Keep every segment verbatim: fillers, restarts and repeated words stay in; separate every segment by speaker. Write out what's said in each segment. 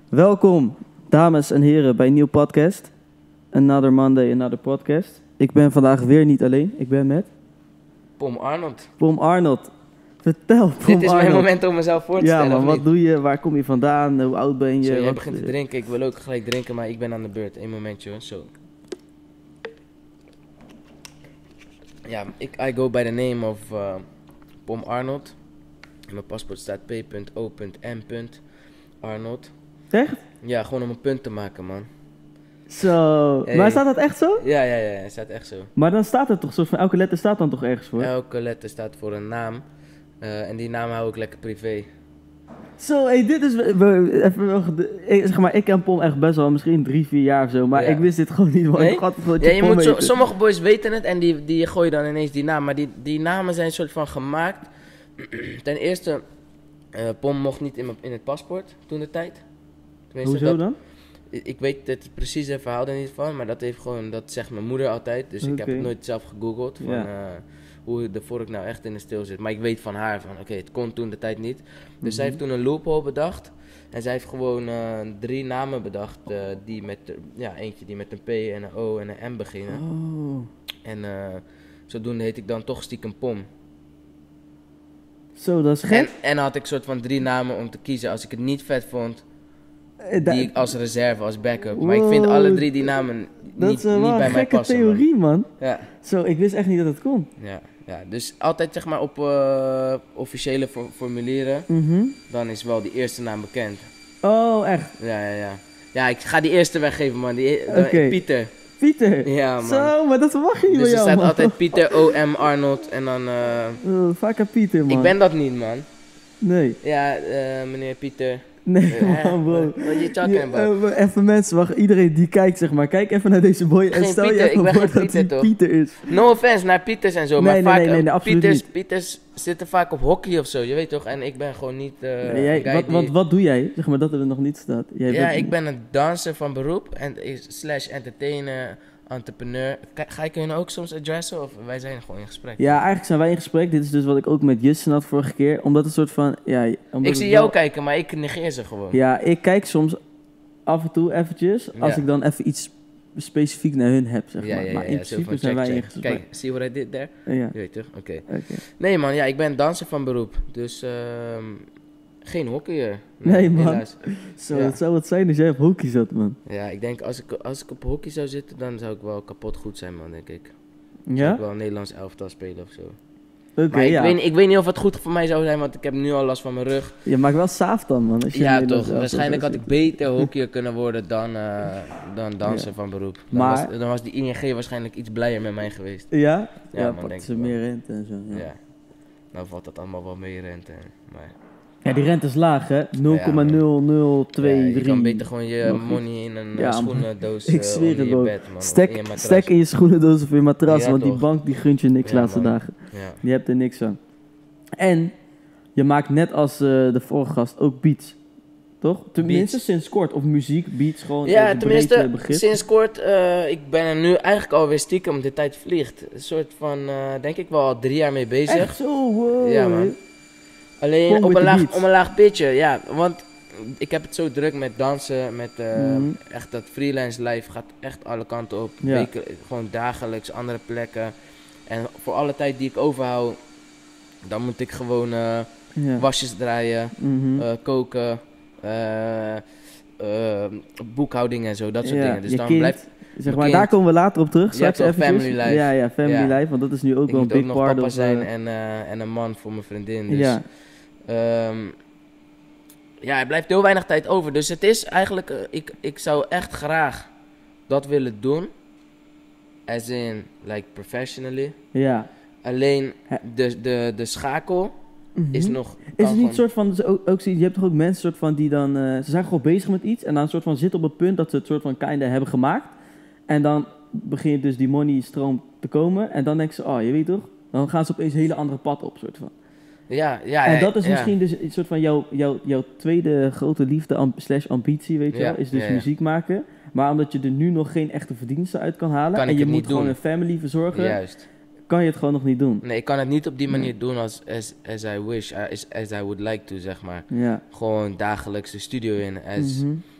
Speaker 1: Welkom, dames en heren, bij een nieuw podcast. Another Monday, another podcast. Ik ben vandaag weer niet alleen. Ik ben met...
Speaker 2: Pom Arnold.
Speaker 1: Pom Arnold. Vertel, Pom
Speaker 2: Dit is
Speaker 1: Arnold.
Speaker 2: mijn moment om mezelf voor te
Speaker 1: ja,
Speaker 2: stellen.
Speaker 1: Ja,
Speaker 2: of
Speaker 1: wat
Speaker 2: niet?
Speaker 1: doe je? Waar kom je vandaan? Hoe oud ben je?
Speaker 2: Zo, jij
Speaker 1: wat...
Speaker 2: begint te drinken. Ik wil ook gelijk drinken, maar ik ben aan de beurt. Eén momentje hoor. Zo. Ja, ik, I go by the name of uh, Pom Arnold. In mijn paspoort staat P O M Arnold.
Speaker 1: Echt?
Speaker 2: Ja, gewoon om een punt te maken, man.
Speaker 1: Zo.
Speaker 2: Hey.
Speaker 1: Maar staat dat echt zo?
Speaker 2: Ja, ja, ja, het staat echt zo.
Speaker 1: Maar dan staat er toch, soort van elke letter staat dan toch ergens voor?
Speaker 2: Elke letter staat voor een naam. Uh, en die naam hou ik lekker privé.
Speaker 1: Zo, hey, dit is... we- we- even, wel ged- ik, zeg maar, ik ken Pom echt best wel, misschien drie, vier jaar of zo. Maar
Speaker 2: Ja.
Speaker 1: ik wist dit gewoon niet. Want
Speaker 2: Nee?
Speaker 1: ik had het
Speaker 2: Ja, je moet zo,
Speaker 1: zo,
Speaker 2: sommige boys weten het en die, die gooien dan ineens die naam. Maar die, die namen zijn soort van gemaakt. Ten eerste, uh, Pom mocht niet in, mijn- in het paspoort toen de tijd. Tenminste,
Speaker 1: Hoezo
Speaker 2: dat,
Speaker 1: dan?
Speaker 2: Ik ik weet het precieze verhaal er niet van, maar dat heeft gewoon, dat zegt mijn moeder altijd. Dus ik heb
Speaker 1: Oké.
Speaker 2: het nooit zelf gegoogeld van
Speaker 1: Ja.
Speaker 2: uh, hoe de vork nou echt in de steel zit. Maar ik weet van haar van, oké, het kon toen de tijd niet. Dus zij heeft toen een loophole bedacht. En zij heeft gewoon uh, drie namen bedacht, uh, die met, de- ja, eentje die met een P en een O en een M beginnen.
Speaker 1: Oh.
Speaker 2: En uh, zodoende heet ik dan toch stiekem Pom.
Speaker 1: Zo, dat is
Speaker 2: En,
Speaker 1: gek.
Speaker 2: en had ik soort van drie namen om te kiezen. Als ik het niet vet vond,
Speaker 1: Eh, da-
Speaker 2: die ik als reserve, als backup. Maar ik vind alle drie die namen
Speaker 1: dat
Speaker 2: niet,
Speaker 1: is uh,
Speaker 2: niet
Speaker 1: wel
Speaker 2: bij
Speaker 1: een
Speaker 2: mij
Speaker 1: gekke
Speaker 2: passen.
Speaker 1: theorie, man.
Speaker 2: Man. Ja,
Speaker 1: Zo, ik wist echt niet dat het kon.
Speaker 2: ja, ja. Dus altijd zeg maar op uh, officiële for- formulieren,
Speaker 1: Mhm.
Speaker 2: dan is wel die eerste naam bekend.
Speaker 1: Oh, echt?
Speaker 2: Ja, ja, ja. Ja, ik ga die eerste weggeven, man. Die, e-
Speaker 1: Oké.
Speaker 2: de- Pieter.
Speaker 1: Pieter.
Speaker 2: Ja, man.
Speaker 1: Zo, maar dat verwacht je niet
Speaker 2: Dus
Speaker 1: van
Speaker 2: er
Speaker 1: jou,
Speaker 2: staat
Speaker 1: man.
Speaker 2: altijd Pieter O M Arnold en dan... Uh,
Speaker 1: Oh, vaak aan Pieter, man.
Speaker 2: ik ben dat niet, man.
Speaker 1: Nee.
Speaker 2: Ja, uh, meneer Pieter.
Speaker 1: Nee,
Speaker 2: Uh,
Speaker 1: man, bro.
Speaker 2: What are you talking
Speaker 1: Je-
Speaker 2: about?
Speaker 1: eh, even mensen, wacht. Iedereen die kijkt, zeg maar. Kijk even naar deze boy en
Speaker 2: Geen
Speaker 1: stel je
Speaker 2: Pieter,
Speaker 1: even
Speaker 2: ik ben
Speaker 1: voor
Speaker 2: geen
Speaker 1: dat
Speaker 2: Pieter,
Speaker 1: hij
Speaker 2: toch?
Speaker 1: Pieter is.
Speaker 2: No offense naar Pieters en zo,
Speaker 1: Nee,
Speaker 2: maar
Speaker 1: nee,
Speaker 2: vaak
Speaker 1: nee, nee,
Speaker 2: uh,
Speaker 1: nee, absoluut
Speaker 2: Pieters,
Speaker 1: niet.
Speaker 2: Pieters zitten vaak op hockey of zo, je weet toch? En ik ben gewoon niet uh,
Speaker 1: Nee, jij-
Speaker 2: een guy
Speaker 1: wat,
Speaker 2: die...
Speaker 1: wat, wat doe jij? Zeg maar dat er nog niet staat. Jij
Speaker 2: ja,
Speaker 1: bent-
Speaker 2: ik ben een danser van beroep en is- slash entertainer, entrepreneur. Ka- Ga ik hun ook soms adressen of wij zijn gewoon in gesprek?
Speaker 1: Ja, eigenlijk zijn wij in gesprek. Dit is dus wat ik ook met Jussen had vorige keer. Omdat het soort van... Ja, omdat
Speaker 2: Ik zie
Speaker 1: het
Speaker 2: jou
Speaker 1: wel-
Speaker 2: kijken, maar ik negeer ze gewoon.
Speaker 1: Ja, ik kijk soms af en toe eventjes. Als
Speaker 2: Ja.
Speaker 1: ik dan even iets specifiek naar hun heb, zeg
Speaker 2: ja,
Speaker 1: maar.
Speaker 2: ja,
Speaker 1: maar
Speaker 2: ja,
Speaker 1: in
Speaker 2: ja, zo
Speaker 1: principe
Speaker 2: van
Speaker 1: zijn
Speaker 2: check,
Speaker 1: wij in
Speaker 2: check.
Speaker 1: gesprek.
Speaker 2: Kijk, see what I did there?
Speaker 1: Ja,
Speaker 2: Je weet toch? Oké.
Speaker 1: oké.
Speaker 2: Nee man, ja, ik ben danser van beroep, dus ehm geen hockeyer.
Speaker 1: Nee, man.
Speaker 2: helaas.
Speaker 1: Zo,
Speaker 2: Ja.
Speaker 1: het zou wat zijn als jij op hockey zat, man.
Speaker 2: Ja, ik denk als ik, als ik op hockey zou zitten, dan zou ik wel kapot goed zijn, man, denk ik. Zou
Speaker 1: Ja?
Speaker 2: ik wel een Nederlands elftal spelen of zo.
Speaker 1: Oké,
Speaker 2: Maar ik,
Speaker 1: ja.
Speaker 2: weet, ik weet niet of het goed voor mij zou zijn, want ik heb nu al last van mijn rug.
Speaker 1: Je maakt wel saaf dan, man. Als je
Speaker 2: Ja,
Speaker 1: in
Speaker 2: toch.
Speaker 1: Nederland
Speaker 2: Waarschijnlijk had
Speaker 1: zelf
Speaker 2: ik beter hockeyer kunnen worden dan, uh, dan danser
Speaker 1: Ja.
Speaker 2: van beroep. Dan,
Speaker 1: Maar-
Speaker 2: was, dan was die I N G waarschijnlijk iets blijer met mij geweest.
Speaker 1: Ja? Ja,
Speaker 2: Ja, man,
Speaker 1: pakten
Speaker 2: denk
Speaker 1: ze
Speaker 2: ik wel.
Speaker 1: meer rente en zo.
Speaker 2: Ja.
Speaker 1: Ja,
Speaker 2: Nou valt dat allemaal wel mee rente. Maar
Speaker 1: ja die rente is laag, hè? nul komma nul nul twee
Speaker 2: ja, je
Speaker 1: drie.
Speaker 2: kan beter gewoon je
Speaker 1: Nog
Speaker 2: money in een
Speaker 1: Ja,
Speaker 2: uh,
Speaker 1: man.
Speaker 2: schoenendoos
Speaker 1: Ik
Speaker 2: uh,
Speaker 1: zweer
Speaker 2: onder
Speaker 1: het,
Speaker 2: je
Speaker 1: bro.
Speaker 2: bed, man. of in je
Speaker 1: Stek,
Speaker 2: matras.
Speaker 1: stek in je schoenendoos of in je matras,
Speaker 2: Ja,
Speaker 1: want die
Speaker 2: toch.
Speaker 1: bank die gunt je niks de
Speaker 2: Ja,
Speaker 1: laatste
Speaker 2: man.
Speaker 1: dagen.
Speaker 2: Ja.
Speaker 1: Je hebt er niks aan. En je maakt net als eh, de vorige gast ook beats. Toch? Tenminste
Speaker 2: Beats.
Speaker 1: sinds kort. Of muziek, beats, gewoon
Speaker 2: Ja,
Speaker 1: even
Speaker 2: tenminste,
Speaker 1: breed, eh, begrip.
Speaker 2: sinds kort, uh, ik ben er nu eigenlijk alweer stiekem, de tijd vliegt. Een soort van, uh, denk ik wel al drie jaar mee bezig.
Speaker 1: Echt zo, wow.
Speaker 2: Ja, man. Alleen
Speaker 1: Kom
Speaker 2: op
Speaker 1: with
Speaker 2: een,
Speaker 1: the
Speaker 2: laag,
Speaker 1: beats.
Speaker 2: op een laag pitje, ja. Want ik heb het zo druk met dansen, met uh,
Speaker 1: Mhm.
Speaker 2: echt dat freelance life gaat echt alle kanten op.
Speaker 1: Ja.
Speaker 2: Weken, gewoon dagelijks, andere plekken. En voor alle tijd die ik overhoud, dan moet ik gewoon uh,
Speaker 1: Ja.
Speaker 2: wasjes draaien,
Speaker 1: Mhm.
Speaker 2: uh, koken, uh, uh, boekhouding en zo, dat soort
Speaker 1: Ja,
Speaker 2: dingen. Dus
Speaker 1: je
Speaker 2: dan
Speaker 1: kind,
Speaker 2: blijft,
Speaker 1: zeg maar,
Speaker 2: kind.
Speaker 1: daar komen we later op terug.
Speaker 2: Ja,
Speaker 1: Straks
Speaker 2: toch,
Speaker 1: eventjes.
Speaker 2: family life.
Speaker 1: Ja, ja, family
Speaker 2: Ja.
Speaker 1: life. Want dat is nu ook
Speaker 2: ik
Speaker 1: wel een
Speaker 2: moet ook
Speaker 1: big
Speaker 2: nog
Speaker 1: part
Speaker 2: papa
Speaker 1: of...
Speaker 2: zijn
Speaker 1: eh,
Speaker 2: en, uh, en een man voor mijn vriendin. Dus
Speaker 1: ja.
Speaker 2: Ehm, ja, er blijft heel weinig tijd over. Dus het is eigenlijk, uh, ik, ik zou echt graag dat willen doen. As in, like professionally.
Speaker 1: Ja.
Speaker 2: Alleen
Speaker 1: Hè.
Speaker 2: de, de, de schakel is
Speaker 1: Mhm.
Speaker 2: nog...
Speaker 1: Is
Speaker 2: kan
Speaker 1: het niet
Speaker 2: gewoon-
Speaker 1: een soort van, dus ook, ook, zie je je hebt toch ook mensen soort van die dan, eh, ze zijn gewoon bezig met iets en dan een soort van zitten op het punt dat ze het soort van kinda hebben gemaakt. En dan begint dus die money stroom te komen en dan denken ze, oh je weet toch, dan gaan ze opeens een hele andere pad op soort van.
Speaker 2: Ja, ja,
Speaker 1: en
Speaker 2: ja,
Speaker 1: dat is
Speaker 2: ja.
Speaker 1: misschien dus een soort van jouw, jouw, jouw tweede grote liefde amb- slash ambitie, weet je
Speaker 2: Ja,
Speaker 1: wel, is dus
Speaker 2: ja, ja.
Speaker 1: muziek maken. Maar omdat je er nu nog geen echte verdiensten uit kan halen
Speaker 2: Kan
Speaker 1: en
Speaker 2: ik
Speaker 1: je
Speaker 2: het
Speaker 1: moet
Speaker 2: niet
Speaker 1: gewoon
Speaker 2: doen.
Speaker 1: een family verzorgen,
Speaker 2: Juist.
Speaker 1: kan je het gewoon nog niet doen.
Speaker 2: Nee, ik kan het niet op die
Speaker 1: Nee.
Speaker 2: manier doen als as, as I wish, uh, as, as I would like to, zeg maar.
Speaker 1: Ja.
Speaker 2: Gewoon dagelijks de studio in, as,
Speaker 1: Mhm.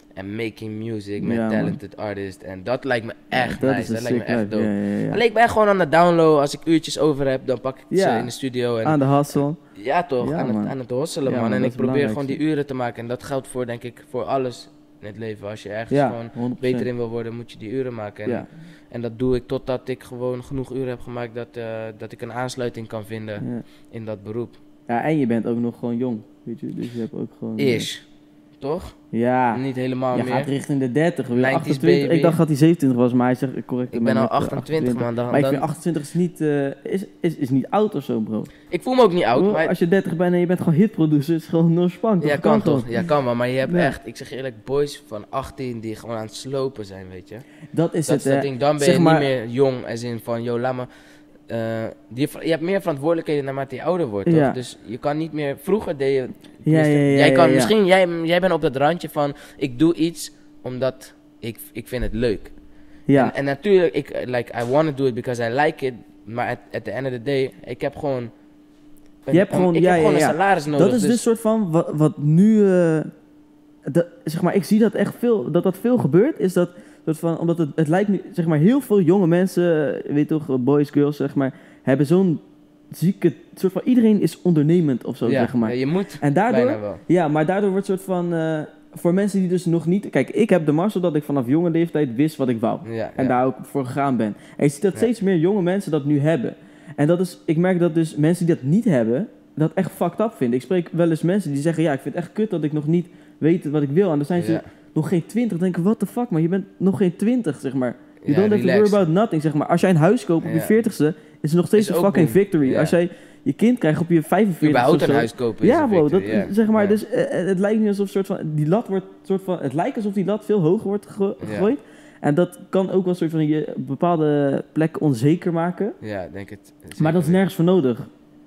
Speaker 2: en making music met
Speaker 1: Ja, man.
Speaker 2: talented artists. En dat lijkt me echt
Speaker 1: Ja, dat
Speaker 2: nice,
Speaker 1: is een
Speaker 2: dat lijkt me
Speaker 1: sick
Speaker 2: echt
Speaker 1: life.
Speaker 2: dope.
Speaker 1: Ja, ja, ja.
Speaker 2: Alleen ik ben gewoon aan de download, als ik uurtjes over heb, dan pak ik
Speaker 1: Ja.
Speaker 2: ze in de studio. En
Speaker 1: Aan de hustle.
Speaker 2: ja toch,
Speaker 1: Ja,
Speaker 2: aan,
Speaker 1: man.
Speaker 2: het, aan het hosselen
Speaker 1: Ja,
Speaker 2: man.
Speaker 1: man,
Speaker 2: En
Speaker 1: dat
Speaker 2: ik
Speaker 1: is
Speaker 2: probeer gewoon die
Speaker 1: belangrijk.
Speaker 2: uren te maken. En dat geldt voor, denk ik, voor alles in het leven. Als je ergens
Speaker 1: Ja,
Speaker 2: gewoon
Speaker 1: honderd
Speaker 2: beter
Speaker 1: procent.
Speaker 2: in wil worden, moet je die uren maken. En,
Speaker 1: Ja.
Speaker 2: en dat doe ik totdat ik gewoon genoeg uren heb gemaakt dat, eh, dat ik een aansluiting kan vinden
Speaker 1: Ja.
Speaker 2: in dat beroep.
Speaker 1: Ja, en je bent ook nog gewoon jong, weet je. Dus je hebt ook gewoon... eh,
Speaker 2: Is, toch?
Speaker 1: Ja.
Speaker 2: Niet helemaal
Speaker 1: Je
Speaker 2: meer.
Speaker 1: gaat richting de dertig. weer.
Speaker 2: nineties
Speaker 1: achtentwintig.
Speaker 2: baby.
Speaker 1: Ik dacht dat hij zevenentwintig was, maar hij zegt correct.
Speaker 2: Ik ben al achtentwintig man. Dan,
Speaker 1: Maar ik
Speaker 2: dan-
Speaker 1: vind achtentwintig is niet, eh, is, is, is niet oud of zo, bro.
Speaker 2: ik voel me ook niet oud,
Speaker 1: Bro,
Speaker 2: maar
Speaker 1: als je dertig bent en je bent gewoon hitproducer, is het gewoon no spank.
Speaker 2: ja,
Speaker 1: Dat
Speaker 2: kan
Speaker 1: gewoon.
Speaker 2: toch? Ja, kan wel. Maar je hebt
Speaker 1: Ja.
Speaker 2: echt, ik zeg je eerlijk, boys van achttien die gewoon aan het slopen zijn, weet je.
Speaker 1: Dat is
Speaker 2: Dat
Speaker 1: het,
Speaker 2: is dat
Speaker 1: hè.
Speaker 2: ding. Dan ben
Speaker 1: Zeg
Speaker 2: je
Speaker 1: maar-
Speaker 2: niet meer jong, als in van, yo, laat me... eh, die, je hebt meer verantwoordelijkheden naarmate je ouder wordt,
Speaker 1: Ja.
Speaker 2: toch? Dus je kan niet meer... Vroeger deed je...
Speaker 1: Ja, ja, ja,
Speaker 2: jij kan
Speaker 1: ja, ja.
Speaker 2: misschien... Jij, jij bent op dat randje van... Ik doe iets omdat ik, ik vind het leuk.
Speaker 1: Ja,
Speaker 2: En, en natuurlijk, ik, like, I want to do it because I like it. Maar at, at the end of the day, ik heb gewoon... een-
Speaker 1: Je hebt gewoon-
Speaker 2: ik
Speaker 1: ja,
Speaker 2: heb
Speaker 1: ja,
Speaker 2: gewoon
Speaker 1: ja.
Speaker 2: een salaris nodig.
Speaker 1: dat is dus soort van wat, wat nu, eh, dat, zeg maar, ik zie dat echt veel, dat dat veel gebeurt, is dat, soort van, omdat het, het lijkt nu, zeg maar, heel veel jonge mensen, eh, weet je toch, boys, girls, zeg maar, hebben zo'n zieke, soort van, iedereen is ondernemend of zo,
Speaker 2: ja,
Speaker 1: zeg maar.
Speaker 2: ja, je moet
Speaker 1: En daardoor,
Speaker 2: bijna wel.
Speaker 1: ja, maar daardoor wordt soort van, eh, voor mensen die dus nog niet, kijk, ik heb de mazzel dat ik vanaf jonge leeftijd wist wat ik wou.
Speaker 2: Ja,
Speaker 1: En
Speaker 2: ja.
Speaker 1: daar ook voor gegaan ben. En je ziet dat
Speaker 2: Ja.
Speaker 1: steeds meer jonge mensen dat nu hebben. En dat is, ik merk dat dus mensen die dat niet hebben, dat echt fucked up vinden. Ik spreek wel eens mensen die zeggen, ja, ik vind het echt kut dat ik nog niet weet wat ik wil. En dan zijn ze
Speaker 2: Ja.
Speaker 1: nog geen twintig. Denken, what the fuck, maar je bent nog geen twintig, zeg maar. You
Speaker 2: Ja,
Speaker 1: don't have to
Speaker 2: relax.
Speaker 1: worry about nothing, zeg maar. Als jij een huis koopt op je
Speaker 2: Ja.
Speaker 1: veertigste, is het nog steeds
Speaker 2: Is
Speaker 1: een
Speaker 2: ook
Speaker 1: fucking
Speaker 2: boom.
Speaker 1: victory.
Speaker 2: Ja.
Speaker 1: Als jij je kind krijgt op je vijfenveertigste
Speaker 2: Überhaupt
Speaker 1: of
Speaker 2: een
Speaker 1: zo.
Speaker 2: huis kopen is
Speaker 1: Ja,
Speaker 2: een
Speaker 1: bro, dat,
Speaker 2: victory, ja.
Speaker 1: zeg maar,
Speaker 2: Ja.
Speaker 1: dus eh, het lijkt nu alsof soort van, die lat wordt, soort van, het lijkt alsof die lat veel hoger wordt gegoo-
Speaker 2: Ja.
Speaker 1: gegooid. En dat kan ook wel soort van je bepaalde plekken onzeker maken.
Speaker 2: Ja, denk het.
Speaker 1: Maar dat is nergens voor nodig.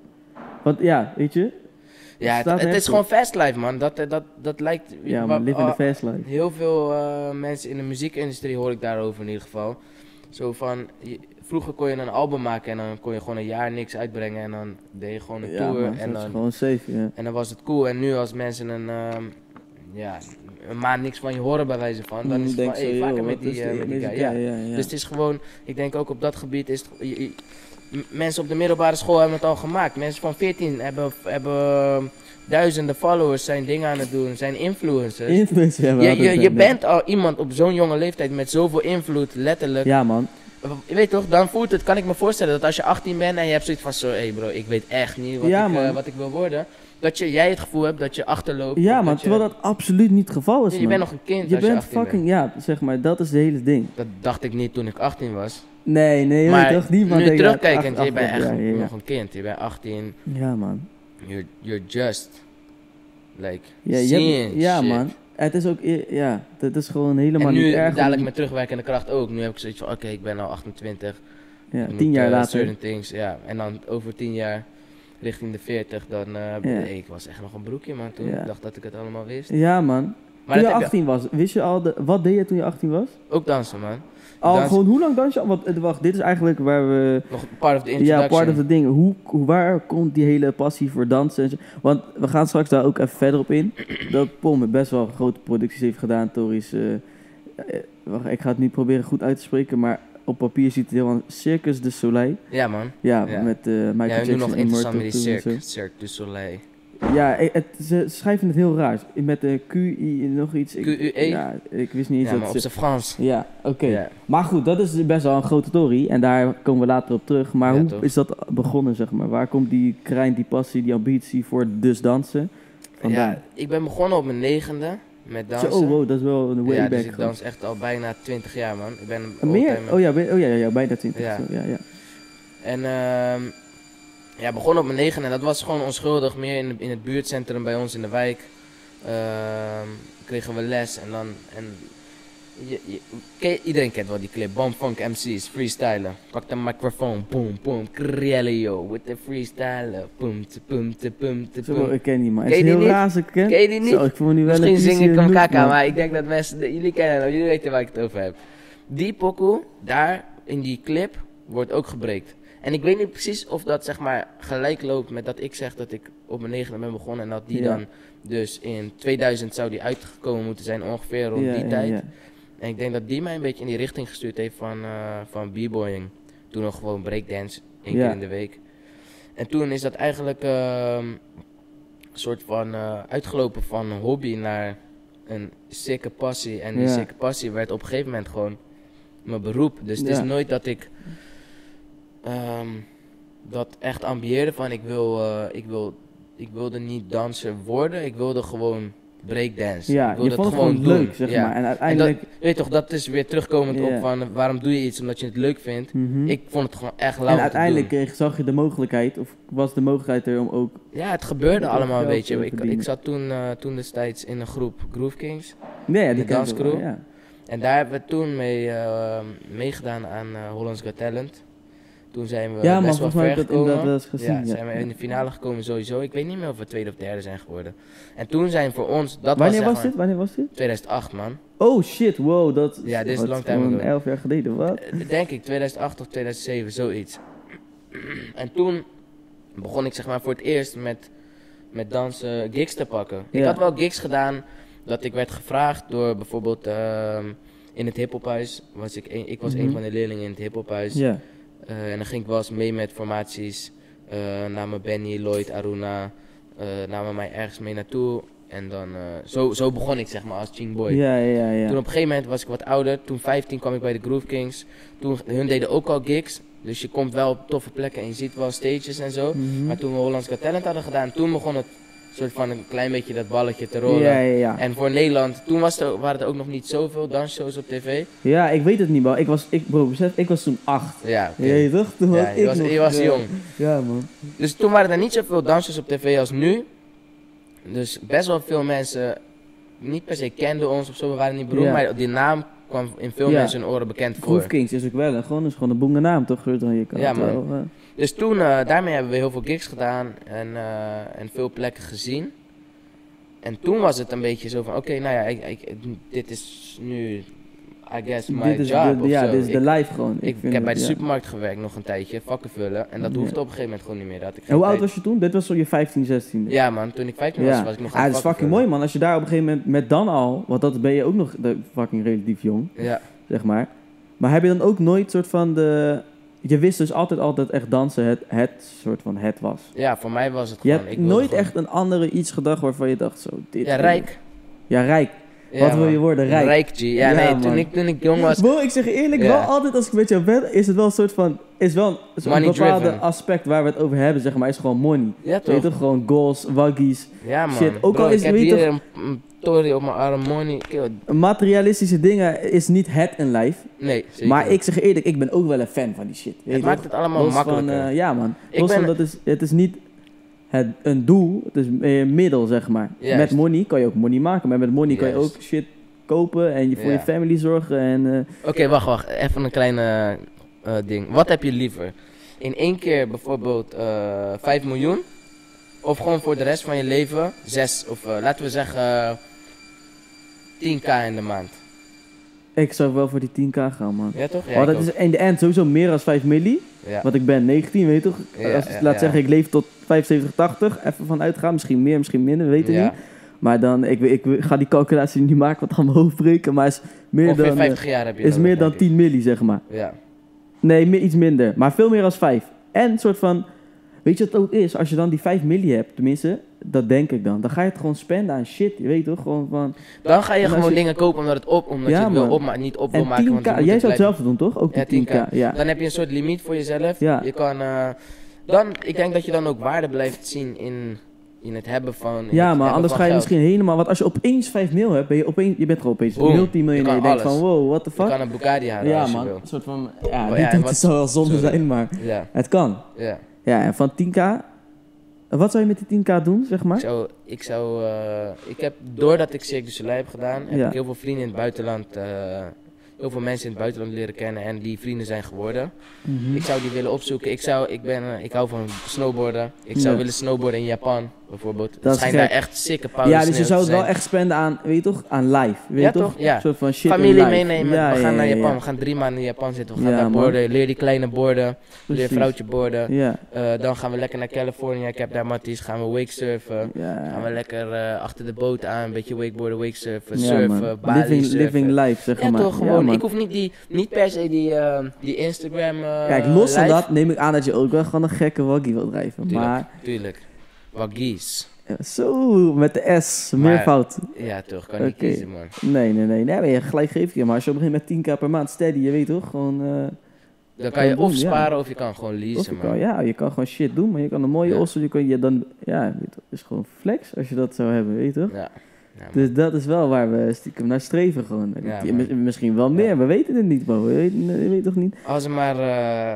Speaker 1: Want ja, weet je?
Speaker 2: Ja, het,
Speaker 1: staat
Speaker 2: het
Speaker 1: nergens
Speaker 2: is gewoon fast life, man. Dat, eh, dat, dat lijkt...
Speaker 1: Ja,
Speaker 2: wa-
Speaker 1: maar live in
Speaker 2: ah,
Speaker 1: the fast life.
Speaker 2: Heel veel eh, mensen in de muziekindustrie hoor ik daarover in ieder geval. Zo van, je- vroeger kon je een album maken en dan kon je gewoon een jaar niks uitbrengen en dan deed je gewoon een
Speaker 1: Ja,
Speaker 2: tour
Speaker 1: man,
Speaker 2: en
Speaker 1: dat is
Speaker 2: dan,
Speaker 1: gewoon safe, ja.
Speaker 2: en dan was het cool. En nu als mensen een, ehm, ja, een maand niks van je horen bij wijze van, dan is het van,
Speaker 1: Denk
Speaker 2: hey,
Speaker 1: zo,
Speaker 2: vaker
Speaker 1: joh,
Speaker 2: met
Speaker 1: wat
Speaker 2: die,
Speaker 1: is
Speaker 2: eh,
Speaker 1: die-
Speaker 2: met die
Speaker 1: deze
Speaker 2: guy. Ja.
Speaker 1: guy, ja, ja.
Speaker 2: Dus het is gewoon, ik denk ook op dat gebied is het, je- je- m- mensen op de middelbare school hebben het al gemaakt. Mensen van veertien hebben, hebben ehm, duizenden followers, zijn dingen aan het doen, zijn influencers.
Speaker 1: Influencer hebben we
Speaker 2: Je, je,
Speaker 1: altijd,
Speaker 2: je
Speaker 1: nee.
Speaker 2: bent al iemand op zo'n jonge leeftijd met zoveel invloed, letterlijk.
Speaker 1: Ja, man.
Speaker 2: Je weet toch, dan voelt het, kan ik me voorstellen dat als je achttien bent en je hebt zoiets van zo, hé hey bro, ik weet echt niet wat,
Speaker 1: Ja,
Speaker 2: ik, eh,
Speaker 1: man.
Speaker 2: wat ik wil worden. Dat je, jij het gevoel hebt dat je achterloopt.
Speaker 1: Ja,
Speaker 2: of
Speaker 1: man,
Speaker 2: dat je-
Speaker 1: terwijl dat absoluut niet het geval is,
Speaker 2: Ja, je
Speaker 1: man.
Speaker 2: bent nog een kind
Speaker 1: Je
Speaker 2: als je
Speaker 1: bent
Speaker 2: achttien
Speaker 1: fucking,
Speaker 2: bent.
Speaker 1: ja, zeg maar, dat is het hele ding.
Speaker 2: Dat dacht ik niet toen ik achttien was.
Speaker 1: Nee, nee,
Speaker 2: maar
Speaker 1: toch niemand
Speaker 2: nu
Speaker 1: denkt, ja,
Speaker 2: terugkijkend,
Speaker 1: ach-
Speaker 2: je bent
Speaker 1: ach-
Speaker 2: echt
Speaker 1: ja, ja, ja.
Speaker 2: nog een kind. Je bent achttien,
Speaker 1: Ja, man.
Speaker 2: you're, you're just, like,
Speaker 1: Ja, je
Speaker 2: seeing
Speaker 1: hebt, ja
Speaker 2: shit.
Speaker 1: man. Het is ook, e- ja, dat is gewoon helemaal
Speaker 2: En nu
Speaker 1: niet erg.
Speaker 2: dadelijk
Speaker 1: om-
Speaker 2: met terugwerkende kracht ook. Nu heb ik zoiets van, oké, ik ben al achtentwintig.
Speaker 1: ja,
Speaker 2: Ik
Speaker 1: tien
Speaker 2: moet,
Speaker 1: jaar
Speaker 2: eh,
Speaker 1: later.
Speaker 2: certain things, ja. En dan over tien jaar, richting de veertig, dan... eh
Speaker 1: Ja.
Speaker 2: hey, ik was echt nog een broekje, man, toen.
Speaker 1: Ja.
Speaker 2: Ik dacht dat ik het allemaal wist.
Speaker 1: Ja, man.
Speaker 2: Maar
Speaker 1: toen
Speaker 2: dat
Speaker 1: je
Speaker 2: heb je
Speaker 1: achttien was, wist je al, de, wat deed je toen je achttien was?
Speaker 2: ook dansen, man.
Speaker 1: Al
Speaker 2: Dans-
Speaker 1: gewoon, hoe lang dans je al? Want, eh, wacht, dit is eigenlijk waar we...
Speaker 2: Nog part of the introduction.
Speaker 1: Ja, part of the ding. Hoe, hoe, waar komt die hele passie voor dansen? en zo? Want we gaan straks daar ook even verder op in. Dat Pom met best wel grote producties heeft gedaan. Tories, eh, eh, wacht, ik ga het niet proberen goed uit te spreken, maar op papier ziet het heel aan Circus du Soleil.
Speaker 2: Ja, man.
Speaker 1: Ja,
Speaker 2: Ja.
Speaker 1: met eh Michael
Speaker 2: Ja, we
Speaker 1: Jackson
Speaker 2: doen nog
Speaker 1: en
Speaker 2: interessant met
Speaker 1: Immortal
Speaker 2: die
Speaker 1: toen en
Speaker 2: Cirque,
Speaker 1: zo.
Speaker 2: Cirque du Soleil.
Speaker 1: Ja, eh, het, ze schrijven het heel raar. Met de Q I nog iets. Ik,
Speaker 2: Q U E?
Speaker 1: Ja, ik wist niet eens
Speaker 2: Ja, maar
Speaker 1: dat
Speaker 2: op
Speaker 1: ze...
Speaker 2: zijn Frans.
Speaker 1: Ja, oké.
Speaker 2: Ja.
Speaker 1: Maar goed, dat is best wel een grote story. En daar komen we later op terug. Maar
Speaker 2: Ja,
Speaker 1: hoe
Speaker 2: toch.
Speaker 1: is dat begonnen, zeg maar? Waar komt die grind, die passie, die ambitie voor dus dansen vandaan?
Speaker 2: Ja, ik ben begonnen op mijn negende met dansen.
Speaker 1: Zo, oh, wow, dat is wel een way
Speaker 2: ja,
Speaker 1: back.
Speaker 2: dus ik
Speaker 1: gewoon.
Speaker 2: dans echt al bijna twintig jaar, man. Ik ben een
Speaker 1: En meer?
Speaker 2: oldtimer.
Speaker 1: Oh ja, ben- oh ja, ja, ja bijna twintig.
Speaker 2: Ja.
Speaker 1: Zo, ja, ja.
Speaker 2: En ehm ja, begon op mijn negen en dat was gewoon onschuldig. Meer in, in het buurtcentrum bij ons in de wijk. Ehm, kregen we les en dan... En je, je, ken- iedereen kent wel die clip. Bomb Funk M C's, freestylen. Pak de microfoon, boom, boom. Criello with the freestylen. Boom, te boom, te boom, te
Speaker 1: Zo,
Speaker 2: boom.
Speaker 1: ik ken die man.
Speaker 2: Ken
Speaker 1: Het
Speaker 2: je
Speaker 1: is
Speaker 2: die
Speaker 1: heel
Speaker 2: niet?
Speaker 1: raar als ik ken.
Speaker 2: Ken je die niet?
Speaker 1: Zo, ik voel me nu wel
Speaker 2: Misschien
Speaker 1: een
Speaker 2: zing ik
Speaker 1: kiesje
Speaker 2: hem
Speaker 1: look,
Speaker 2: kaka,
Speaker 1: man.
Speaker 2: maar ik denk dat mensen... de- jullie kennen hem, jullie weten waar ik het over heb. Die pokoe, daar in die clip, wordt ook gebreekt. En ik weet niet precies of dat zeg maar gelijk loopt met dat ik zeg dat ik op mijn negende ben begonnen. En dat die
Speaker 1: Ja.
Speaker 2: dan dus in tweeduizend zou die uitgekomen moeten zijn, ongeveer rond
Speaker 1: Ja,
Speaker 2: die
Speaker 1: ja,
Speaker 2: tijd.
Speaker 1: ja.
Speaker 2: En ik denk dat die mij een beetje in die richting gestuurd heeft van, eh van b-boying. Toen nog gewoon breakdance, één
Speaker 1: Ja.
Speaker 2: keer in de week. En toen is dat eigenlijk ehm, een soort van eh, uitgelopen van een hobby naar een sikke passie. En die
Speaker 1: Ja.
Speaker 2: sikke passie werd op een gegeven moment gewoon mijn beroep. Dus het
Speaker 1: Ja.
Speaker 2: is nooit dat ik ehm, dat echt ambieerde van ik wil, eh, ik wil, ik wilde niet danser worden. Ik wilde gewoon breakdance.
Speaker 1: Ja,
Speaker 2: ik wilde
Speaker 1: je vond het
Speaker 2: gewoon
Speaker 1: gewoon leuk,
Speaker 2: doen.
Speaker 1: zeg
Speaker 2: Ja.
Speaker 1: maar. En
Speaker 2: En
Speaker 1: uiteindelijk...
Speaker 2: dat, weet je toch, dat is weer terugkomend
Speaker 1: Ja.
Speaker 2: op van waarom doe je iets omdat je het leuk vindt.
Speaker 1: Mhm.
Speaker 2: Ik vond het gewoon echt lauw
Speaker 1: En
Speaker 2: om
Speaker 1: uiteindelijk
Speaker 2: te doen.
Speaker 1: kreeg, zag je de mogelijkheid, of was de mogelijkheid er om ook...
Speaker 2: Ja, het gebeurde
Speaker 1: om
Speaker 2: allemaal een
Speaker 1: geld
Speaker 2: beetje.
Speaker 1: te
Speaker 2: Ik,
Speaker 1: verdienen.
Speaker 2: ik zat toen, eh, toen destijds in een groep Groove Kings.
Speaker 1: Nee, ja, die
Speaker 2: De
Speaker 1: ken ik wel,
Speaker 2: danscrew?
Speaker 1: Ja.
Speaker 2: En daar hebben we toen mee eh, meegedaan aan uh, Holland's Got Talent. Toen zijn we
Speaker 1: Ja, man,
Speaker 2: best wel
Speaker 1: volgens mij
Speaker 2: ver
Speaker 1: heb ik dat inderdaad
Speaker 2: gekomen.
Speaker 1: wel eens gezien.
Speaker 2: Ja,
Speaker 1: Ja,
Speaker 2: zijn we in de finale gekomen sowieso. Ik weet niet meer of we tweede of derde zijn geworden. En toen zijn voor ons, dat
Speaker 1: Wanneer
Speaker 2: was,
Speaker 1: was,
Speaker 2: zeg maar,
Speaker 1: dit? Wanneer was dit?
Speaker 2: tweeduizend acht man.
Speaker 1: Oh shit, wow, dat
Speaker 2: Ja, dit is
Speaker 1: wat,
Speaker 2: long time
Speaker 1: gewoon
Speaker 2: ago.
Speaker 1: elf jaar geleden, wat?
Speaker 2: Eh, Denk ik, tweeduizend acht of tweeduizend zeven, zoiets. En toen begon ik zeg maar voor het eerst met, met dansen gigs te pakken. Ik
Speaker 1: Ja.
Speaker 2: had wel gigs gedaan dat ik werd gevraagd door bijvoorbeeld ehm, in het hiphophuis. Was ik, een, ik was
Speaker 1: Mhm.
Speaker 2: een van de leerlingen in het hiphophuis.
Speaker 1: Ja,
Speaker 2: Eh, en dan ging ik wel eens mee met formaties. eh namen Benny, Lloyd, Aruna. eh namen mij ergens mee naartoe. En dan, eh, zo, zo begon ik zeg maar als Ching Boy.
Speaker 1: ja, ja, ja.
Speaker 2: Toen op een gegeven moment was ik wat ouder. Toen vijftien kwam ik bij de Groove Kings. Toen, hun deden ook al gigs. Dus je komt wel op toffe plekken en je ziet wel stages en zo.
Speaker 1: Mhm.
Speaker 2: Maar toen we Holland's Got Talent hadden gedaan, toen begon het soort van een klein beetje dat balletje te rollen.
Speaker 1: Ja, ja, ja.
Speaker 2: En voor Nederland, toen was er, waren er ook nog niet zoveel dansshows op tv.
Speaker 1: Ja, ik weet het niet, man. Ik was, ik, bro, besef, ik was toen acht.
Speaker 2: Ja, oké.
Speaker 1: Ja, je toch? Toen was
Speaker 2: Ja,
Speaker 1: ik
Speaker 2: je was,
Speaker 1: nog,
Speaker 2: je was
Speaker 1: eh,
Speaker 2: jong.
Speaker 1: Ja, man.
Speaker 2: Dus toen waren er niet zoveel dansers op tv als nu. Dus best wel veel mensen, niet per se kenden ons of zo, we waren niet beroemd,
Speaker 1: Ja.
Speaker 2: maar die naam kwam in veel
Speaker 1: Ja.
Speaker 2: mensen hun oren bekend voor.
Speaker 1: Groove Kings is ook wel een, gewoon, is gewoon een boenge naam, toch? Zo dan je kan
Speaker 2: Ja,
Speaker 1: het
Speaker 2: man.
Speaker 1: wel, eh.
Speaker 2: Dus toen, eh, daarmee hebben we heel veel gigs gedaan en, eh, en veel plekken gezien. En toen was het een beetje zo van, oké, nou ja, ik, ik, dit is nu, I guess, my
Speaker 1: dit is
Speaker 2: job
Speaker 1: de,
Speaker 2: of
Speaker 1: ja,
Speaker 2: zo.
Speaker 1: dit is de
Speaker 2: ik,
Speaker 1: life gewoon.
Speaker 2: ik,
Speaker 1: vind
Speaker 2: ik heb
Speaker 1: het,
Speaker 2: bij de
Speaker 1: ja.
Speaker 2: supermarkt gewerkt nog een tijdje, vakken vullen. En dat
Speaker 1: Ja.
Speaker 2: hoefde op een gegeven moment gewoon niet meer. Dat had ik
Speaker 1: En
Speaker 2: geen
Speaker 1: hoe oud
Speaker 2: tijd.
Speaker 1: was je toen? Dit was zo je vijftien, zestien.
Speaker 2: Ja man, toen ik vijftien was, was ik nog aan
Speaker 1: ah,
Speaker 2: het
Speaker 1: dat is
Speaker 2: vakken
Speaker 1: fucking mooi,
Speaker 2: vullen.
Speaker 1: man. Als je daar op een gegeven moment met dan al, want dat ben je ook nog de, fucking relatief jong,
Speaker 2: Ja,
Speaker 1: zeg maar. Maar heb je dan ook nooit soort van de... Je wist dus altijd al dat echt dansen het, het soort van het was.
Speaker 2: ja, voor mij was het
Speaker 1: Je
Speaker 2: gewoon...
Speaker 1: hebt
Speaker 2: ik wilde
Speaker 1: nooit
Speaker 2: gewoon-
Speaker 1: echt een andere iets gedacht waarvan je dacht zo... Dit
Speaker 2: Ja, rijk.
Speaker 1: Ja, rijk.
Speaker 2: Ja,
Speaker 1: Wat wil
Speaker 2: man.
Speaker 1: je worden? Rijk.
Speaker 2: Rijk, G. Ja,
Speaker 1: Ja,
Speaker 2: nee,
Speaker 1: man.
Speaker 2: toen ik, toen ik jong was...
Speaker 1: Bro, ik zeg je eerlijk,
Speaker 2: Ja.
Speaker 1: wel altijd als ik met jou ben, is het wel een soort van... Is wel een, zo'n
Speaker 2: Money
Speaker 1: bepaalde
Speaker 2: driven.
Speaker 1: aspect waar we het over hebben, zeg maar, is gewoon money.
Speaker 2: Ja
Speaker 1: Weet je
Speaker 2: toch?
Speaker 1: toch? Gewoon goals, waggies.
Speaker 2: Ja man.
Speaker 1: Shit, ook
Speaker 2: Bro,
Speaker 1: al is-
Speaker 2: ik heb
Speaker 1: weet je
Speaker 2: hier een, een tory op mijn arm, money. Kill.
Speaker 1: Materialistische dingen is niet het in life.
Speaker 2: Nee, zeker
Speaker 1: Maar
Speaker 2: niet.
Speaker 1: ik zeg je eerlijk, ik ben ook wel een fan van die shit. Weet
Speaker 2: Het
Speaker 1: je
Speaker 2: maakt
Speaker 1: toch?
Speaker 2: het allemaal
Speaker 1: Los
Speaker 2: makkelijker.
Speaker 1: Van, eh, ja man.
Speaker 2: Ik
Speaker 1: Los
Speaker 2: ben-
Speaker 1: van dat is, het is niet het, een doel, het is meer een middel, zeg maar.
Speaker 2: Juist.
Speaker 1: Met money kan je ook money maken, maar met money kan je
Speaker 2: Juist.
Speaker 1: ook shit kopen en je voor
Speaker 2: Ja.
Speaker 1: je family zorgen. En, eh,
Speaker 2: Oké, wacht, wacht. Even een kleine eh, ding. Wat heb je liever? In één keer bijvoorbeeld eh vijf miljoen? Of gewoon voor de rest van je leven zes of eh, laten we zeggen tien k in de maand?
Speaker 1: ik zou wel voor die tien k gaan, man.
Speaker 2: Ja toch? Ja,
Speaker 1: Want
Speaker 2: ik
Speaker 1: dat
Speaker 2: ook.
Speaker 1: is in de end sowieso meer dan vijf milli.
Speaker 2: Ja.
Speaker 1: Want ik ben negentien, weet je toch?
Speaker 2: Ja,
Speaker 1: Als,
Speaker 2: ja,
Speaker 1: laat
Speaker 2: ja.
Speaker 1: zeggen, ik leef tot vijfenzeventig, tachtig. Even van uitgaan. Misschien meer, misschien minder, we weten
Speaker 2: Ja.
Speaker 1: niet. Maar dan, ik, ik, ik ga die calculatie niet maken, want het gaat mijn hoofd breken. Maar is meer
Speaker 2: Ongeveer
Speaker 1: dan, eh,
Speaker 2: vijftig jaar heb je
Speaker 1: is
Speaker 2: nodig,
Speaker 1: meer dan
Speaker 2: denk ik.
Speaker 1: tien milli, zeg maar.
Speaker 2: Ja.
Speaker 1: Nee, meer, iets minder. Maar veel meer dan vijf. En een soort van... Weet je wat het ook is? Als je dan die vijf milli hebt, tenminste, dat denk ik dan. Dan ga je het gewoon spenden aan shit. Je weet toch? Gewoon van...
Speaker 2: Dan ga je
Speaker 1: En als
Speaker 2: gewoon
Speaker 1: je-
Speaker 2: dingen kopen omdat het op, omdat
Speaker 1: Ja,
Speaker 2: je het wil
Speaker 1: man.
Speaker 2: op, maar niet op wil
Speaker 1: En
Speaker 2: maken.
Speaker 1: tien
Speaker 2: want je
Speaker 1: k,
Speaker 2: moet
Speaker 1: jij
Speaker 2: het
Speaker 1: zou
Speaker 2: blijven-
Speaker 1: hetzelfde doen, toch? Ook die
Speaker 2: Ja, tien k.
Speaker 1: tien k. Ja.
Speaker 2: Dan heb je een soort limiet voor jezelf.
Speaker 1: Ja.
Speaker 2: Je kan, eh, dan, ik denk dat je dan ook waarde blijft zien in, in het hebben van. in
Speaker 1: Ja,
Speaker 2: het
Speaker 1: maar
Speaker 2: hebben
Speaker 1: anders
Speaker 2: van
Speaker 1: ga je
Speaker 2: geld.
Speaker 1: misschien helemaal... Want als je opeens vijf mil hebt, ben je opeens... Je bent gewoon opeens
Speaker 2: Boom.
Speaker 1: multimiljonair.
Speaker 2: Je
Speaker 1: Je
Speaker 2: kan
Speaker 1: denkt van,
Speaker 2: alles.
Speaker 1: wow, what the
Speaker 2: Je
Speaker 1: fuck?
Speaker 2: kan een Bugatti halen
Speaker 1: Ja,
Speaker 2: als je
Speaker 1: man.
Speaker 2: wil.
Speaker 1: Een soort van... Ja,
Speaker 2: Maar
Speaker 1: niet
Speaker 2: ja,
Speaker 1: dat
Speaker 2: wat-
Speaker 1: het zou wel zonde
Speaker 2: sorry.
Speaker 1: zijn, maar
Speaker 2: Ja,
Speaker 1: het kan.
Speaker 2: ja.
Speaker 1: Ja, en van tien k... Wat zou je met die tien k doen, zeg maar?
Speaker 2: Ik zou, ik zou, eh, ik heb, doordat ik Cirque du Soleil heb gedaan, heb
Speaker 1: Ja.
Speaker 2: ik heel veel vrienden in het buitenland. eh, heel veel mensen in het buitenland leren kennen en die vrienden zijn geworden.
Speaker 1: Mhm.
Speaker 2: Ik zou die willen opzoeken. Ik, zou, ik, ben, eh, ik hou van snowboarden. Ik zou
Speaker 1: Ja.
Speaker 2: willen snowboarden in Japan, bijvoorbeeld.
Speaker 1: Dat
Speaker 2: Het
Speaker 1: is
Speaker 2: schijnt
Speaker 1: gek.
Speaker 2: daar echt sikke power
Speaker 1: Ja, dus je
Speaker 2: sneeuw
Speaker 1: zou
Speaker 2: te
Speaker 1: het wel
Speaker 2: zijn.
Speaker 1: echt spenden aan, weet je toch, aan live. Weet
Speaker 2: Ja,
Speaker 1: je toch?
Speaker 2: toch? Ja.
Speaker 1: Een soort van shit in
Speaker 2: Familie
Speaker 1: live.
Speaker 2: meenemen,
Speaker 1: Ja,
Speaker 2: we
Speaker 1: ja,
Speaker 2: gaan naar
Speaker 1: ja,
Speaker 2: Japan,
Speaker 1: ja.
Speaker 2: we gaan drie maanden in Japan zitten, we gaan
Speaker 1: Ja,
Speaker 2: daar
Speaker 1: man.
Speaker 2: borden, leer die kleine borden, leer
Speaker 1: Precies.
Speaker 2: vrouwtje borden.
Speaker 1: Ja,
Speaker 2: Eh, dan gaan we lekker naar Californië, ik heb daar matties, gaan we wakesurfen. Gaan we
Speaker 1: ja.
Speaker 2: lekker eh, achter de boot aan, een beetje wakeboarden, wakesurfen,
Speaker 1: Ja,
Speaker 2: surfen,
Speaker 1: man.
Speaker 2: Bali
Speaker 1: living,
Speaker 2: surfen.
Speaker 1: living life, zeg
Speaker 2: Ja
Speaker 1: maar.
Speaker 2: toch, gewoon,
Speaker 1: man.
Speaker 2: ik hoef niet, die, niet per se die, eh, die Instagram eh
Speaker 1: Kijk, los van
Speaker 2: live.
Speaker 1: dat neem ik aan dat je ook wel gewoon een gekke waggie wilt drijven.
Speaker 2: Tuurlijk,
Speaker 1: Maar,
Speaker 2: tuurlijk. Waggies.
Speaker 1: ja, zo, met de S,
Speaker 2: Maar-
Speaker 1: meervoud.
Speaker 2: Ja toch, kan niet
Speaker 1: Oké.
Speaker 2: kiezen man.
Speaker 1: Nee, nee, nee, nee, ben je gelijk geef ik je. Maar als je begint met tien k per maand steady, je weet toch, gewoon... eh,
Speaker 2: Dan kan je
Speaker 1: doen,
Speaker 2: of
Speaker 1: ja.
Speaker 2: sparen of je kan gewoon
Speaker 1: of
Speaker 2: leasen
Speaker 1: je kan,
Speaker 2: man.
Speaker 1: ja, je kan gewoon shit doen, maar je kan een mooie
Speaker 2: Ja.
Speaker 1: ossel, je kan je dan... Ja, weet je toch, is gewoon flex als je dat zou hebben, weet je toch?
Speaker 2: Ja. Ja, man.
Speaker 1: Dus dat is wel waar we stiekem naar streven gewoon.
Speaker 2: Ja,
Speaker 1: Die-
Speaker 2: man.
Speaker 1: mis- misschien wel meer,
Speaker 2: Ja.
Speaker 1: we weten het niet, bro. We weten, we weten toch niet?
Speaker 2: Als er maar, eh,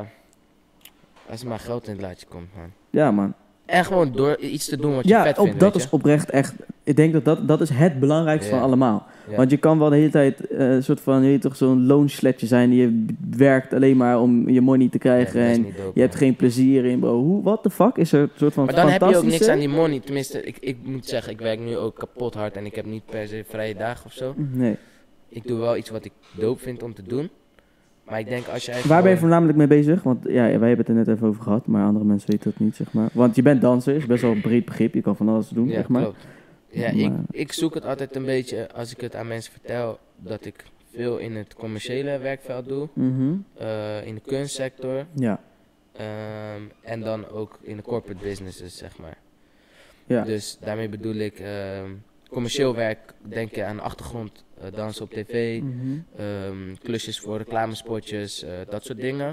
Speaker 2: als er maar geld in het laadje komt man.
Speaker 1: Ja, man.
Speaker 2: En gewoon door iets te doen wat je
Speaker 1: Ja,
Speaker 2: vet
Speaker 1: op,
Speaker 2: vindt,
Speaker 1: dat
Speaker 2: weet
Speaker 1: is
Speaker 2: je.
Speaker 1: oprecht echt... Ik denk dat dat, dat is het belangrijkste
Speaker 2: Ja.
Speaker 1: van allemaal.
Speaker 2: Ja.
Speaker 1: Want je kan wel de hele tijd eh, een soort van, je weet toch, zo'n loonsletje zijn. Die je werkt alleen maar om je money te
Speaker 2: Ja,
Speaker 1: krijgen.
Speaker 2: dat is
Speaker 1: en
Speaker 2: niet dope,
Speaker 1: je hebt
Speaker 2: man.
Speaker 1: geen plezier in, bro. Hoe, what the fuck? Is er een soort van
Speaker 2: Maar dan heb je ook niks
Speaker 1: fantastische-
Speaker 2: aan die money. Tenminste, ik, ik moet zeggen, ik werk nu ook kapot hard en ik heb niet per se vrije dagen of zo.
Speaker 1: Nee.
Speaker 2: Ik doe wel iets wat ik dope vind om te doen. Maar ik denk als jij
Speaker 1: Waar ben je
Speaker 2: gewoon-
Speaker 1: voornamelijk mee bezig? Want ja, wij hebben het er net even over gehad, maar andere mensen weten dat niet, zeg maar. Want je bent danser, is best wel een breed begrip. Je kan van alles doen,
Speaker 2: Ja,
Speaker 1: zeg maar.
Speaker 2: klopt. Ja, ik,
Speaker 1: Maar-
Speaker 2: ik zoek het altijd een beetje, als ik het aan mensen vertel, dat ik veel in het commerciële werkveld doe.
Speaker 1: Mhm.
Speaker 2: eh, in de kunstsector.
Speaker 1: Ja,
Speaker 2: ehm, en dan ook in de corporate businesses, zeg maar.
Speaker 1: ja.
Speaker 2: Dus daarmee bedoel ik ehm, commercieel werk, denk je aan de achtergrond, eh, dansen op tv,
Speaker 1: Mhm.
Speaker 2: ehm, klusjes voor reclamespotjes, eh, dat soort dingen.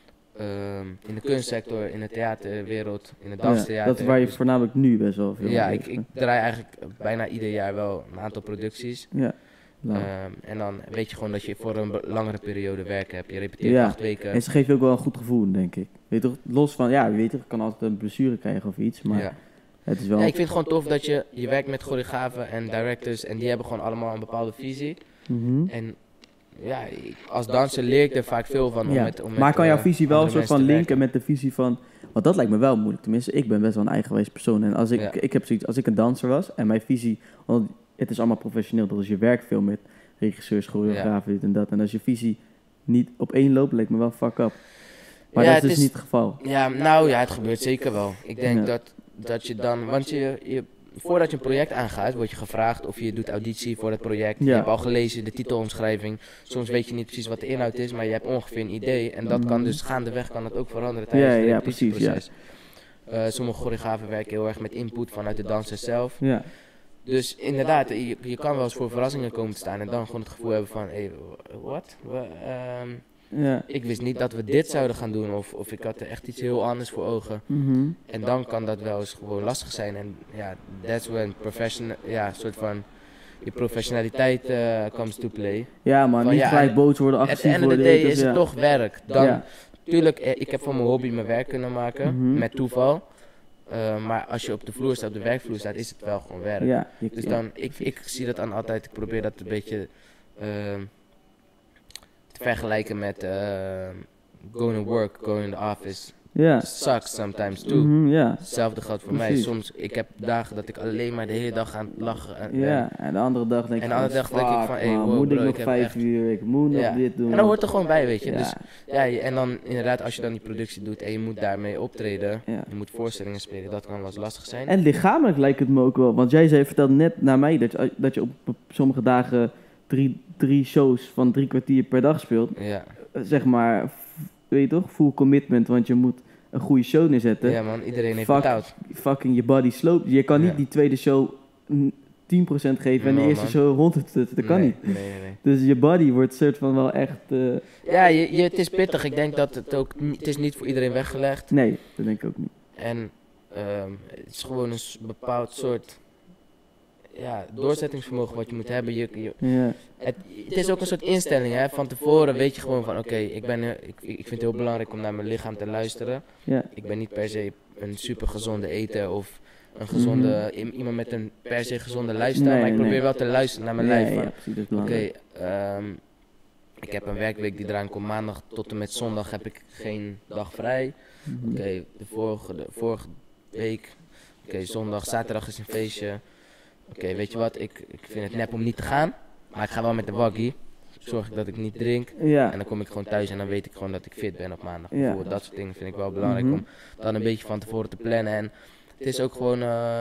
Speaker 2: Ehm, in de kunstsector, in de theaterwereld, in het
Speaker 1: Ja,
Speaker 2: danstheater.
Speaker 1: dat is waar je
Speaker 2: Dus-
Speaker 1: voornamelijk nu best wel veel
Speaker 2: ja,
Speaker 1: mee
Speaker 2: ik,
Speaker 1: bezig
Speaker 2: ik
Speaker 1: bent.
Speaker 2: draai eigenlijk bijna ieder jaar wel een aantal producties.
Speaker 1: Ja. Nou.
Speaker 2: Ehm, en dan weet je gewoon dat je voor een be- langere periode werk hebt. Je repeteert
Speaker 1: Ja.
Speaker 2: acht weken.
Speaker 1: En ze geven je ook wel een goed gevoel, denk ik. Weet je toch, los van, ja, je weet toch, je kan altijd een blessure krijgen of iets, maar
Speaker 2: ja.
Speaker 1: het is wel...
Speaker 2: Ja, ik vind het gewoon tof dat je, je werkt met choreografen en directors en die hebben gewoon allemaal een bepaalde visie.
Speaker 1: Mhm.
Speaker 2: En ja, ik- als danser leer ik er vaak veel van. Om
Speaker 1: Ja.
Speaker 2: met, om met,
Speaker 1: Maar kan jouw
Speaker 2: eh,
Speaker 1: visie wel een
Speaker 2: andere
Speaker 1: soort van
Speaker 2: mensen te
Speaker 1: linken met de visie van... Want dat lijkt me wel moeilijk. Tenminste, ik ben best wel een eigenwijs persoon. En als ik,
Speaker 2: Ja.
Speaker 1: ik heb zoiets, als ik een danser was en mijn visie... Want het is allemaal professioneel, dus je werkt veel met regisseurs, choreografen, dit en dat. En als je visie niet op één loopt, lijkt me wel fuck up. Maar
Speaker 2: Ja,
Speaker 1: dat is
Speaker 2: het
Speaker 1: dus
Speaker 2: is-
Speaker 1: niet het geval.
Speaker 2: Ja, nou ja, het gebeurt zeker wel. Ik denk
Speaker 1: Ja.
Speaker 2: dat, dat je dan, want je, je, voordat je een project aangaat, word je gevraagd of je doet auditie voor het project. Je
Speaker 1: Ja.
Speaker 2: hebt al gelezen de titelomschrijving. Soms weet je niet precies wat de inhoud is, maar je hebt ongeveer een idee. En dat kan dus gaandeweg kan dat ook veranderen tijdens
Speaker 1: Ja,
Speaker 2: het
Speaker 1: ja, precies,
Speaker 2: repetitieproces. Eh, sommige choreografen werken heel erg met input vanuit de danser zelf.
Speaker 1: Ja,
Speaker 2: Dus inderdaad, je, je kan wel eens voor verrassingen komen te staan en dan gewoon het gevoel hebben van, hé, wat?
Speaker 1: ja.
Speaker 2: Ik wist niet dat we dit zouden gaan doen of, of ik had er echt iets heel anders voor ogen.
Speaker 1: Mhm.
Speaker 2: En dan kan dat wel eens gewoon lastig zijn. En ja, that's when professional, ja, soort van, je professionaliteit eh comes to play.
Speaker 1: Ja, man,
Speaker 2: Van,
Speaker 1: niet
Speaker 2: ja,
Speaker 1: gelijk
Speaker 2: en-
Speaker 1: boos worden,
Speaker 2: At the
Speaker 1: agressief
Speaker 2: end of the
Speaker 1: worden.
Speaker 2: day
Speaker 1: dus
Speaker 2: is het
Speaker 1: ja.
Speaker 2: toch werk. Dan,
Speaker 1: Ja.
Speaker 2: tuurlijk, eh, ik heb van mijn hobby mijn werk kunnen maken,
Speaker 1: Mhm.
Speaker 2: met toeval. Eh, maar als je op de vloer staat, op de werkvloer staat, is het wel gewoon werk.
Speaker 1: Ja, je-
Speaker 2: Dus
Speaker 1: ja.
Speaker 2: dan, ik, ik zie dat dan altijd, ik probeer dat een beetje ehm, te vergelijken met ehm, going to work, going in the office.
Speaker 1: Ja.
Speaker 2: Sucks sometimes too.
Speaker 1: Mhm, ja.
Speaker 2: Hetzelfde geldt voor mij.
Speaker 1: Precies.
Speaker 2: Soms, ik heb dagen dat ik alleen maar de hele dag aan het lachen en,
Speaker 1: Ja, en de andere dag denk
Speaker 2: En
Speaker 1: ik
Speaker 2: de andere dag denk ik
Speaker 1: fuck,
Speaker 2: van, hey,
Speaker 1: man,
Speaker 2: wow,
Speaker 1: moet
Speaker 2: bro,
Speaker 1: ik nog
Speaker 2: ik heb
Speaker 1: vijf
Speaker 2: echt-
Speaker 1: uur, ik moet nog
Speaker 2: Ja.
Speaker 1: dit doen.
Speaker 2: En dat hoort er gewoon bij, weet je.
Speaker 1: Ja,
Speaker 2: Dus, ja, je- en dan inderdaad, als je dan die productie doet en je moet daarmee optreden,
Speaker 1: ja.
Speaker 2: je moet voorstellingen spelen, dat kan wel eens lastig zijn.
Speaker 1: En lichamelijk lijkt het me ook wel. Want jij zei, vertelde net naar mij dat je, dat je op, op sommige dagen drie, drie shows van drie kwartier per dag speelt.
Speaker 2: Ja.
Speaker 1: Eh, Zeg maar, f- weet je toch, full commitment, want je moet een goede show neerzetten.
Speaker 2: ja man, iedereen heeft
Speaker 1: Fuck.
Speaker 2: betaald.
Speaker 1: Fucking je body sloopt. Je kan niet
Speaker 2: Ja.
Speaker 1: die tweede show mm, tien procent geven en de
Speaker 2: No,
Speaker 1: eerste
Speaker 2: man.
Speaker 1: show honderd. Dat, dat kan
Speaker 2: Nee,
Speaker 1: niet.
Speaker 2: Nee, nee, nee.
Speaker 1: Dus je body wordt soort van wel echt... eh,
Speaker 2: Ja, je, je, het is pittig. Ik denk dat het ook, niet- het is niet voor iedereen weggelegd.
Speaker 1: nee, dat denk ik ook niet.
Speaker 2: En ehm, het is gewoon een s- bepaald soort ja, doorzettingsvermogen wat je moet hebben. Je, je,
Speaker 1: Ja,
Speaker 2: het, het is ook een soort instelling, hè. Van tevoren weet je gewoon van, oké, ik ben er- ik, ik vind het heel belangrijk om naar mijn lichaam te luisteren.
Speaker 1: ja.
Speaker 2: Ik ben niet per se een super gezonde eter of een gezonde, i- iemand met een per se gezonde lifestyle,
Speaker 1: Nee,
Speaker 2: maar ik probeer
Speaker 1: nee.
Speaker 2: wel te luisteren naar mijn
Speaker 1: Ja,
Speaker 2: lijf.
Speaker 1: ja,
Speaker 2: Van,
Speaker 1: ja, precies, dat is
Speaker 2: Oké,
Speaker 1: belangrijk.
Speaker 2: ehm, ik heb een werkweek die eraan komt. Maandag tot en met zondag heb ik geen dag vrij.
Speaker 1: Mhm.
Speaker 2: Oké, okay, de, vorige, de vorige week. Oké, okay, zondag, zaterdag is een feestje. Oké, okay, weet je wat, ik, ik vind het nep om niet te gaan. Maar ik ga wel met de waggie. Zorg ik dat ik niet drink.
Speaker 1: Ja.
Speaker 2: En dan kom ik gewoon thuis en dan weet ik gewoon dat ik fit ben op maandag.
Speaker 1: Ja.
Speaker 2: Bijvoorbeeld dat soort dingen vind ik wel belangrijk
Speaker 1: Mhm.
Speaker 2: om dan een beetje van tevoren te plannen. En het is ook gewoon, uh,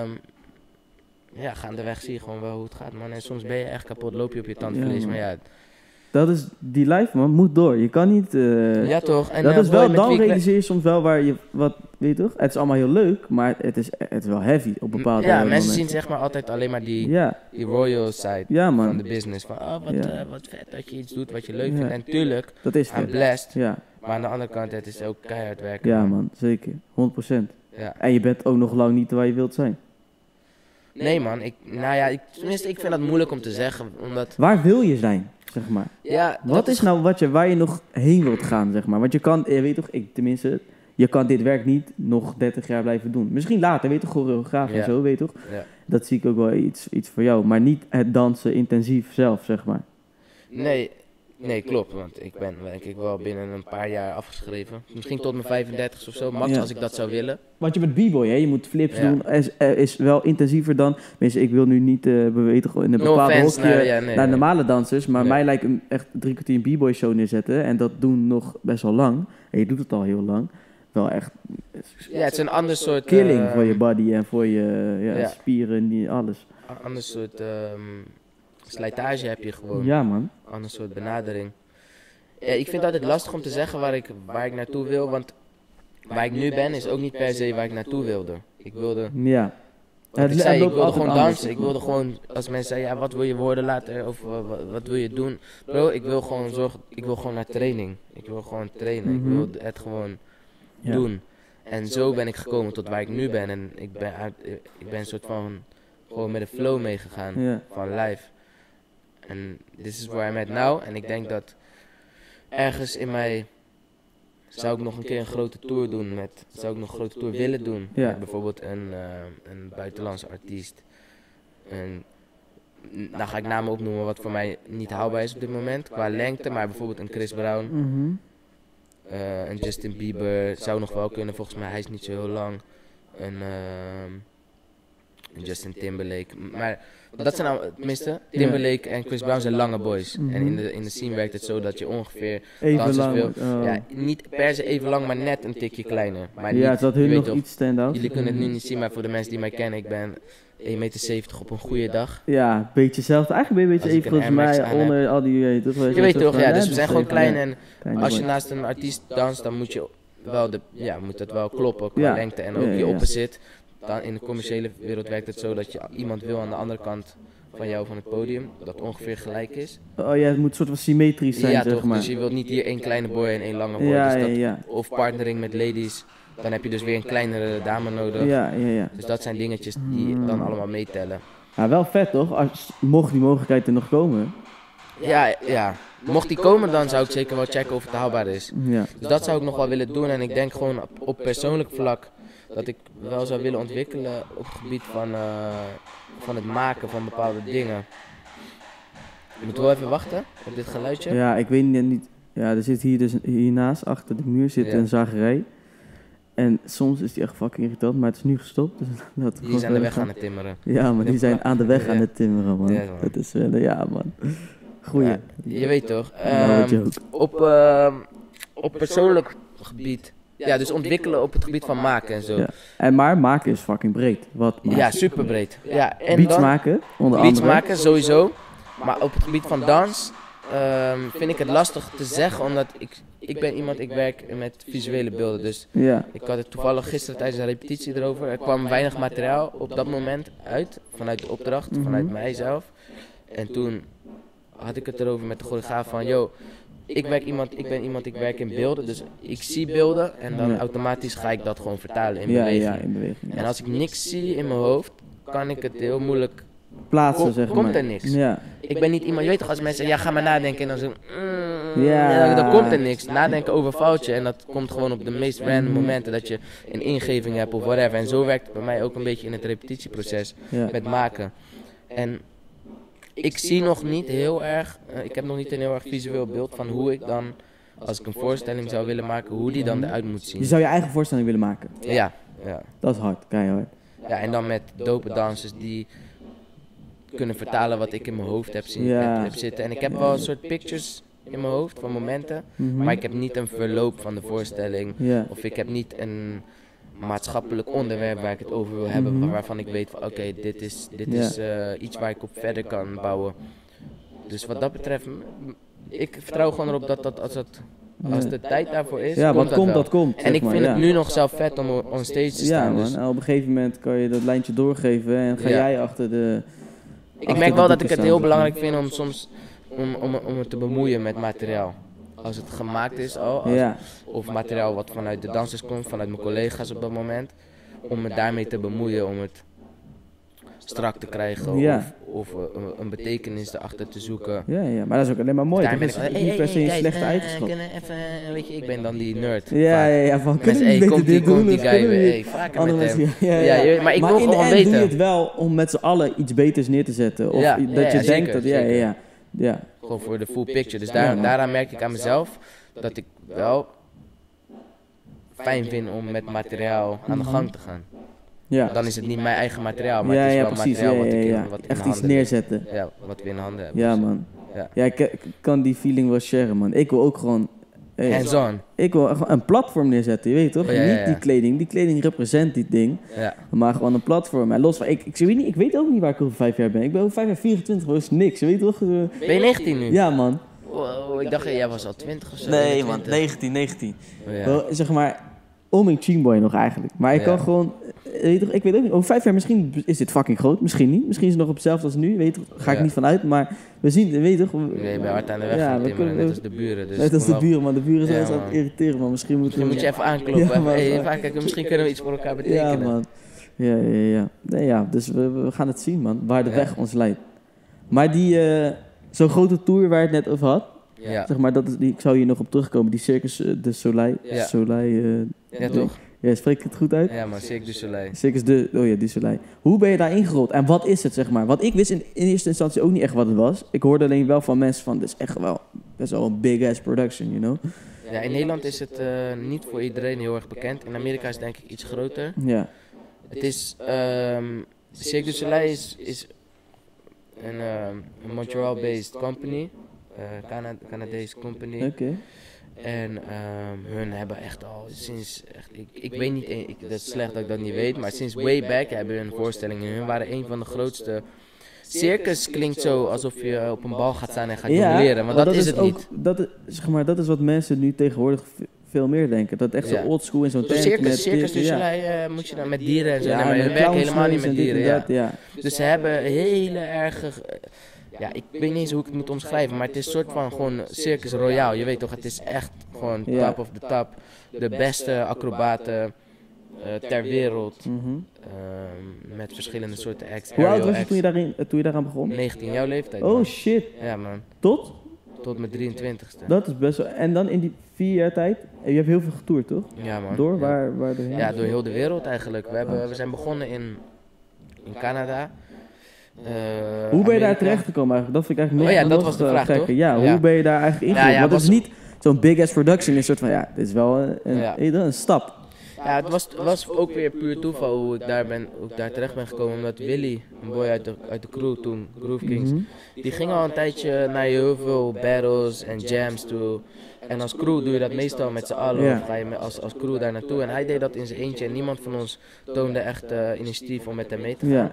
Speaker 2: ja, gaandeweg zie je gewoon wel hoe het gaat, man. En soms ben je echt kapot, loop je op je tandvlees.
Speaker 1: Ja,
Speaker 2: maar ja,
Speaker 1: Dat is, die life man, moet door. Je kan niet... uh,
Speaker 2: ja toch. En,
Speaker 1: dat
Speaker 2: uh,
Speaker 1: is wel,
Speaker 2: met
Speaker 1: dan
Speaker 2: wie ik-
Speaker 1: realiseer je soms wel waar je, wat, weet je toch? Het is allemaal heel leuk, maar het is, het is wel heavy op bepaalde
Speaker 2: Ja,
Speaker 1: momenten.
Speaker 2: mensen zien zeg maar altijd alleen maar die,
Speaker 1: Ja,
Speaker 2: die royal side
Speaker 1: ja
Speaker 2: van
Speaker 1: man,
Speaker 2: de business. Van, oh, wat,
Speaker 1: Ja.
Speaker 2: uh, wat vet dat je iets doet wat je leuk
Speaker 1: Ja.
Speaker 2: vindt. En tuurlijk,
Speaker 1: dat is
Speaker 2: I'm
Speaker 1: vet.
Speaker 2: blessed.
Speaker 1: Ja,
Speaker 2: Maar aan de andere kant, het is ook keihard werken.
Speaker 1: ja man, zeker. honderd procent.
Speaker 2: Ja.
Speaker 1: En je bent ook nog lang niet waar je wilt zijn.
Speaker 2: Nee man, ik, nou ja, ik, tenminste ik vind dat moeilijk om te zeggen, omdat...
Speaker 1: Waar wil je zijn, zeg maar?
Speaker 2: Ja,
Speaker 1: Wat
Speaker 2: dat
Speaker 1: is nou wat je, waar je nog heen wilt gaan, zeg maar? Want je kan, je weet toch, ik tenminste, je kan dit werk niet nog dertig jaar blijven doen. Misschien later, weet je toch, choreograaf en
Speaker 2: Ja.
Speaker 1: zo, weet je toch?
Speaker 2: Ja.
Speaker 1: Dat zie ik ook wel iets, iets voor jou. Maar niet het dansen intensief zelf, zeg maar.
Speaker 2: Nee, nee, klopt, want ik ben denk ik wel binnen een paar jaar afgeschreven. Misschien tot mijn vijfendertigste of zo, max
Speaker 1: Ja.
Speaker 2: als ik dat zou willen.
Speaker 1: Want je bent b-boy, hè? Je moet flips
Speaker 2: Ja.
Speaker 1: doen. Is, eh, is wel intensiever dan... Tenminste, ik wil nu niet uh, beweten in een
Speaker 2: No
Speaker 1: bepaalde
Speaker 2: offense
Speaker 1: hokje
Speaker 2: naar- ja, nee,
Speaker 1: naar
Speaker 2: nee.
Speaker 1: normale dansers. Maar
Speaker 2: Nee.
Speaker 1: mij lijkt een echt drie kwartier een b-boy show neerzetten. En dat doen nog best wel lang. En je doet het al heel lang. Wel echt
Speaker 2: Ja, het is een ander soort...
Speaker 1: killing
Speaker 2: eh,
Speaker 1: voor je body en voor je ja,
Speaker 2: ja.
Speaker 1: spieren, niet alles.
Speaker 2: Een ander soort ehm, slijtage heb je gewoon.
Speaker 1: Ja, man.
Speaker 2: Een ander soort benadering. Ja, ik vind het altijd lastig om te zeggen waar ik, waar ik naartoe wil, want waar ik nu ben is ook niet per se waar ik naartoe wilde. Ik wilde...
Speaker 1: Ja.
Speaker 2: Wat
Speaker 1: Het
Speaker 2: ik zei, ik
Speaker 1: loopt
Speaker 2: wilde
Speaker 1: altijd
Speaker 2: gewoon
Speaker 1: anders.
Speaker 2: dansen. Ik wilde gewoon, als mensen zeiden, ja, wat wil je worden later? Of uh, wat, wat wil je doen? Bro, ik wil gewoon zorgen, ik wil gewoon naar training. Ik wil gewoon trainen.
Speaker 1: Mhm.
Speaker 2: Ik wil het gewoon
Speaker 1: Ja.
Speaker 2: doen. En zo ben ik gekomen tot waar ik nu ben. En ik ben, uit, ik ben een soort van, gewoon met de flow meegegaan
Speaker 1: Ja.
Speaker 2: van live. En this is where I'm at now. En ik denk dat ergens in mij zou ik nog een keer een grote tour doen met, zou ik nog een grote tour willen doen.
Speaker 1: Ja.
Speaker 2: Met bijvoorbeeld een, uh, een buitenlandse artiest. En nou ga ik namen opnoemen wat voor mij niet haalbaar is op dit moment qua lengte, maar bijvoorbeeld een Chris Brown,
Speaker 1: Mhm.
Speaker 2: uh, een Justin Bieber zou nog wel kunnen, volgens mij hij is niet zo heel lang. Een, uh, een Justin Timberlake, maar dat zijn nou, tenminste, Timberlake en Chris Brown zijn lange boys.
Speaker 1: Mhm.
Speaker 2: En in de, in de scene werkt het zo dat je ongeveer,
Speaker 1: Even
Speaker 2: dansers
Speaker 1: lang.
Speaker 2: wil-
Speaker 1: oh.
Speaker 2: ja, niet per se even lang, maar net een tikje kleiner. Maar
Speaker 1: ja,
Speaker 2: niet,
Speaker 1: dat
Speaker 2: je
Speaker 1: hun
Speaker 2: weet
Speaker 1: nog
Speaker 2: toch,
Speaker 1: iets stand-out.
Speaker 2: jullie kunnen het nu niet zien, maar voor de mensen die mij kennen, ik ben één meter zeventig op een goede dag.
Speaker 1: Ja, een beetje hetzelfde. Eigenlijk ben je een beetje
Speaker 2: Als ik
Speaker 1: even
Speaker 2: een
Speaker 1: als
Speaker 2: Air
Speaker 1: mij
Speaker 2: Max aan
Speaker 1: onder al die... Je, toch,
Speaker 2: Je weet toch, ja, dus we zijn gewoon klein
Speaker 1: en
Speaker 2: en als je naast een artiest danst, dan moet je wel de, ja, moet het wel kloppen qua
Speaker 1: Ja.
Speaker 2: lengte en ook
Speaker 1: Ja, ja,
Speaker 2: je
Speaker 1: ja.
Speaker 2: opposite. Dan in de commerciële wereld werkt het zo dat je iemand wil aan de andere kant van jou van het podium, dat ongeveer gelijk is.
Speaker 1: Oh ja, het moet een soort van symmetrisch zijn,
Speaker 2: Ja
Speaker 1: zeg
Speaker 2: toch,
Speaker 1: maar.
Speaker 2: dus je wilt niet hier één kleine boy en één lange boy.
Speaker 1: ja,
Speaker 2: dus
Speaker 1: ja,
Speaker 2: dat,
Speaker 1: ja.
Speaker 2: Of partnering met ladies, dan heb je dus weer een kleinere dame nodig.
Speaker 1: Ja, ja, ja.
Speaker 2: Dus dat zijn dingetjes die
Speaker 1: Mm.
Speaker 2: dan allemaal meetellen.
Speaker 1: Maar wel vet, toch? Als, mocht die mogelijkheid er nog komen.
Speaker 2: Ja, ja. Mocht die komen, dan zou ik zeker wel checken of het haalbaar is.
Speaker 1: Ja.
Speaker 2: Dus dat zou ik nog wel willen doen. En ik denk gewoon op, op persoonlijk vlak dat ik wel zou willen ontwikkelen op het gebied van, uh, van het maken van bepaalde dingen. Je moet wel even wachten op dit geluidje.
Speaker 1: Ja, ik weet niet... Ja, er zit hier dus hiernaast, achter de muur, zit
Speaker 2: Ja.
Speaker 1: een zagerij. En soms is die echt fucking irritant, maar het is nu gestopt. Dus dat
Speaker 2: Die zijn de weg aan het timmeren.
Speaker 1: Ja, maar die zijn aan de weg
Speaker 2: Ja.
Speaker 1: aan het timmeren, man.
Speaker 2: Ja, man.
Speaker 1: Dat is wel... Ja, man. Goeie.
Speaker 2: Ja, je weet toch.
Speaker 1: Nou,
Speaker 2: ehm,
Speaker 1: joke.
Speaker 2: op, ehm, op persoonlijk gebied. Ja, dus ontwikkelen op het gebied van maken en zo.
Speaker 1: Ja. En maar maken is fucking breed. Wat maken?
Speaker 2: Ja, super breed. Ja, en
Speaker 1: Beats
Speaker 2: dan
Speaker 1: maken, onder
Speaker 2: beats
Speaker 1: andere.
Speaker 2: maken sowieso. Maar op het gebied van dans ehm, vind ik het lastig te zeggen, omdat ik, ik ben iemand, ik werk met visuele beelden. Dus
Speaker 1: Ja.
Speaker 2: ik had het toevallig gisteren tijdens een repetitie erover. Er kwam weinig materiaal op dat moment uit, vanuit de opdracht,
Speaker 1: Mhm.
Speaker 2: vanuit mijzelf. En toen had ik het erover met de choreograaf van, yo, ik, werk iemand, ik ben iemand, ik werk in beelden, dus ik zie beelden en dan
Speaker 1: Ja.
Speaker 2: automatisch ga ik dat gewoon vertalen in
Speaker 1: Ja,
Speaker 2: beweging.
Speaker 1: ja, in beweging.
Speaker 2: En als ik niks zie in mijn hoofd, kan ik het heel moeilijk.
Speaker 1: Plaatsen,
Speaker 2: Kom-
Speaker 1: zeg maar.
Speaker 2: komt er niks?
Speaker 1: Ja.
Speaker 2: Ik ben niet iemand, je weet toch als mensen zeggen, ja ga maar nadenken en dan zo, mm,
Speaker 1: Ja.
Speaker 2: ja, dan komt er niks. Nadenken overvalt je en dat komt gewoon op de meest random momenten dat je een ingeving hebt of whatever. En zo werkt het bij mij ook een beetje in het repetitieproces
Speaker 1: Ja.
Speaker 2: met maken. En ik zie nog niet heel erg, uh, ik heb nog niet een heel erg visueel beeld van hoe ik dan, als ik een voorstelling zou willen maken, hoe die dan eruit moet zien.
Speaker 1: Je zou je eigen voorstelling willen maken?
Speaker 2: Ja, ja.
Speaker 1: Dat is hard, keihard.
Speaker 2: Ja, en dan met dope dansers die kunnen vertalen wat ik in mijn hoofd heb, zien,
Speaker 1: Ja.
Speaker 2: heb, heb zitten. En ik heb wel een soort pictures in mijn hoofd van momenten,
Speaker 1: Mhm.
Speaker 2: maar ik heb niet een verloop van de voorstelling.
Speaker 1: Ja.
Speaker 2: Of ik heb niet een maatschappelijk onderwerp waar ik het over wil hebben,
Speaker 1: Mhm.
Speaker 2: waarvan ik weet van oké, okay, dit is, dit
Speaker 1: Ja.
Speaker 2: is uh, iets waar ik op verder kan bouwen. Dus wat dat betreft, m- ik vertrouw gewoon erop dat, dat als, het, als de tijd daarvoor is,
Speaker 1: Ja,
Speaker 2: komt
Speaker 1: wat
Speaker 2: dat
Speaker 1: komt,
Speaker 2: wel.
Speaker 1: dat komt.
Speaker 2: En
Speaker 1: zeg
Speaker 2: ik
Speaker 1: maar,
Speaker 2: vind
Speaker 1: ja.
Speaker 2: het nu nog zelf vet om on stage te
Speaker 1: Ja,
Speaker 2: staan.
Speaker 1: man.
Speaker 2: Dus
Speaker 1: En op een gegeven moment kan je dat lijntje doorgeven en ga
Speaker 2: Ja.
Speaker 1: jij achter de...
Speaker 2: ik
Speaker 1: achter
Speaker 2: merk
Speaker 1: de
Speaker 2: wel dat
Speaker 1: doeken
Speaker 2: ik het
Speaker 1: staan,
Speaker 2: heel
Speaker 1: zeg maar.
Speaker 2: belangrijk vind om soms om, om, om het te bemoeien met materiaal. Als het gemaakt is al, als,
Speaker 1: Ja.
Speaker 2: of materiaal wat vanuit de dansers komt, vanuit mijn collega's op dat moment, om me daarmee te bemoeien, om het strak te krijgen
Speaker 1: Ja.
Speaker 2: of, of uh, een, een betekenis erachter te zoeken.
Speaker 1: Ja, ja, maar dat is ook alleen maar mooi.
Speaker 2: Daar
Speaker 1: Dat
Speaker 2: ben
Speaker 1: is
Speaker 2: ik wel,
Speaker 1: niet per se een slechte
Speaker 2: uh,
Speaker 1: eigenschap.
Speaker 2: kunnen even, uh, weet je, ik ben dan die nerd.
Speaker 1: Ja, ja,
Speaker 2: vaak.
Speaker 1: ja, van
Speaker 2: Mensen,
Speaker 1: kunnen we
Speaker 2: hey,
Speaker 1: niet beter
Speaker 2: komt die,
Speaker 1: dit doen?
Speaker 2: komt die
Speaker 1: of
Speaker 2: guy
Speaker 1: kunnen we
Speaker 2: weer,
Speaker 1: niet-
Speaker 2: hey, vaker
Speaker 1: Andere
Speaker 2: met hem.
Speaker 1: mensen, ja, ja,
Speaker 2: Ja,
Speaker 1: ja.
Speaker 2: je- maar ik wil
Speaker 1: in de
Speaker 2: gewoon
Speaker 1: end doe je
Speaker 2: weten.
Speaker 1: het wel om met z'n allen iets beters neer te zetten. Of
Speaker 2: Ja,
Speaker 1: dat
Speaker 2: ja,
Speaker 1: je
Speaker 2: ja,
Speaker 1: denkt
Speaker 2: zeker,
Speaker 1: dat... Ja, ja,
Speaker 2: zeker.
Speaker 1: ja. ja.
Speaker 2: Gewoon voor de full picture. Dus daar,
Speaker 1: Ja.
Speaker 2: daaraan merk ik aan mezelf dat ik wel fijn vind om met materiaal aan de gang te gaan.
Speaker 1: Ja,
Speaker 2: Dan is het niet mijn eigen materiaal, maar
Speaker 1: ja,
Speaker 2: het is
Speaker 1: ja,
Speaker 2: wel
Speaker 1: precies.
Speaker 2: materiaal
Speaker 1: Ja,
Speaker 2: wat
Speaker 1: ja,
Speaker 2: ik in,
Speaker 1: ja.
Speaker 2: wat ik in
Speaker 1: Echt
Speaker 2: handen
Speaker 1: iets
Speaker 2: heb.
Speaker 1: neerzetten.
Speaker 2: Ja, wat we in handen hebben.
Speaker 1: Ja,
Speaker 2: Dus,
Speaker 1: man.
Speaker 2: Ja.
Speaker 1: Ja, ik, ik kan die feeling wel sharen, man. Ik wil ook gewoon... hey,
Speaker 2: Hands-on.
Speaker 1: ik wil gewoon een platform neerzetten, je weet toch?
Speaker 2: Oh, ja, ja,
Speaker 1: Niet
Speaker 2: ja.
Speaker 1: die kleding. Die kleding represent die ding.
Speaker 2: Ja.
Speaker 1: Maar gewoon een platform. En los van... Ik, ik, weet niet, ik weet ook niet waar ik over vijf jaar ben. Ik ben over vijf jaar vierentwintig, dat is niks. Je weet toch? Eh,
Speaker 2: Ben je negentien nu?
Speaker 1: Ja, man.
Speaker 2: Wow, ik dacht jij was al twintig of zo.
Speaker 1: Nee, man.
Speaker 2: eenentwintig.
Speaker 1: negentien, negentien.
Speaker 2: Oh, ja.
Speaker 1: Wel, zeg maar... Om een teamboy nog eigenlijk. Maar ik
Speaker 2: Ja.
Speaker 1: kan gewoon... eh, Weet je toch, ik weet ook niet. Over vijf jaar misschien is dit fucking groot. Misschien niet. Misschien is het nog op hetzelfde als nu. Weet je toch, ga ik
Speaker 2: Ja.
Speaker 1: niet vanuit. Maar we zien... Weet je toch? we-
Speaker 2: Nee, je bent hard aan de weg
Speaker 1: Ja,
Speaker 2: gaan
Speaker 1: we
Speaker 2: timmeren,
Speaker 1: kunnen-
Speaker 2: net als de buren. Dus
Speaker 1: Net als
Speaker 2: kom
Speaker 1: de
Speaker 2: wel-
Speaker 1: buren, man. De buren zijn
Speaker 2: Ja,
Speaker 1: ons aan het
Speaker 2: man.
Speaker 1: irriteren, man. Misschien moeten
Speaker 2: Misschien moet je even aankloppen.
Speaker 1: Ja,
Speaker 2: even,
Speaker 1: man.
Speaker 2: hey, even kijken, misschien kunnen we iets voor elkaar betekenen.
Speaker 1: Ja, man. Ja, ja, ja. Nee, ja. Dus we, we gaan het zien, man. Waar de
Speaker 2: Ja.
Speaker 1: weg ons leidt. Maar die... eh, zo'n grote tour waar je het net over had.
Speaker 2: Ja,
Speaker 1: Zeg maar, dat is die, ik zou hier nog op terugkomen. Die Circus eh, de Soleil.
Speaker 2: Ja.
Speaker 1: Soleil... eh,
Speaker 2: ja toch?
Speaker 1: ja, spreek ik het goed uit?
Speaker 2: Ja man, Cirque du Soleil.
Speaker 1: Circus de... Oh ja, du Soleil. Hoe ben je daar ingerold? En wat is het, zeg maar? Want ik wist in, in eerste instantie ook niet echt wat het was. Ik hoorde alleen wel van mensen van... Dit is echt wel best wel een big-ass production, you know?
Speaker 2: Ja, in Nederland is het uh, niet voor iedereen heel erg bekend. In Amerika is het denk ik iets groter.
Speaker 1: Ja.
Speaker 2: Het is... Um, Cirque du Soleil is, is een, um, een Montreal-based company. Uh, Cana Canadese company.
Speaker 1: Oké. Okay.
Speaker 2: En um, hun hebben echt al sinds, echt, ik, ik weet niet, ik, dat is slecht dat ik dat niet weet, maar sinds way back hebben hun voorstellingen. Hun waren een van de grootste. Circus klinkt zo alsof je op een bal gaat staan en gaat jongleren, maar dat, dat is het
Speaker 1: ook,
Speaker 2: niet.
Speaker 1: Dat is, zeg maar, dat is wat mensen nu tegenwoordig veel meer denken. Dat echt
Speaker 2: Ja.
Speaker 1: zo oldschool in zo'n
Speaker 2: Dus
Speaker 1: tent
Speaker 2: circus,
Speaker 1: met...
Speaker 2: circus dus
Speaker 1: ja.
Speaker 2: uh, moet je dan met dieren en zo,
Speaker 1: Ja,
Speaker 2: nee, maar
Speaker 1: met
Speaker 2: hun werken helemaal niet
Speaker 1: clownsneus
Speaker 2: met
Speaker 1: en dit
Speaker 2: dieren.
Speaker 1: en
Speaker 2: Ja.
Speaker 1: dat, ja.
Speaker 2: Dus ze hebben hele erge, ja, ik weet niet eens hoe ik het moet omschrijven, maar het is een soort van gewoon Circus Royale. Je weet toch, het is echt gewoon
Speaker 1: Ja.
Speaker 2: top of the top. De beste acrobaten uh, ter wereld.
Speaker 1: Mm-hmm.
Speaker 2: Um, met verschillende soorten acts.
Speaker 1: Hoe oud
Speaker 2: aerial
Speaker 1: was je
Speaker 2: acts.
Speaker 1: toen je, daarin, uh, toen je daaraan begon?
Speaker 2: negentien, jouw leeftijd.
Speaker 1: Oh
Speaker 2: man.
Speaker 1: shit.
Speaker 2: Ja man,
Speaker 1: Tot?
Speaker 2: tot mijn drieëntwintigste.
Speaker 1: Dat is best wel... En dan in die vier jaar tijd... Je hebt heel veel getoerd, toch?
Speaker 2: Ja man.
Speaker 1: Door?
Speaker 2: Ja.
Speaker 1: Waar, waar doorheen?
Speaker 2: Ja, door heel de wereld eigenlijk. We, hebben, we zijn begonnen in, in Canada. Uh,
Speaker 1: Hoe ben je
Speaker 2: Amerika.
Speaker 1: daar terecht gekomen eigenlijk? Dat vind ik eigenlijk nog
Speaker 2: Oh ja, dat
Speaker 1: nog,
Speaker 2: was de
Speaker 1: eh,
Speaker 2: vraag,
Speaker 1: gekker.
Speaker 2: toch?
Speaker 1: Ja,
Speaker 2: Ja.
Speaker 1: hoe ben je daar eigenlijk
Speaker 2: Ja,
Speaker 1: ingerold?
Speaker 2: ja,
Speaker 1: Want het is
Speaker 2: was-
Speaker 1: niet zo'n big-ass production. Het is een soort van... Ja, dit is wel een, een,
Speaker 2: Ja.
Speaker 1: een, een stap.
Speaker 2: Ja, het was, was ook weer puur toeval hoe ik daar, ben, hoe ik daar terecht ben gekomen. Omdat Willy, een boy uit de, uit de crew toen, Groove Kings,
Speaker 1: Mhm.
Speaker 2: die ging al een tijdje naar heel veel battles en jams toe. En als crew doe je dat meestal met z'n allen,
Speaker 1: Ja.
Speaker 2: of ga je met- als, als crew daar naartoe. En hij deed dat in zijn eentje en niemand van ons toonde echt uh, initiatief om met hem mee te gaan.
Speaker 1: Ja.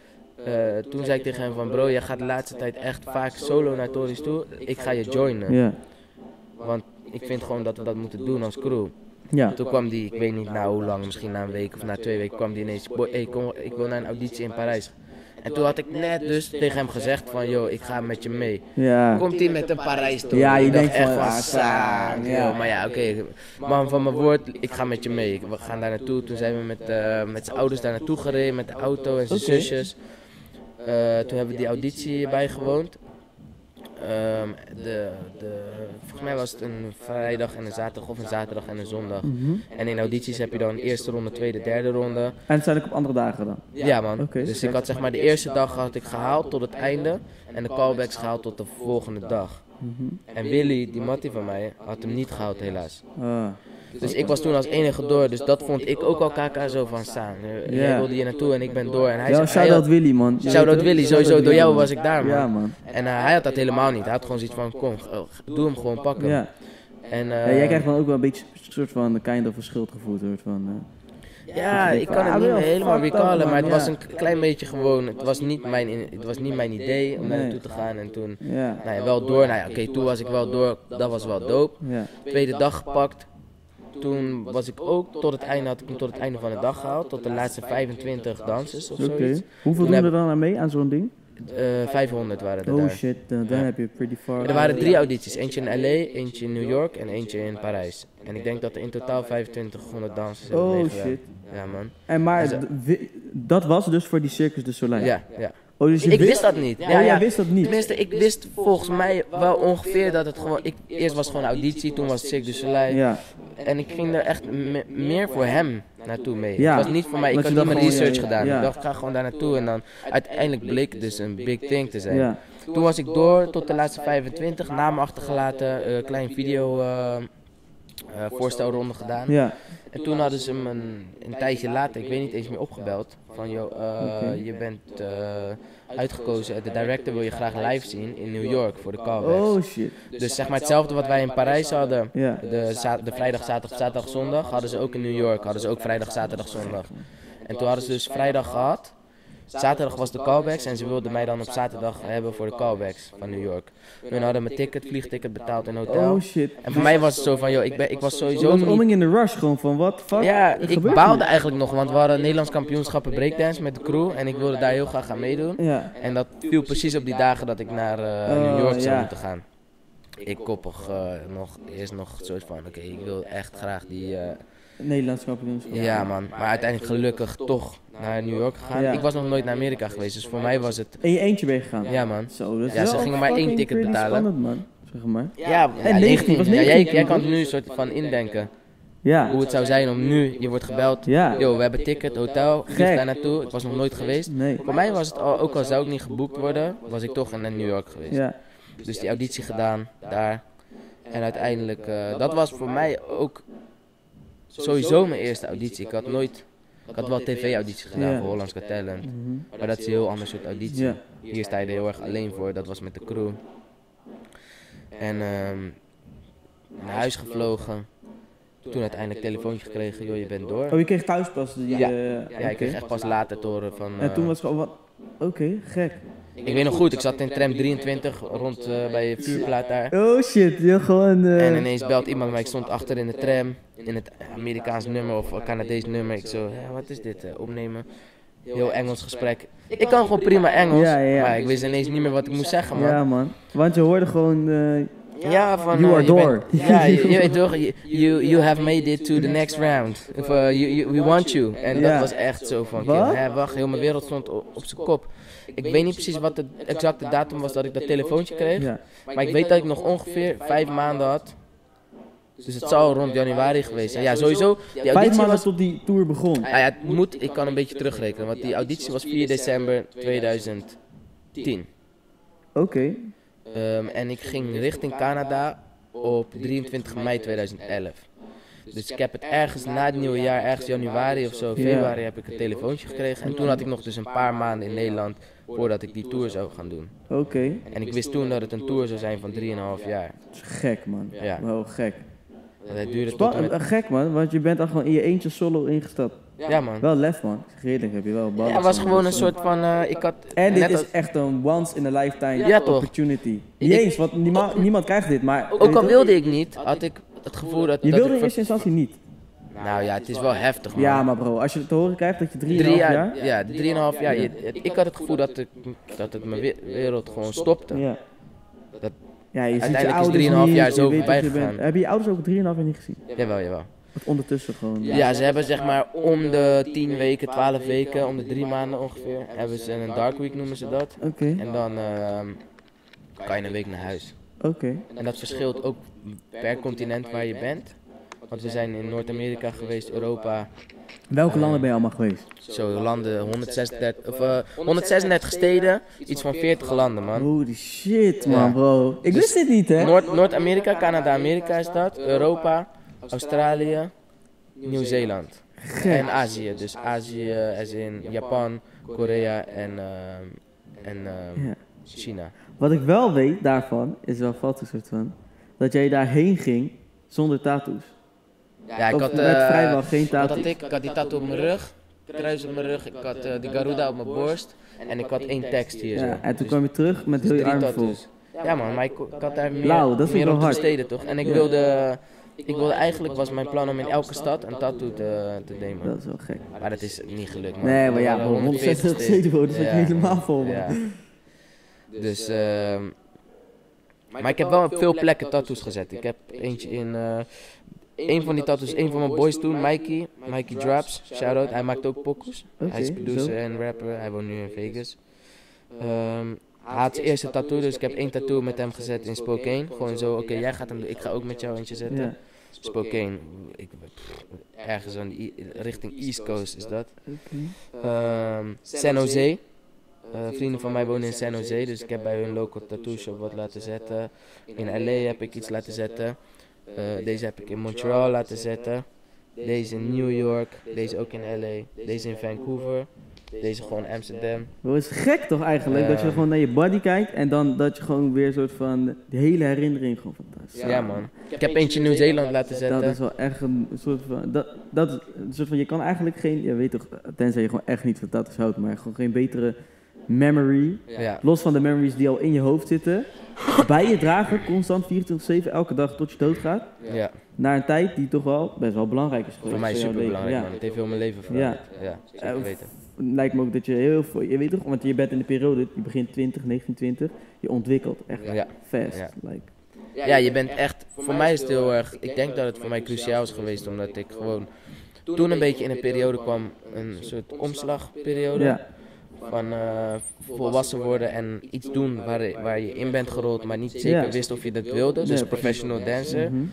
Speaker 2: Uh, toen zei ik tegen hem van bro, jij gaat de laatste tijd echt vaak solo naar Tories toe. Ik ga je joinen.
Speaker 1: Ja.
Speaker 2: Want ik vind gewoon dat we dat moeten doen als crew.
Speaker 1: Ja.
Speaker 2: Toen kwam die, ik weet niet na hoe lang, misschien na een week of na twee weken, kwam die ineens. Boy, hey, kom, ik wil naar een auditie in Parijs. En toen had ik net dus tegen hem gezegd van, yo, ik ga met je mee.
Speaker 1: Ja.
Speaker 2: Komt hij met een Parijs toe?
Speaker 1: Ja, je
Speaker 2: Ik dacht
Speaker 1: denkt
Speaker 2: echt
Speaker 1: van,
Speaker 2: van,
Speaker 1: ah,
Speaker 2: saak,
Speaker 1: ja.
Speaker 2: joh. Maar ja, oké, okay, man van mijn woord, ik ga met je mee. We gaan daar naartoe. Toen zijn we met, uh, met zijn ouders daar naartoe gereden, met de auto en zijn
Speaker 1: Oké.
Speaker 2: zusjes. Uh, toen hebben we die auditie bijgewoond. Ehm, de, de, volgens mij was het een vrijdag en een zaterdag of een zaterdag en een zondag.
Speaker 1: Mhm.
Speaker 2: En in audities heb je dan eerste ronde, tweede, derde ronde.
Speaker 1: En het zijn ook op andere dagen dan?
Speaker 2: Ja man,
Speaker 1: Oké,
Speaker 2: dus
Speaker 1: sick.
Speaker 2: ik had zeg maar de eerste dag had ik gehaald tot het einde. En de callbacks gehaald tot de volgende dag.
Speaker 1: Mhm.
Speaker 2: En Willy, die mattie van mij, had hem niet gehaald helaas.
Speaker 1: Ah.
Speaker 2: Dus ik was toen als enige door, dus dat vond ik ook al K K zo van staan.
Speaker 1: Ja.
Speaker 2: Jij wilde hier naartoe en ik ben door. En hij
Speaker 1: Ja,
Speaker 2: zei, hij
Speaker 1: shout-out
Speaker 2: had-
Speaker 1: Willy, man. Je
Speaker 2: Shout-out
Speaker 1: weet
Speaker 2: Willy,
Speaker 1: toch?
Speaker 2: sowieso,
Speaker 1: Shout-out
Speaker 2: door jou
Speaker 1: Willy,
Speaker 2: was ik daar, man.
Speaker 1: Ja, man.
Speaker 2: En uh, hij had dat helemaal niet. Hij had gewoon zoiets van, kom, uh, doe hem gewoon, pak hem.
Speaker 1: Ja.
Speaker 2: En, uh,
Speaker 1: Ja, jij krijgt dan ook wel een beetje een soort van kind of een schuldgevoel. Soort van, uh,
Speaker 2: ja, ik kan het
Speaker 1: Ah,
Speaker 2: niet
Speaker 1: wel,
Speaker 2: meer helemaal
Speaker 1: fucked up,
Speaker 2: recallen, maar het
Speaker 1: man,
Speaker 2: was
Speaker 1: ja.
Speaker 2: een klein beetje gewoon, het was niet mijn, in- het was niet mijn idee om daar
Speaker 1: Nee.
Speaker 2: naartoe te gaan. En toen,
Speaker 1: ja.
Speaker 2: nou ja, wel door. Nou ja, oké, toen was ik wel door, dat was wel dope.
Speaker 1: Ja.
Speaker 2: Tweede dag gepakt. Toen was ik ook tot het einde, had ik hem tot het einde van de dag gehaald, tot de laatste vijfentwintig dansers of
Speaker 1: Oké.
Speaker 2: zoiets.
Speaker 1: Hoeveel
Speaker 2: Toen
Speaker 1: doen
Speaker 2: heb-
Speaker 1: er dan aan mee aan zo'n ding?
Speaker 2: Uh, vijfhonderd waren er
Speaker 1: Oh
Speaker 2: daar.
Speaker 1: shit, dan, dan
Speaker 2: Ja.
Speaker 1: heb je pretty far.
Speaker 2: Er waren drie audities, eentje in L A, eentje in New York en eentje in Parijs. En ik denk dat er in totaal vijfentwintighonderd dansers hebben
Speaker 1: Oh
Speaker 2: meegedaan.
Speaker 1: shit.
Speaker 2: Ja man.
Speaker 1: En maar
Speaker 2: En zo-
Speaker 1: d- wi- dat was dus voor die Circus du Soleil?
Speaker 2: Ja, ja.
Speaker 1: Oh, dus je
Speaker 2: Ik wist dat niet.
Speaker 1: Oh,
Speaker 2: Ja,
Speaker 1: jij
Speaker 2: ja.
Speaker 1: wist dat niet?
Speaker 2: Tenminste, ik wist volgens mij wel ongeveer dat het gewoon... Ik, eerst was het gewoon een auditie, toen was het Cirque du Soleil.
Speaker 1: Ja.
Speaker 2: En ik ging er echt me- meer voor hem naartoe mee.
Speaker 1: Ja.
Speaker 2: Het was niet voor mij, ik
Speaker 1: Want
Speaker 2: had
Speaker 1: je
Speaker 2: niet
Speaker 1: dacht
Speaker 2: mijn
Speaker 1: gewoon,
Speaker 2: research
Speaker 1: ja, ja,
Speaker 2: gedaan.
Speaker 1: ja.
Speaker 2: Ik dacht, ik ga gewoon daar naartoe en dan... Uiteindelijk bleek het dus een big thing te zijn.
Speaker 1: Ja.
Speaker 2: Toen was ik door tot de laatste vijfentwintig, namen achtergelaten, een klein video eh, eh, voorstelronde gedaan.
Speaker 1: Ja.
Speaker 2: En toen hadden ze hem een, een tijdje later, ik weet niet eens meer opgebeld, van joh, uh,
Speaker 1: Oké.
Speaker 2: je bent uh, uitgekozen, de director wil je graag live zien in New York voor de callbacks.
Speaker 1: Oh shit.
Speaker 2: Dus zeg maar hetzelfde wat wij in Parijs hadden,
Speaker 1: Ja.
Speaker 2: de, za- de vrijdag, zaterdag, zaterdag, zondag, hadden ze ook in New York, hadden ze ook vrijdag, zaterdag, zondag. En toen hadden ze dus vrijdag gehad. Zaterdag was de callbacks en ze wilden mij dan op zaterdag hebben voor de callbacks van New York. Hun hadden mijn ticket, vliegticket betaald in hotel.
Speaker 1: Oh shit.
Speaker 2: En voor mij was het zo van, joh, ik, ben, ik was
Speaker 1: Je
Speaker 2: sowieso
Speaker 1: was
Speaker 2: niet...
Speaker 1: oming in de rush gewoon van, what the fuck?
Speaker 2: Ja,
Speaker 1: Er
Speaker 2: ik
Speaker 1: gebeurt
Speaker 2: baalde
Speaker 1: iets.
Speaker 2: eigenlijk nog, want we hadden Nederlands kampioenschappen breakdance met de crew. En ik wilde daar heel graag aan meedoen.
Speaker 1: Ja.
Speaker 2: En dat viel precies op die dagen dat ik naar uh,
Speaker 1: Oh,
Speaker 2: New York zou
Speaker 1: ja.
Speaker 2: moeten gaan. Ik koppig uh, nog, eerst nog een soort van, oké, okay, ik wil echt graag die... Uh,
Speaker 1: Nederlands kampioenschap.
Speaker 2: Ja man, maar uiteindelijk gelukkig toch naar New York gegaan.
Speaker 1: Ja.
Speaker 2: Ik was nog nooit naar Amerika geweest, dus voor mij was het...
Speaker 1: In je eentje ben je gegaan?
Speaker 2: Ja man.
Speaker 1: Zo, dat is
Speaker 2: Ja, ze
Speaker 1: wel
Speaker 2: gingen maar één
Speaker 1: fucking
Speaker 2: ticket
Speaker 1: pretty
Speaker 2: betalen.
Speaker 1: spannend, man. Zeg maar.
Speaker 2: Ja, ja,
Speaker 1: En negentien, was
Speaker 2: ja, jij,
Speaker 1: negentien,
Speaker 2: jij kan
Speaker 1: toch?
Speaker 2: er nu een soort van indenken
Speaker 1: Ja.
Speaker 2: hoe het zou zijn om nu, je wordt gebeld.
Speaker 1: Ja.
Speaker 2: Yo, we hebben ticket, hotel, vlieg
Speaker 1: Gek.
Speaker 2: daar naartoe. Ik was nog nooit geweest.
Speaker 1: Nee.
Speaker 2: Voor mij was het al, ook al zou ik niet geboekt worden, was ik toch naar New York geweest.
Speaker 1: Ja.
Speaker 2: Dus die auditie gedaan, daar. En uiteindelijk, uh, dat was voor mij ook sowieso mijn eerste auditie. Ik had nooit, ik had wel tv-audities gedaan
Speaker 1: Ja.
Speaker 2: voor Hollands Got Talent.
Speaker 1: Mhm.
Speaker 2: Maar dat is een heel ander soort auditie.
Speaker 1: Ja.
Speaker 2: Hier sta je er heel erg alleen voor, dat was met de crew. En um, naar huis gevlogen. Toen uiteindelijk een telefoontje gekregen, joh, je bent door.
Speaker 1: Oh, je kreeg thuis pas die...
Speaker 2: Ja.
Speaker 1: eh,
Speaker 2: Ja, ik
Speaker 1: oké.
Speaker 2: kreeg echt pas later te horen van...
Speaker 1: En toen
Speaker 2: uh,
Speaker 1: was het gewoon wat... Oké, gek.
Speaker 2: ik weet nog goed, ik zat in tram drieëntwintig rond uh, bij je vuurplaat daar.
Speaker 1: Oh shit, je gewoon... eh,
Speaker 2: En ineens belt iemand mij, ik stond achter in de tram, in het Amerikaans nummer of Canadees nummer. Ik zo, ja, wat is dit, uh, opnemen. Heel Engels gesprek. Ik kan gewoon prima Engels,
Speaker 1: Ja, ja, ja.
Speaker 2: maar ik wist ineens niet meer wat ik moest zeggen, man.
Speaker 1: Ja, man. Want je hoorde gewoon... eh,
Speaker 2: Ja, van...
Speaker 1: You
Speaker 2: uh,
Speaker 1: are
Speaker 2: je
Speaker 1: door.
Speaker 2: bent- ja, je, je weet toch, you, you, you have made it to the next round. Of, uh, you, you, we want you. En
Speaker 1: Ja.
Speaker 2: dat was echt zo van,
Speaker 1: Wat?
Speaker 2: hè, wacht, heel mijn wereld stond op, op zijn kop. Ik weet niet precies wat de exacte datum was dat ik dat telefoontje kreeg.
Speaker 1: ja.
Speaker 2: Maar ik weet dat ik nog ongeveer vijf maanden had. Dus het zou rond januari geweest zijn. Ja, sowieso. Die
Speaker 1: Vijf
Speaker 2: auditie
Speaker 1: maanden
Speaker 2: was...
Speaker 1: tot die tour begon.
Speaker 2: Ah ja, het moet, ik kan een beetje terugrekenen. Want die auditie was vier december tweeduizend tien.
Speaker 1: Oké.
Speaker 2: Um, en ik ging richting Canada op drieëntwintig mei tweeduizend elf. Dus ik heb het ergens na het nieuwe jaar, ergens januari of zo, februari, heb ik een telefoontje gekregen. En toen had ik nog dus een paar maanden in Nederland voordat ik die tour zou gaan doen.
Speaker 1: Oké.
Speaker 2: En ik wist toen dat het een tour zou zijn van drieënhalf jaar.
Speaker 1: Dat is gek, man.
Speaker 2: Ja.
Speaker 1: Wel gek.
Speaker 2: Dat het duurde tot
Speaker 1: Spa-
Speaker 2: en met...
Speaker 1: eh, gek, man. Want je bent al gewoon in je eentje solo ingestapt.
Speaker 2: Ja man.
Speaker 1: Wel lef, man. Ik zeg eerlijk, heb je wel ballen.
Speaker 2: Ja, het was
Speaker 1: man.
Speaker 2: gewoon een soort van, uh, ik had...
Speaker 1: En dit
Speaker 2: net
Speaker 1: is
Speaker 2: als-
Speaker 1: echt een once in a lifetime
Speaker 2: Ja, toch?
Speaker 1: opportunity. Niet
Speaker 2: Ik-
Speaker 1: eens, want niema- niemand krijgt dit, maar...
Speaker 2: Ook
Speaker 1: weet
Speaker 2: al
Speaker 1: je-
Speaker 2: wilde ik niet, had ik het gevoel dat...
Speaker 1: Je
Speaker 2: dat
Speaker 1: wilde
Speaker 2: ik
Speaker 1: in
Speaker 2: ver-
Speaker 1: eerste instantie niet.
Speaker 2: Nou ja, het is wel heftig man.
Speaker 1: Ja, maar bro, als je te horen krijgt dat je
Speaker 2: Drie
Speaker 1: drieënhalf
Speaker 2: jaar,
Speaker 1: jaar...
Speaker 2: ja, drieënhalf jaar. Je- het- ik had het gevoel dat, ik, dat het mijn we- wereld gewoon stopte.
Speaker 1: Ja.
Speaker 2: Dat-
Speaker 1: Ja, je ziet je
Speaker 2: uiteindelijk is
Speaker 1: ouders
Speaker 2: drieënhalf
Speaker 1: niet,
Speaker 2: jaar
Speaker 1: je
Speaker 2: zo
Speaker 1: weet
Speaker 2: voorbij
Speaker 1: dat je bent-
Speaker 2: gegaan.
Speaker 1: Heb je je ouders ook drieënhalf jaar niet gezien?
Speaker 2: Jawel, jawel.
Speaker 1: Want ondertussen gewoon...
Speaker 2: Ja, ze hebben zeg maar om de tien weken, twaalf weken, om de drie maanden ongeveer, hebben ze een dark week noemen ze dat.
Speaker 1: Oké.
Speaker 2: En dan, ehm, kan je een week naar huis.
Speaker 1: Oké. Okay.
Speaker 2: En dat verschilt ook per continent waar je bent. Want we zijn in Noord-Amerika geweest, Europa.
Speaker 1: Welke uh, landen ben je allemaal geweest?
Speaker 2: Zo, landen, honderdzesendertig, of, uh, honderdzesendertig steden, iets van veertig landen, man.
Speaker 1: Holy shit, man, ja. bro. Ik dus wist dit niet, hè?
Speaker 2: Noord- Noord-Amerika, Canada, Amerika is dat. Europa, Australië, Nieuw-Zeeland. Gek. En Azië, dus Azië als in Japan, Korea en, uh, en uh, ja. China.
Speaker 1: Wat ik wel weet daarvan, is wel valt een soort van, dat jij daarheen ging zonder tattoos.
Speaker 2: Ja, ik
Speaker 1: of
Speaker 2: had uh,
Speaker 1: met vrijwel geen tattoos.
Speaker 2: Had ik, ik had die tattoo op mijn rug, kruis op mijn rug, ik had uh, die Garuda op mijn borst en ik had één tekst hier zo.
Speaker 1: Ja, en toen dus, kwam je terug met dus heel je armen vol.
Speaker 2: Ja man, maar ik, ik had daar meer,
Speaker 1: Lauw, dat
Speaker 2: meer
Speaker 1: op
Speaker 2: te besteden toch. En ik wilde, ik wilde eigenlijk, was mijn plan om in elke stad een tattoo te, te nemen.
Speaker 1: Dat is wel gek.
Speaker 2: Maar dat is niet gelukt man.
Speaker 1: Nee, maar ja, honderdveertig steden worden, dat is ja, helemaal vol man. Ja.
Speaker 2: Dus, uh, maar ik heb wel op veel plekken tattoos gezet. Ik heb eentje in... Uh, Een van die tattoos, een van mijn boys toen, Mikey, Mikey Drops, shout-out, hij maakt ook pokoes. Okay, hij is producer zo. En rapper, hij woont nu in Vegas. Um, hij had zijn eerste tattoo, dus ik heb één tattoo met hem gezet in Spokane. Gewoon zo, oké, okay, jij gaat hem doen, ik ga ook met jou eentje zetten. Yeah. Spokane, ik, pff, ergens aan die, richting East Coast is dat. Okay. Um, San Jose, uh, vrienden van mij wonen in San Jose, dus ik heb bij hun local tattoo shop wat laten zetten. In L A heb ik iets laten zetten. Uh, deze heb ik in Montreal laten zetten. Deze in New York. Deze ook in L A. Deze in Vancouver. Deze gewoon Amsterdam.
Speaker 1: Dat is gek toch eigenlijk? Uh, dat je gewoon naar je body kijkt en dan dat je gewoon weer een soort van de hele herinnering gewoon van thuis.
Speaker 2: Ja, ja man. Ik heb eentje in Nieuw-Zeeland laten zetten.
Speaker 1: Dat is wel echt een soort van. Dat, dat is een soort van. Je kan eigenlijk geen. Je weet toch, tenzij je gewoon echt niet van tattoos houdt, maar gewoon geen betere memory. Ja. Los van de memories die al in je hoofd zitten. Bij je dragen, constant vierentwintig zeven, elke dag tot je doodgaat.
Speaker 2: Ja.
Speaker 1: Naar een tijd die toch wel best wel belangrijk is geweest.
Speaker 2: Voor mij is super belangrijk, ja. man. Het heeft heel mijn leven veranderd. Ja, ja zeker weten.
Speaker 1: Lijkt me ook dat je heel veel, je weet toch, want je bent in de periode, je begint twintig, negentien, twintig, je ontwikkelt echt ja. fast. Ja. Like.
Speaker 2: ja, je bent echt, voor mij is het heel erg, ik denk dat het voor mij cruciaal is geweest, omdat ik gewoon toen een beetje in een periode kwam, een soort omslagperiode. Ja. Van uh, volwassen worden en iets doen waar, waar je in bent gerold, maar niet zeker yeah. wist of je dat wilde. Dus yeah. professional dancer. Mm-hmm.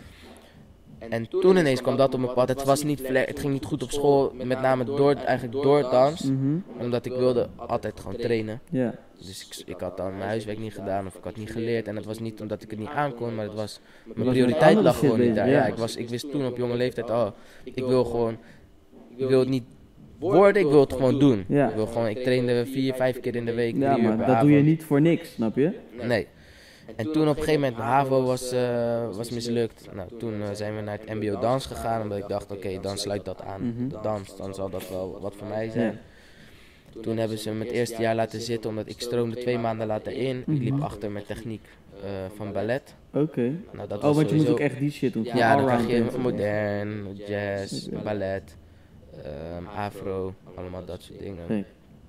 Speaker 2: En toen ineens kwam dat op mijn pad. Het, was niet vle- het ging niet goed op school, met name door, eigenlijk door dans. Mm-hmm. Omdat ik wilde altijd gewoon trainen. Yeah. Dus ik, ik had dan mijn huiswerk niet gedaan of ik had niet geleerd. En het was niet omdat ik het niet aankon, maar het was, mijn prioriteit lag gewoon niet daar. Ja, ik, was, ik wist toen op jonge leeftijd, oh, ik wil gewoon, ik wil het niet worden, ik wil het gewoon doen. Ja. Ik wil gewoon, ik trainde vier, vijf keer in de week,
Speaker 1: ja,
Speaker 2: drie uur per
Speaker 1: dat
Speaker 2: avond.
Speaker 1: doe je niet voor niks, snap je?
Speaker 2: Nee. En toen op een gegeven moment, de HAVO was, uh, was mislukt. Nou, toen uh, zijn we naar het M B O dans gegaan, omdat ik dacht, oké, okay, dan sluit dat aan. Mm-hmm. De dans, dan zal dat wel wat voor mij zijn. Ja. Toen hebben ze me het eerste jaar laten zitten, omdat ik stroomde twee maanden later in. Mm-hmm. Ik liep achter met techniek uh, van ballet.
Speaker 1: Oké. Okay. Nou, oh, want sowieso... je moet ook echt die shit doen.
Speaker 2: Ja, ja dan krijg je modern, jazz, ballet. Um, afro, allemaal dat soort dingen. Nee.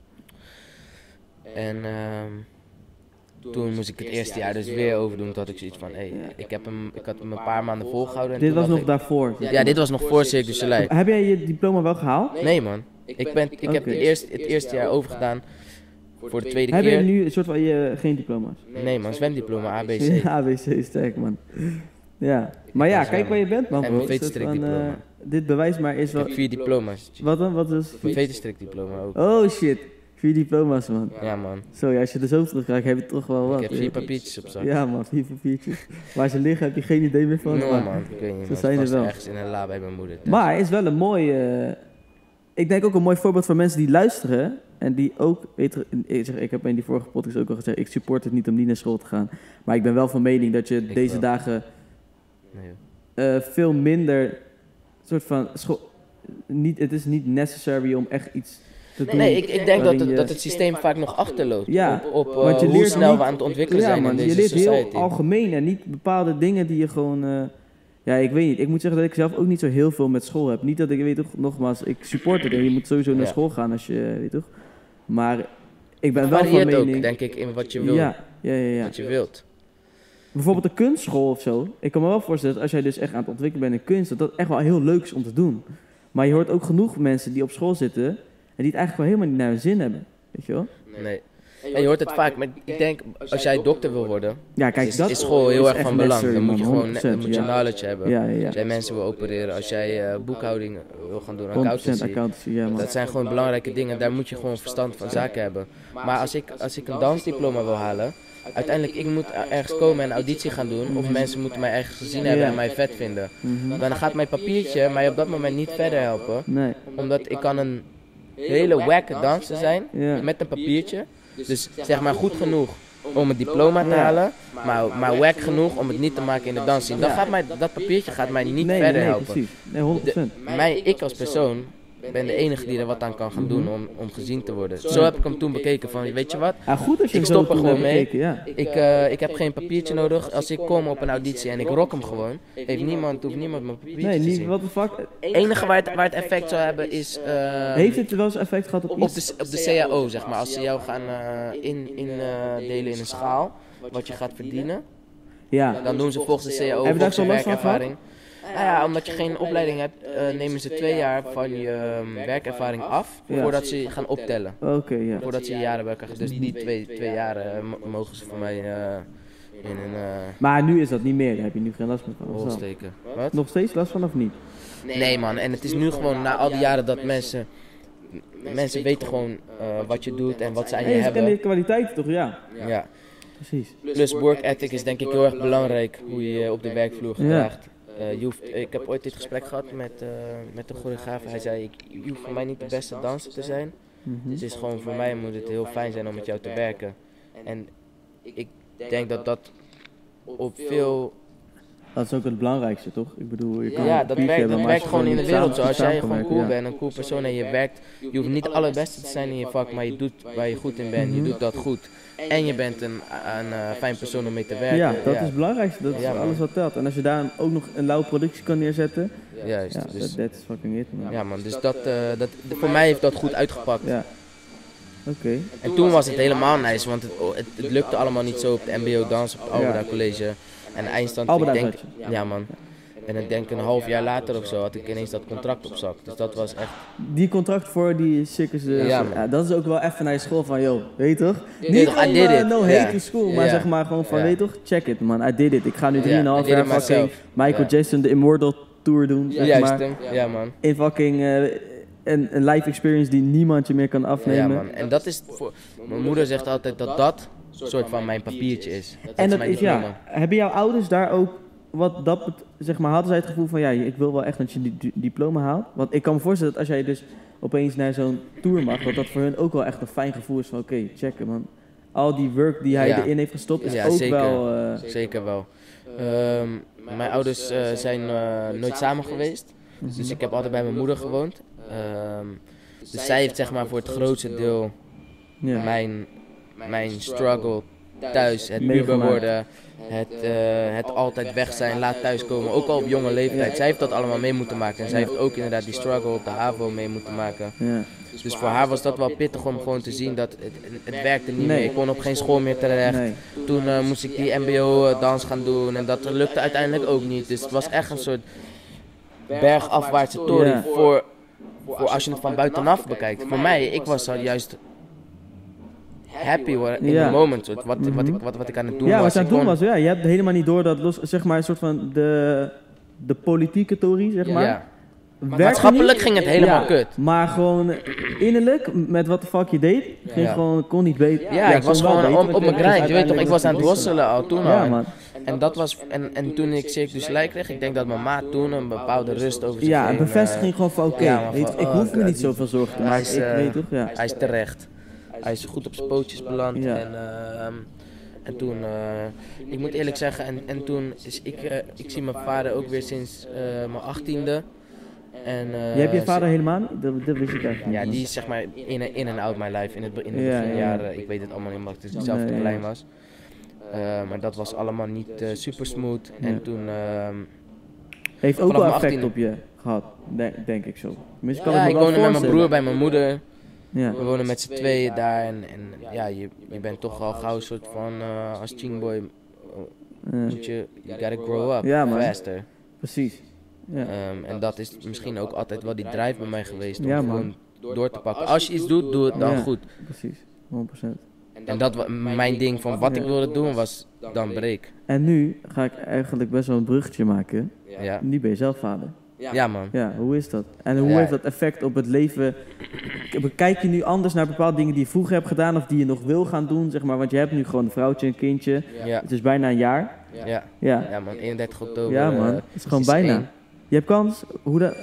Speaker 2: En um, toen moest ik het eerste jaar dus weer overdoen. Toen had ik zoiets van, hé, hey, ik, heb hem, ik had hem een paar maanden volgehouden. En
Speaker 1: dit was nog
Speaker 2: ik,
Speaker 1: daarvoor?
Speaker 2: Ja, dit was nog voor Cirque du Soleil.
Speaker 1: Heb jij je diploma wel gehaald?
Speaker 2: Nee man, ik, ben, ik okay. heb de eerste, het eerste jaar overgedaan voor de tweede
Speaker 1: heb
Speaker 2: keer.
Speaker 1: Heb je nu een soort van je, geen diploma's?
Speaker 2: Nee man, zwemdiploma, A B C.
Speaker 1: Ja, A B C, sterk man. Ja, maar ja, kijk waar je bent man.
Speaker 2: En mijn veterstrik diploma. Uh,
Speaker 1: dit bewijs maar is wel...
Speaker 2: Ik heb vier diploma's.
Speaker 1: Wat dan? Wat is?
Speaker 2: Mijn veterstrik diploma ook.
Speaker 1: Oh shit, vier diploma's man.
Speaker 2: Ja man.
Speaker 1: Zo ja, als je er zo terug krijgt, heb je toch wel wat.
Speaker 2: Ik heb vier papiertjes op zak.
Speaker 1: Ja man, vier papiertjes. Waar ze liggen heb je geen idee meer van.
Speaker 2: No maar, man, ik weet niet. Ze zijn er wel. Ergens in een la bij mijn moeder.
Speaker 1: Maar het is wel een mooi... Uh, ik denk ook een mooi voorbeeld voor mensen die luisteren. En die ook, weet je, ik heb in die vorige podcast ook al gezegd, ik support het niet om niet naar school te gaan. Maar ik ben wel van mening dat je ik deze wel. dagen nee, uh, veel minder soort van school, niet, het is niet necessary om echt iets te doen.
Speaker 2: Nee, ik, ik denk dat het, je, dat het systeem vaak nog achterloopt
Speaker 1: ja,
Speaker 2: op, op uh, hoe snel niet, we aan het ontwikkelen ja, zijn man, in deze
Speaker 1: je leert
Speaker 2: society.
Speaker 1: Heel algemeen en niet bepaalde dingen die je gewoon... Uh, ja, ik weet niet. Ik moet zeggen dat ik zelf ook niet zo heel veel met school heb. Niet dat ik, weet toch, nogmaals, ik support het en je moet sowieso naar ja. school gaan als je, weet toch. Maar ik ben het wel van mening...
Speaker 2: ook, denk ik, in wat je wil.
Speaker 1: Ja, ja, ja, ja.
Speaker 2: Wat je wilt.
Speaker 1: Bijvoorbeeld de kunstschool of zo. Ik kan me wel voorstellen dat als jij dus echt aan het ontwikkelen bent in kunst, dat dat echt wel heel leuk is om te doen. Maar je hoort ook genoeg mensen die op school zitten en die het eigenlijk wel helemaal niet naar hun zin hebben. Weet je wel?
Speaker 2: Nee. En je hoort het vaak, maar ik denk, als jij dokter wil worden,
Speaker 1: Ja, kijk,
Speaker 2: is,
Speaker 1: dat
Speaker 2: is school heel
Speaker 1: is
Speaker 2: erg
Speaker 1: echt
Speaker 2: van belang.
Speaker 1: necessary,
Speaker 2: Dan moet je
Speaker 1: man,
Speaker 2: gewoon ne- dan moet je
Speaker 1: ja.
Speaker 2: knowledge hebben.
Speaker 1: Ja, ja, ja.
Speaker 2: Als jij mensen wil opereren, als jij uh, boekhouding wil gaan doen,
Speaker 1: honderd procent
Speaker 2: accountancy.
Speaker 1: accountancy, ja man.
Speaker 2: Dat zijn gewoon belangrijke dingen, daar moet je gewoon verstand van zaken hebben. Maar als ik, als ik een dansdiploma wil halen, uiteindelijk ik moet ergens komen en een auditie gaan doen, of mensen moeten mij ergens gezien hebben
Speaker 1: Ja.
Speaker 2: en mij vet vinden.
Speaker 1: Mhm.
Speaker 2: Dan gaat mijn papiertje mij op dat moment niet verder helpen,
Speaker 1: Nee,
Speaker 2: omdat ik kan een hele wacke danser zijn,
Speaker 1: ja.
Speaker 2: met een papiertje. Dus zeg maar goed genoeg om het diploma te
Speaker 1: Ja.
Speaker 2: halen, maar, maar wack genoeg om het niet te maken in de dansscene. Dan
Speaker 1: Ja.
Speaker 2: gaat mij, dat papiertje gaat mij niet
Speaker 1: nee,
Speaker 2: verder
Speaker 1: nee,
Speaker 2: helpen.
Speaker 1: precies. Nee, honderd procent.
Speaker 2: Mij, ik als persoon ben de enige die er wat aan kan gaan doen om, om gezien te worden. Zo heb ik hem toen bekeken van, weet je wat,
Speaker 1: Ja, goed als je
Speaker 2: Ik
Speaker 1: hem zo
Speaker 2: stop er
Speaker 1: toen
Speaker 2: gewoon
Speaker 1: hebt
Speaker 2: mee.
Speaker 1: bekeken, ja.
Speaker 2: ik, uh, ik heb geen papiertje nodig. Als ik kom op een auditie en ik rock hem gewoon, heeft niemand, hoeft niemand mijn papiertje
Speaker 1: Nee,
Speaker 2: te
Speaker 1: niet,
Speaker 2: zien.
Speaker 1: what the fuck.
Speaker 2: Het enige waar het, waar het effect zou hebben is... uh,
Speaker 1: Heeft het wel eens effect gehad op
Speaker 2: op
Speaker 1: iets?
Speaker 2: de, op de C A O, zeg maar. Als ze jou gaan uh, in, in, uh, delen in een schaal, wat je gaat verdienen,
Speaker 1: Ja.
Speaker 2: dan doen ze volgens de C A O,
Speaker 1: Heb je daar
Speaker 2: volgens
Speaker 1: zo
Speaker 2: je
Speaker 1: last van
Speaker 2: werkervaring. Nou ja, omdat je geen opleiding hebt, uh, nemen ze twee jaar van je um, werkervaring af,
Speaker 1: Ja.
Speaker 2: voordat ze je gaan optellen.
Speaker 1: Oké, ja.
Speaker 2: Voordat ze je jaren werken. Dus die twee, twee jaren uh, mo- mogen ze voor mij uh, in een uh,
Speaker 1: Maar nu is dat niet meer, daar heb je nu geen last meer van. of
Speaker 2: hol
Speaker 1: wel?
Speaker 2: steken. Wat?
Speaker 1: Nog steeds last van of niet?
Speaker 2: Nee man, en het is nu gewoon na al die jaren dat mensen, mensen weten gewoon uh, wat je doet en wat ze aan je
Speaker 1: Nee, ze kennen
Speaker 2: hebben.
Speaker 1: de kwaliteit toch, ja.
Speaker 2: Ja.
Speaker 1: Precies.
Speaker 2: Plus work ethic is denk ik heel erg belangrijk, hoe je je op de werkvloer gedraagt. Uh, je hoeft, ik heb ooit dit gesprek gehad met, uh, met een choreograaf. Hij zei, ik, je hoeft voor mij niet de beste danser te zijn.
Speaker 1: Mhm.
Speaker 2: Het is gewoon voor mij moet het heel fijn zijn om met jou te werken. En ik denk dat dat op veel...
Speaker 1: Dat is ook het belangrijkste, toch? Ik bedoel, je kan
Speaker 2: Ja,
Speaker 1: een
Speaker 2: dat
Speaker 1: papiertje
Speaker 2: werkt,
Speaker 1: hebben,
Speaker 2: dat
Speaker 1: maar
Speaker 2: werkt
Speaker 1: als je
Speaker 2: gewoon in de
Speaker 1: samen-
Speaker 2: wereld zo. Als jij
Speaker 1: samen
Speaker 2: gewoon
Speaker 1: kan
Speaker 2: cool
Speaker 1: werken,
Speaker 2: bent, een cool persoon en je werkt, je hoeft niet de allerbeste te zijn in je vak, maar je doet waar je goed in bent, je
Speaker 1: Mhm.
Speaker 2: doet dat goed. En je bent een, een uh, fijn persoon om mee te werken.
Speaker 1: Ja, dat is het belangrijkste. Dat is
Speaker 2: Ja, man.
Speaker 1: alles wat telt. En als je daar ook nog een lauwe productie kan neerzetten,
Speaker 2: Juist,
Speaker 1: ja,
Speaker 2: dus,
Speaker 1: that, that is fucking it, man.
Speaker 2: ja man, dus dat, uh, dat, voor mij heeft dat goed uitgepakt.
Speaker 1: Ja. Oké.
Speaker 2: En toen was het helemaal nice, want het, het, het lukte allemaal niet zo op de M B O dans, op het Albeda
Speaker 1: Ja.
Speaker 2: College. En eindstand,
Speaker 1: Albeda
Speaker 2: ik denk,
Speaker 1: zat
Speaker 2: ja man. En ik denk een half jaar later of zo had ik ineens dat contract op zak. Dus dat was echt,
Speaker 1: Die contract voor die circus, uh,
Speaker 2: Ja,
Speaker 1: ja,
Speaker 2: man.
Speaker 1: dat is ook wel even naar je school van, yo, weet je toch?
Speaker 2: Ja,
Speaker 1: Niet
Speaker 2: toch, I
Speaker 1: om
Speaker 2: did
Speaker 1: uh,
Speaker 2: it.
Speaker 1: no
Speaker 2: Ja.
Speaker 1: hate to school, maar
Speaker 2: Ja.
Speaker 1: zeg maar gewoon van,
Speaker 2: Ja.
Speaker 1: weet je toch? Check it, man, I did it. Ik ga nu
Speaker 2: Ja,
Speaker 1: drieënhalf
Speaker 2: I did
Speaker 1: jaar
Speaker 2: it
Speaker 1: fucking
Speaker 2: myself.
Speaker 1: Michael
Speaker 2: Ja.
Speaker 1: Jackson, de Immortal Tour doen, zeg
Speaker 2: juist
Speaker 1: maar.
Speaker 2: hem, ja man.
Speaker 1: In fucking uh, een, een live experience die niemand je meer kan
Speaker 2: Ja
Speaker 1: afnemen.
Speaker 2: man, en dat is voor, mijn moeder zegt altijd dat dat een soort van mijn papiertje is. Dat
Speaker 1: En dat
Speaker 2: mijn
Speaker 1: is,
Speaker 2: diploma.
Speaker 1: ja, hebben jouw ouders daar ook, wat dat, bet- zeg maar, hadden zij het gevoel van, ja, ik wil wel echt dat je die di- diploma haalt? Want ik kan me voorstellen dat als jij dus opeens naar zo'n tour mag, dat dat voor hun ook wel echt een fijn gevoel is van, oké, checken man. Al die work die hij
Speaker 2: Ja.
Speaker 1: erin heeft gestopt, is
Speaker 2: Ja,
Speaker 1: ook
Speaker 2: zeker.
Speaker 1: wel... eh,
Speaker 2: Zeker wel. Ehm, mijn ouders uh, zijn uh, nooit samen geweest, dus ik heb altijd bij mijn moeder gewoond. Ehm, dus zij heeft zeg maar voor het grootste deel
Speaker 1: ja.
Speaker 2: mijn, mijn struggle thuis, het
Speaker 1: Meegemaakt.
Speaker 2: puber worden, het, uh, het altijd weg zijn, laat thuiskomen, ook al op jonge leeftijd.
Speaker 1: Ja.
Speaker 2: Zij heeft dat allemaal mee moeten maken en zij heeft ook inderdaad die struggle op de HAVO mee moeten maken.
Speaker 1: Ja.
Speaker 2: Dus voor haar was dat wel pittig om gewoon te zien dat het, het, het werkte niet
Speaker 1: Nee.
Speaker 2: meer. Ik kon op geen school meer terecht.
Speaker 1: Nee.
Speaker 2: Toen uh, moest ik die M B O-dans gaan doen en dat lukte uiteindelijk ook niet. Dus het was echt een soort bergafwaartse toren
Speaker 1: Ja.
Speaker 2: voor, voor als je het van buitenaf bekijkt. Voor mij, ik was al juist happy hoor, in
Speaker 1: Ja.
Speaker 2: the moment. Wat, wat, wat, ik, wat, wat ik aan het doen
Speaker 1: Ja,
Speaker 2: was.
Speaker 1: wat je aan
Speaker 2: Ik
Speaker 1: het doen
Speaker 2: kon-
Speaker 1: was, ja, je hebt helemaal niet door dat los, zeg maar, een soort van de, de politieke theorie, zeg maar.
Speaker 2: Ja.
Speaker 1: werkte
Speaker 2: Maatschappelijk
Speaker 1: niet.
Speaker 2: ging het helemaal
Speaker 1: Ja,
Speaker 2: kut.
Speaker 1: Maar gewoon innerlijk, met wat de fuck je deed, ging
Speaker 2: Ja.
Speaker 1: gewoon, kon niet beter.
Speaker 2: Ja, ik was
Speaker 1: kon wel
Speaker 2: gewoon
Speaker 1: beter,
Speaker 2: op, op mijn
Speaker 1: maar
Speaker 2: grind. Je weet toch, ik was aan het
Speaker 1: uiteindelijk
Speaker 2: hosselen al toen al.
Speaker 1: Ja,
Speaker 2: En-
Speaker 1: man.
Speaker 2: En, dat was, en, en toen ik Cirque du Soleil kreeg, ik denk dat mijn maat toen een bepaalde rust over zich
Speaker 1: Ja, een
Speaker 2: heen,
Speaker 1: bevestiging
Speaker 2: eh,
Speaker 1: gewoon van, oké,
Speaker 2: ja, man,
Speaker 1: weet
Speaker 2: van,
Speaker 1: je, ik
Speaker 2: oh,
Speaker 1: hoef me
Speaker 2: God,
Speaker 1: niet
Speaker 2: die-
Speaker 1: zoveel zorgen te
Speaker 2: hij
Speaker 1: maken.
Speaker 2: is,
Speaker 1: Ik
Speaker 2: eh,
Speaker 1: weet toch, ja.
Speaker 2: Hij is terecht. Hij is goed op zijn pootjes beland.
Speaker 1: Ja.
Speaker 2: En, ehm, en toen, eh, ik moet eerlijk zeggen, en, en toen is ik, eh, ik zie mijn vader ook weer sinds eh, mijn achttiende. En, eh,
Speaker 1: Je hebt je vader helemaal niet? Dat, dat wist ik eigenlijk niet.
Speaker 2: Ja, die is zeg maar in, in en out my life. In het, be- in de
Speaker 1: Ja,
Speaker 2: beginjaren, ik weet het allemaal niet, omdat ik dus zelf te
Speaker 1: Nee,
Speaker 2: klein
Speaker 1: ja.
Speaker 2: was. Eh, maar dat was allemaal niet eh, super smooth.
Speaker 1: Ja.
Speaker 2: En toen, ehm,
Speaker 1: Heeft ook
Speaker 2: vanaf
Speaker 1: wel
Speaker 2: mijn
Speaker 1: effect
Speaker 2: achttiende.
Speaker 1: op je gehad, denk, denk ik zo. Tenminste, kan
Speaker 2: ja,
Speaker 1: ik me
Speaker 2: ik
Speaker 1: wel
Speaker 2: woonde met mijn
Speaker 1: voorstellen.
Speaker 2: broer bij mijn moeder.
Speaker 1: Ja.
Speaker 2: We wonen met z'n tweeën daar en, en ja, je, je bent toch al gauw een soort van, uh, als chingboy,
Speaker 1: Ja.
Speaker 2: moet je, you gotta grow up,
Speaker 1: Ja, man.
Speaker 2: faster.
Speaker 1: Precies. Ja.
Speaker 2: Um, en dat is misschien ook altijd wel die drive bij mij geweest om
Speaker 1: Ja, man.
Speaker 2: gewoon door te pakken. Als je iets doet, doe het dan
Speaker 1: Ja.
Speaker 2: goed.
Speaker 1: Precies, honderd procent.
Speaker 2: En dat wa- mijn ding van wat ik
Speaker 1: Ja.
Speaker 2: wilde doen was dan break.
Speaker 1: En nu ga ik eigenlijk best wel een bruggetje maken.
Speaker 2: Ja,
Speaker 1: Nu ben je zelf vader.
Speaker 2: ja man.
Speaker 1: Ja, hoe is dat? En hoe
Speaker 2: Ja.
Speaker 1: heeft dat effect op het leven? K- Kijk je nu anders naar bepaalde dingen die je vroeger hebt gedaan of die je nog wil gaan doen, zeg maar? Want je hebt nu gewoon een vrouwtje, een kindje.
Speaker 2: Ja,
Speaker 1: Het is bijna een jaar.
Speaker 2: ja,
Speaker 1: Ja,
Speaker 2: ja man. eenendertig oktober.
Speaker 1: ja man.
Speaker 2: eh,
Speaker 1: Het is gewoon
Speaker 2: is
Speaker 1: bijna.
Speaker 2: één.
Speaker 1: Je hebt kans. Hoe dat?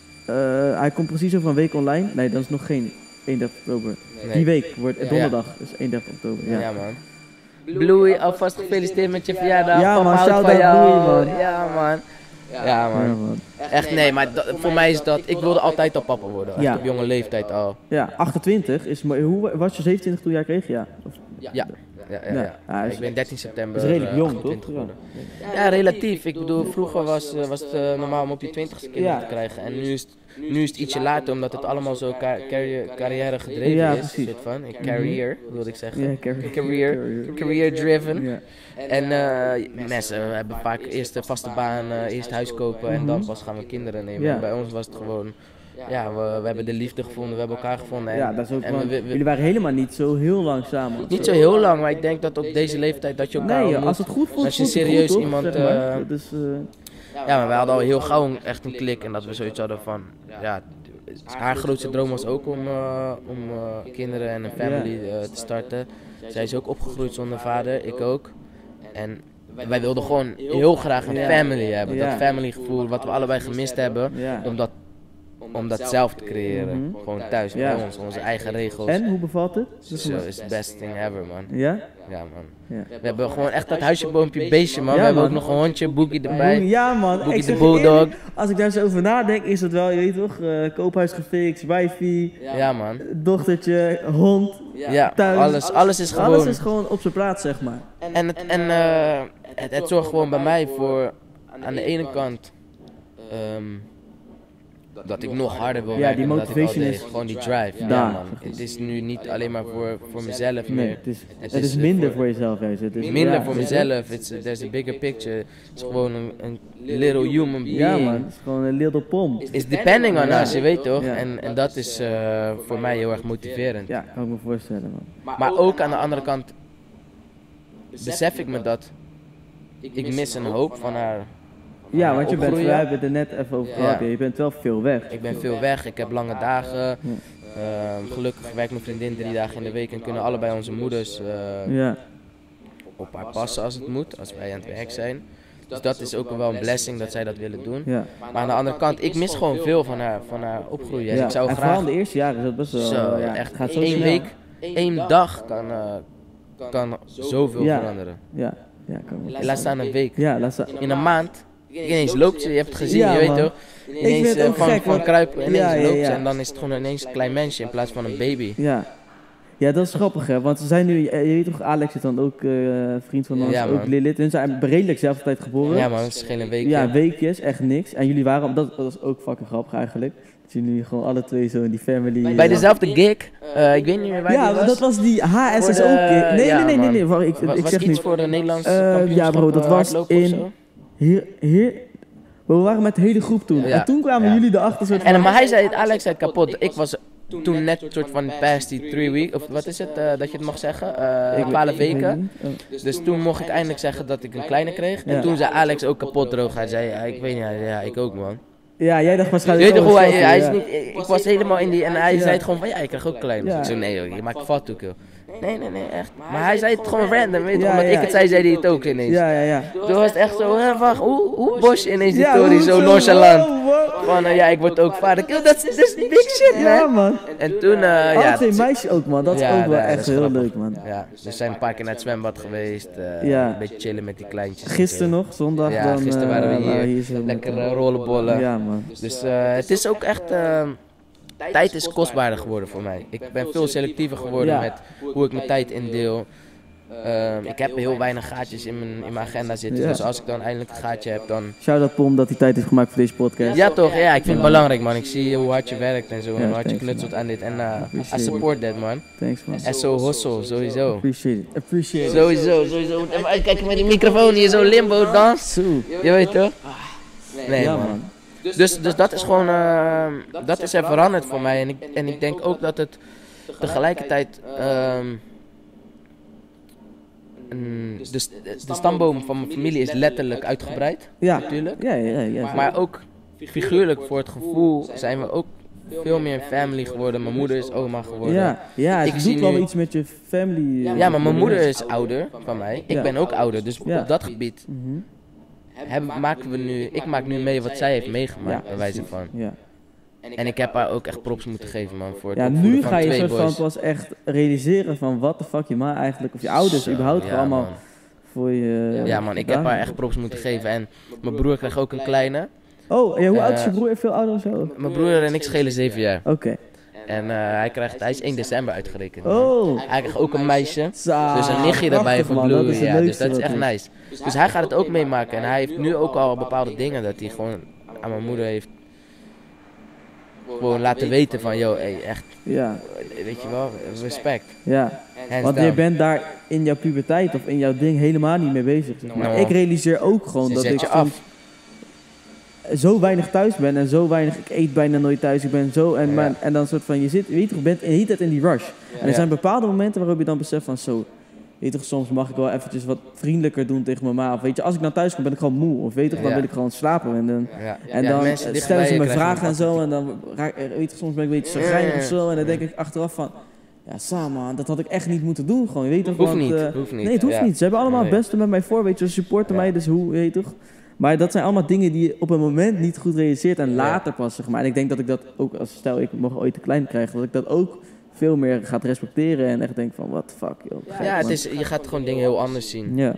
Speaker 1: eh, hij komt precies over een week online. Nee, dat is nog geen eenendertig oktober.
Speaker 2: Nee.
Speaker 1: Die week wordt
Speaker 2: Ja.
Speaker 1: donderdag, dus eenendertig oktober.
Speaker 2: Ja,
Speaker 1: Ja.
Speaker 2: man. Bloei, alvast gefeliciteerd met je verjaardag.
Speaker 1: Ja,
Speaker 2: Papa
Speaker 1: man,
Speaker 2: houdt
Speaker 1: shout-out
Speaker 2: van jou.
Speaker 1: Bloei, man.
Speaker 2: Ja man. Ja
Speaker 1: Ja,
Speaker 2: man.
Speaker 1: man.
Speaker 2: Echt nee, maar dat- voor mij is dat, ik wilde altijd al papa worden. Echt
Speaker 1: Ja.
Speaker 2: op jonge leeftijd al.
Speaker 1: Ja, achtentwintig is mooi. Hoe was je zevenentwintig toen jij kreeg? Ja. Of-
Speaker 2: Ja, ja, ja.
Speaker 1: Ja.
Speaker 2: ja.
Speaker 1: Ja, is-
Speaker 2: Ik ben dertien september
Speaker 1: is redelijk
Speaker 2: eh,
Speaker 1: jong,
Speaker 2: achtentwintig
Speaker 1: toch?
Speaker 2: geworden. Ja, relatief. Ik bedoel, vroeger was, eh, was het eh, normaal om op je twintigste kinderen
Speaker 1: Ja.
Speaker 2: te krijgen. En nu is, het, nu is het ietsje later, omdat het allemaal zo ca- carrière, carrière gedreven
Speaker 1: Ja,
Speaker 2: is.
Speaker 1: precies.
Speaker 2: Soort van. Een carrière, wilde ik zeggen.
Speaker 1: Ja, carrière.
Speaker 2: Career, career driven.
Speaker 1: Ja.
Speaker 2: En eh, mensen hebben vaak eerst een vaste baan, eh, eerst huis kopen en dan pas gaan we kinderen nemen.
Speaker 1: Ja.
Speaker 2: En bij ons was het gewoon, ja, we, we hebben de liefde gevonden, we hebben elkaar gevonden. En,
Speaker 1: Ja, dat is ook
Speaker 2: en
Speaker 1: wel.
Speaker 2: we- we-
Speaker 1: Jullie waren helemaal niet zo heel lang samen.
Speaker 2: niet zo heel lang, maar ik denk dat op deze leeftijd dat je elkaar
Speaker 1: Nee,
Speaker 2: ontmoet.
Speaker 1: als het goed voelt,
Speaker 2: als je
Speaker 1: voelt het
Speaker 2: serieus
Speaker 1: goed, toch?
Speaker 2: iemand,
Speaker 1: Zeg maar.
Speaker 2: eh,
Speaker 1: Dat is, eh,
Speaker 2: Ja, maar wij hadden al heel gauw een- echt een klik en dat we zoiets hadden van, ja, haar grootste droom was ook om, eh, om eh, kinderen en een family eh, te starten. Zij is ook opgegroeid zonder vader, ik ook. En wij wilden gewoon heel graag een
Speaker 1: Ja.
Speaker 2: family hebben,
Speaker 1: Ja.
Speaker 2: dat family gevoel wat we allebei gemist hebben,
Speaker 1: ja.
Speaker 2: om dat, om dat zelf te creëren.
Speaker 1: Mhm.
Speaker 2: Gewoon thuis
Speaker 1: Ja.
Speaker 2: bij ons, onze eigen regels.
Speaker 1: En, hoe bevalt het?
Speaker 2: Zo is the best thing ever, man.
Speaker 1: Ja?
Speaker 2: Ja, man.
Speaker 1: Ja.
Speaker 2: We hebben gewoon echt dat huisje, boompje, beestje, man.
Speaker 1: Ja,
Speaker 2: we hebben
Speaker 1: man.
Speaker 2: ook nog een hondje, Boogie erbij.
Speaker 1: Ja man,
Speaker 2: Boogie
Speaker 1: ik
Speaker 2: de
Speaker 1: zeg je
Speaker 2: bulldog.
Speaker 1: eerlijk, als ik daar zo over nadenk, is het wel, je weet toch, eh, koophuis gefixt, wifi,
Speaker 2: Ja, man.
Speaker 1: dochtertje, hond,
Speaker 2: Ja,
Speaker 1: thuis.
Speaker 2: alles, alles is gewoon...
Speaker 1: alles is gewoon op zijn plaats, zeg maar.
Speaker 2: En, het, en eh, het, het zorgt gewoon bij mij voor, aan de ene kant, ehm, dat ik nog harder wil
Speaker 1: Ja,
Speaker 2: werken
Speaker 1: die
Speaker 2: dan dat ik al
Speaker 1: motivation
Speaker 2: deed.
Speaker 1: is
Speaker 2: Gewoon die drive. Ja,
Speaker 1: daar.
Speaker 2: man. Het is nu niet alleen maar voor, voor mezelf
Speaker 1: Nee,
Speaker 2: meer.
Speaker 1: het is,
Speaker 2: Het
Speaker 1: het
Speaker 2: is,
Speaker 1: is
Speaker 2: eh,
Speaker 1: minder
Speaker 2: voor-
Speaker 1: voor jezelf, juist. Het is
Speaker 2: Minder
Speaker 1: ja,
Speaker 2: voor
Speaker 1: weet je?
Speaker 2: mezelf. It's, there's a bigger picture. Het is gewoon een, een little human being.
Speaker 1: Ja man, het is gewoon een little pom.
Speaker 2: Is depending on
Speaker 1: Ja.
Speaker 2: us, je weet toch?
Speaker 1: Ja.
Speaker 2: En, en dat is eh, voor mij heel erg motiverend.
Speaker 1: Ja, kan ik me voorstellen man.
Speaker 2: Maar ook aan de andere kant besef ik me dat ik mis een hoop van haar. van
Speaker 1: Ja,
Speaker 2: haar
Speaker 1: want je bent, we
Speaker 2: opgroeien.
Speaker 1: hebben het er net even over
Speaker 2: Ja.
Speaker 1: gehad, ja, je bent wel veel weg.
Speaker 2: Ik ben veel weg, ik heb lange dagen. Ehm, gelukkig werkt mijn vriendin drie dagen in de week en kunnen allebei onze moeders eh,
Speaker 1: Ja,
Speaker 2: op haar passen als het moet, als wij aan het werk zijn. Dus dat is ook wel een blessing dat zij dat willen doen.
Speaker 1: ja.
Speaker 2: Maar aan de andere kant, ik mis gewoon veel van haar, van haar opgroeien. En
Speaker 1: ja.
Speaker 2: ik zou
Speaker 1: en vooral
Speaker 2: graag
Speaker 1: in de eerste jaren is dat best wel,
Speaker 2: zo,
Speaker 1: ja,
Speaker 2: echt
Speaker 1: het gaat zo
Speaker 2: één
Speaker 1: snel.
Speaker 2: week, één dag kan, eh, kan zoveel
Speaker 1: Ja.
Speaker 2: veranderen.
Speaker 1: Ja, ja, kan me
Speaker 2: Laat staan een week.
Speaker 1: Ja, laat staan.
Speaker 2: In een maand, ineens loopt ze, je hebt het gezien,
Speaker 1: Ja,
Speaker 2: je weet
Speaker 1: man.
Speaker 2: toch?
Speaker 1: vind
Speaker 2: Ineens
Speaker 1: het
Speaker 2: eh,
Speaker 1: ook
Speaker 2: van,
Speaker 1: gek,
Speaker 2: van
Speaker 1: want-
Speaker 2: kruipen, ineens
Speaker 1: Ja, ja,
Speaker 2: loopt ze
Speaker 1: ja.
Speaker 2: en dan is het gewoon ineens een klein mensje in plaats van een baby.
Speaker 1: Ja. Ja, dat is grappig hè, want ze zijn nu, eh, je weet toch, Alex is dan ook eh, vriend van ons,
Speaker 2: Ja,
Speaker 1: ook
Speaker 2: man.
Speaker 1: Lilith. Hun zijn redelijk zelfde tijd geboren.
Speaker 2: Ja man, het is geen een week.
Speaker 1: Ja, weekjes, echt niks. En jullie waren, dat, dat was ook fucking grappig eigenlijk. Dat jullie gewoon alle twee zo in die family...
Speaker 2: Bij
Speaker 1: eh,
Speaker 2: dezelfde gig, eh, ik weet niet meer waar
Speaker 1: Ja,
Speaker 2: die was.
Speaker 1: dat was die H S
Speaker 2: Voor
Speaker 1: S
Speaker 2: de-
Speaker 1: O keer. Nee,
Speaker 2: ja,
Speaker 1: nee, nee, nee,
Speaker 2: man.
Speaker 1: nee, wacht, ik,
Speaker 2: Wa-
Speaker 1: ik
Speaker 2: was
Speaker 1: zeg
Speaker 2: iets
Speaker 1: niet.
Speaker 2: voor de Nederlandse
Speaker 1: Eh,
Speaker 2: kampioenschap,
Speaker 1: ja, bro, dat
Speaker 2: eh,
Speaker 1: was
Speaker 2: hardlopen of
Speaker 1: in-
Speaker 2: zo?
Speaker 1: Hier, hier... We waren met de hele groep toen.
Speaker 2: Ja.
Speaker 1: En toen kwamen
Speaker 2: Ja.
Speaker 1: jullie erachter soort van...
Speaker 2: En, maar hij zei het, Alex zei het kapot. Ik was toen net een soort van past die three weeks, of wat is het, eh, dat je het mag zeggen, eh
Speaker 1: Ik-
Speaker 2: twaalf
Speaker 1: ik weet
Speaker 2: weken.
Speaker 1: niet. Oh.
Speaker 2: Dus toen mocht ik eindelijk zeggen dat ik een kleine kreeg.
Speaker 1: Ja.
Speaker 2: En toen zei Alex ook kapot droog. Hij zei, ja, ik weet niet, ja, ik ook man.
Speaker 1: Ja, jij dacht
Speaker 2: Je
Speaker 1: waarschijnlijk...
Speaker 2: weet toch
Speaker 1: oh,
Speaker 2: hoe hij,
Speaker 1: schatje,
Speaker 2: hij is
Speaker 1: ja.
Speaker 2: niet, ik was helemaal in die, en hij
Speaker 1: Ja.
Speaker 2: zei het gewoon van, ja, ik krijg ook klein. Dus
Speaker 1: Ja.
Speaker 2: ik zei, nee joh, je maakt fout ook joh. Nee, nee, nee, echt. Maar hij zei het gewoon random, weet je,
Speaker 1: Ja,
Speaker 2: omdat
Speaker 1: ja.
Speaker 2: ik het zei, zei hij het ook ineens.
Speaker 1: Ja, ja, ja.
Speaker 2: Toen was het echt zo, hè, wacht, hoe, hoe Bosch ineens die
Speaker 1: Ja,
Speaker 2: Tory
Speaker 1: hoe
Speaker 2: zo nonchalant.
Speaker 1: Wow, wow.
Speaker 2: Van, eh, ja, ik word ook vader. Yo, dat is dat is big shit,
Speaker 1: Ja,
Speaker 2: man.
Speaker 1: man.
Speaker 2: En toen, eh,
Speaker 1: Alle
Speaker 2: ja.
Speaker 1: twee meisjes ook, man. Dat is
Speaker 2: Ja,
Speaker 1: ook wel
Speaker 2: nee, dat
Speaker 1: echt
Speaker 2: is
Speaker 1: heel
Speaker 2: grappig.
Speaker 1: leuk, man.
Speaker 2: Ja, we zijn een paar keer naar het zwembad geweest. eh,
Speaker 1: Ja.
Speaker 2: Een beetje chillen met die kleintjes. en
Speaker 1: Gisteren
Speaker 2: zo.
Speaker 1: nog, zondag.
Speaker 2: Ja,
Speaker 1: dan,
Speaker 2: gisteren
Speaker 1: eh,
Speaker 2: waren we hier.
Speaker 1: zo met-
Speaker 2: Lekker eh, rollenbollen.
Speaker 1: Ja, man.
Speaker 2: Dus eh, het is ook echt... eh, tijd is kostbaarder geworden voor mij. Ik ben veel selectiever geworden
Speaker 1: Ja.
Speaker 2: met hoe ik mijn tijd indeel. Ehm, ik heb heel weinig gaatjes in mijn, in mijn agenda zitten.
Speaker 1: Ja.
Speaker 2: Dus als ik dan eindelijk een gaatje heb, dan...
Speaker 1: Shout-out Pom dat hij tijd heeft gemaakt voor deze podcast.
Speaker 2: Ja toch, ja, ik vind het belangrijk man. Ik zie hoe hard je werkt en zo. En
Speaker 1: Ja,
Speaker 2: hoe hard je
Speaker 1: thanks,
Speaker 2: knutselt aan dit. En eh I
Speaker 1: Appreciate
Speaker 2: support that man.
Speaker 1: Thanks, man.
Speaker 2: En zo hustle, sowieso.
Speaker 1: Appreciate it. Appreciate it.
Speaker 2: Sowieso, sowieso. Even uitkijken met die microfoon hier, zo limbo dans.
Speaker 1: Zo.
Speaker 2: Je weet toch? Nee
Speaker 1: Ja,
Speaker 2: man.
Speaker 1: man.
Speaker 2: Dus, dus dat is gewoon, eh, dat is er veranderd voor mij. En ik, en ik denk ook dat het tegelijkertijd, ehm, een de, st- de stamboom van mijn familie is letterlijk uitgebreid,
Speaker 1: Ja.
Speaker 2: natuurlijk.
Speaker 1: Ja, ja, ja. ja
Speaker 2: Maar ook figuurlijk voor het gevoel zijn we ook veel meer een family geworden. Mijn moeder is oma geworden.
Speaker 1: ja, ja, het
Speaker 2: Ik
Speaker 1: doet
Speaker 2: zie
Speaker 1: wel
Speaker 2: nu-
Speaker 1: iets met je family. eh,
Speaker 2: Ja, maar mijn moeder is ouder van mij. Ik
Speaker 1: Ja.
Speaker 2: ben ook ouder, dus
Speaker 1: Ja.
Speaker 2: op dat gebied
Speaker 1: Mhm.
Speaker 2: hebben, maken we nu... Ik maak nu mee wat zij heeft meegemaakt,
Speaker 1: Ja,
Speaker 2: bij wijze van.
Speaker 1: Ja.
Speaker 2: En ik heb haar ook echt props moeten geven, man, voor het
Speaker 1: Ja,
Speaker 2: opvoeden
Speaker 1: nu
Speaker 2: van
Speaker 1: ga je
Speaker 2: twee
Speaker 1: soort van
Speaker 2: boys.
Speaker 1: pas echt realiseren van wat de fuck je ma eigenlijk, of je ouders
Speaker 2: Zo,
Speaker 1: überhaupt
Speaker 2: ja,
Speaker 1: gewoon allemaal
Speaker 2: man.
Speaker 1: voor je...
Speaker 2: Ja, man, ik heb haar echt props moeten geven. En mijn broer kreeg ook een kleine.
Speaker 1: Oh, ja, hoe oud is je
Speaker 2: Eh,
Speaker 1: broer? Veel ouder of zo?
Speaker 2: Mijn broer en ik schelen zeven jaar.
Speaker 1: Oké.
Speaker 2: En eh, hij, krijgt, hij is één december uitgerekend. man.
Speaker 1: Oh.
Speaker 2: Hij kreeg ook een meisje.
Speaker 1: Za,
Speaker 2: Dus een nichtje daarbij
Speaker 1: prachtig,
Speaker 2: voor
Speaker 1: man, dat
Speaker 2: Blue.
Speaker 1: is het
Speaker 2: Ja, dus
Speaker 1: leukste
Speaker 2: dat is
Speaker 1: wat
Speaker 2: echt
Speaker 1: er
Speaker 2: nice. Dus hij gaat het ook meemaken. En hij heeft nu ook al bepaalde dingen dat hij gewoon aan mijn moeder heeft gewoon laten weten van, yo, hey, echt,
Speaker 1: Ja,
Speaker 2: weet je wel, respect.
Speaker 1: ja.
Speaker 2: Hands
Speaker 1: Want
Speaker 2: down.
Speaker 1: je bent daar in jouw puberteit of in jouw ding helemaal niet mee bezig. Zeg maar.
Speaker 2: No.
Speaker 1: Ik realiseer ook gewoon
Speaker 2: Ze
Speaker 1: dat
Speaker 2: zet
Speaker 1: ik
Speaker 2: je
Speaker 1: soms zo weinig thuis ben en zo weinig, ik eet bijna nooit thuis, ik ben zo, en,
Speaker 2: Ja.
Speaker 1: maar, en dan soort van, je zit, je weet toch, je bent de hele tijd in die rush. En er
Speaker 2: Ja.
Speaker 1: zijn bepaalde momenten waarop je dan beseft van zo, weet je toch, soms mag ik wel eventjes wat vriendelijker doen tegen mijn ma. Of weet je, als ik naar thuis kom ben ik gewoon moe. Of weet je toch, dan
Speaker 2: Ja.
Speaker 1: wil ik gewoon slapen. En dan,
Speaker 2: Ja.
Speaker 1: en
Speaker 2: Ja,
Speaker 1: dan
Speaker 2: mensen dichtbij
Speaker 1: stellen ze
Speaker 2: je
Speaker 1: me
Speaker 2: krijgen
Speaker 1: vragen en
Speaker 2: altijd-
Speaker 1: zo. En dan raak, eh, weet je, soms ben ik een beetje zagrijnig of zo. En dan denk ik achteraf van, ja, Sam man, dat had ik echt niet moeten doen. Gewoon, je weet toch,
Speaker 2: Hoeft
Speaker 1: want,
Speaker 2: niet,
Speaker 1: eh,
Speaker 2: hoeft niet.
Speaker 1: Nee, het hoeft
Speaker 2: Ja.
Speaker 1: niet. Ze hebben allemaal
Speaker 2: Nee.
Speaker 1: het beste met mij voor, weet je. Ze supporten
Speaker 2: Ja.
Speaker 1: mij, dus hoe, weet je toch. Maar dat zijn allemaal dingen die je op een moment niet goed realiseert en
Speaker 2: Ja.
Speaker 1: later pas, zeg maar. En ik denk dat ik dat ook, als stel ik mocht ooit een klein krijgen, dat ik dat ook veel meer gaat respecteren en echt denk van, what the fuck, joh. Gek,
Speaker 2: Ja, het
Speaker 1: man.
Speaker 2: is, je gaat gewoon dingen heel anders zien.
Speaker 1: Ja,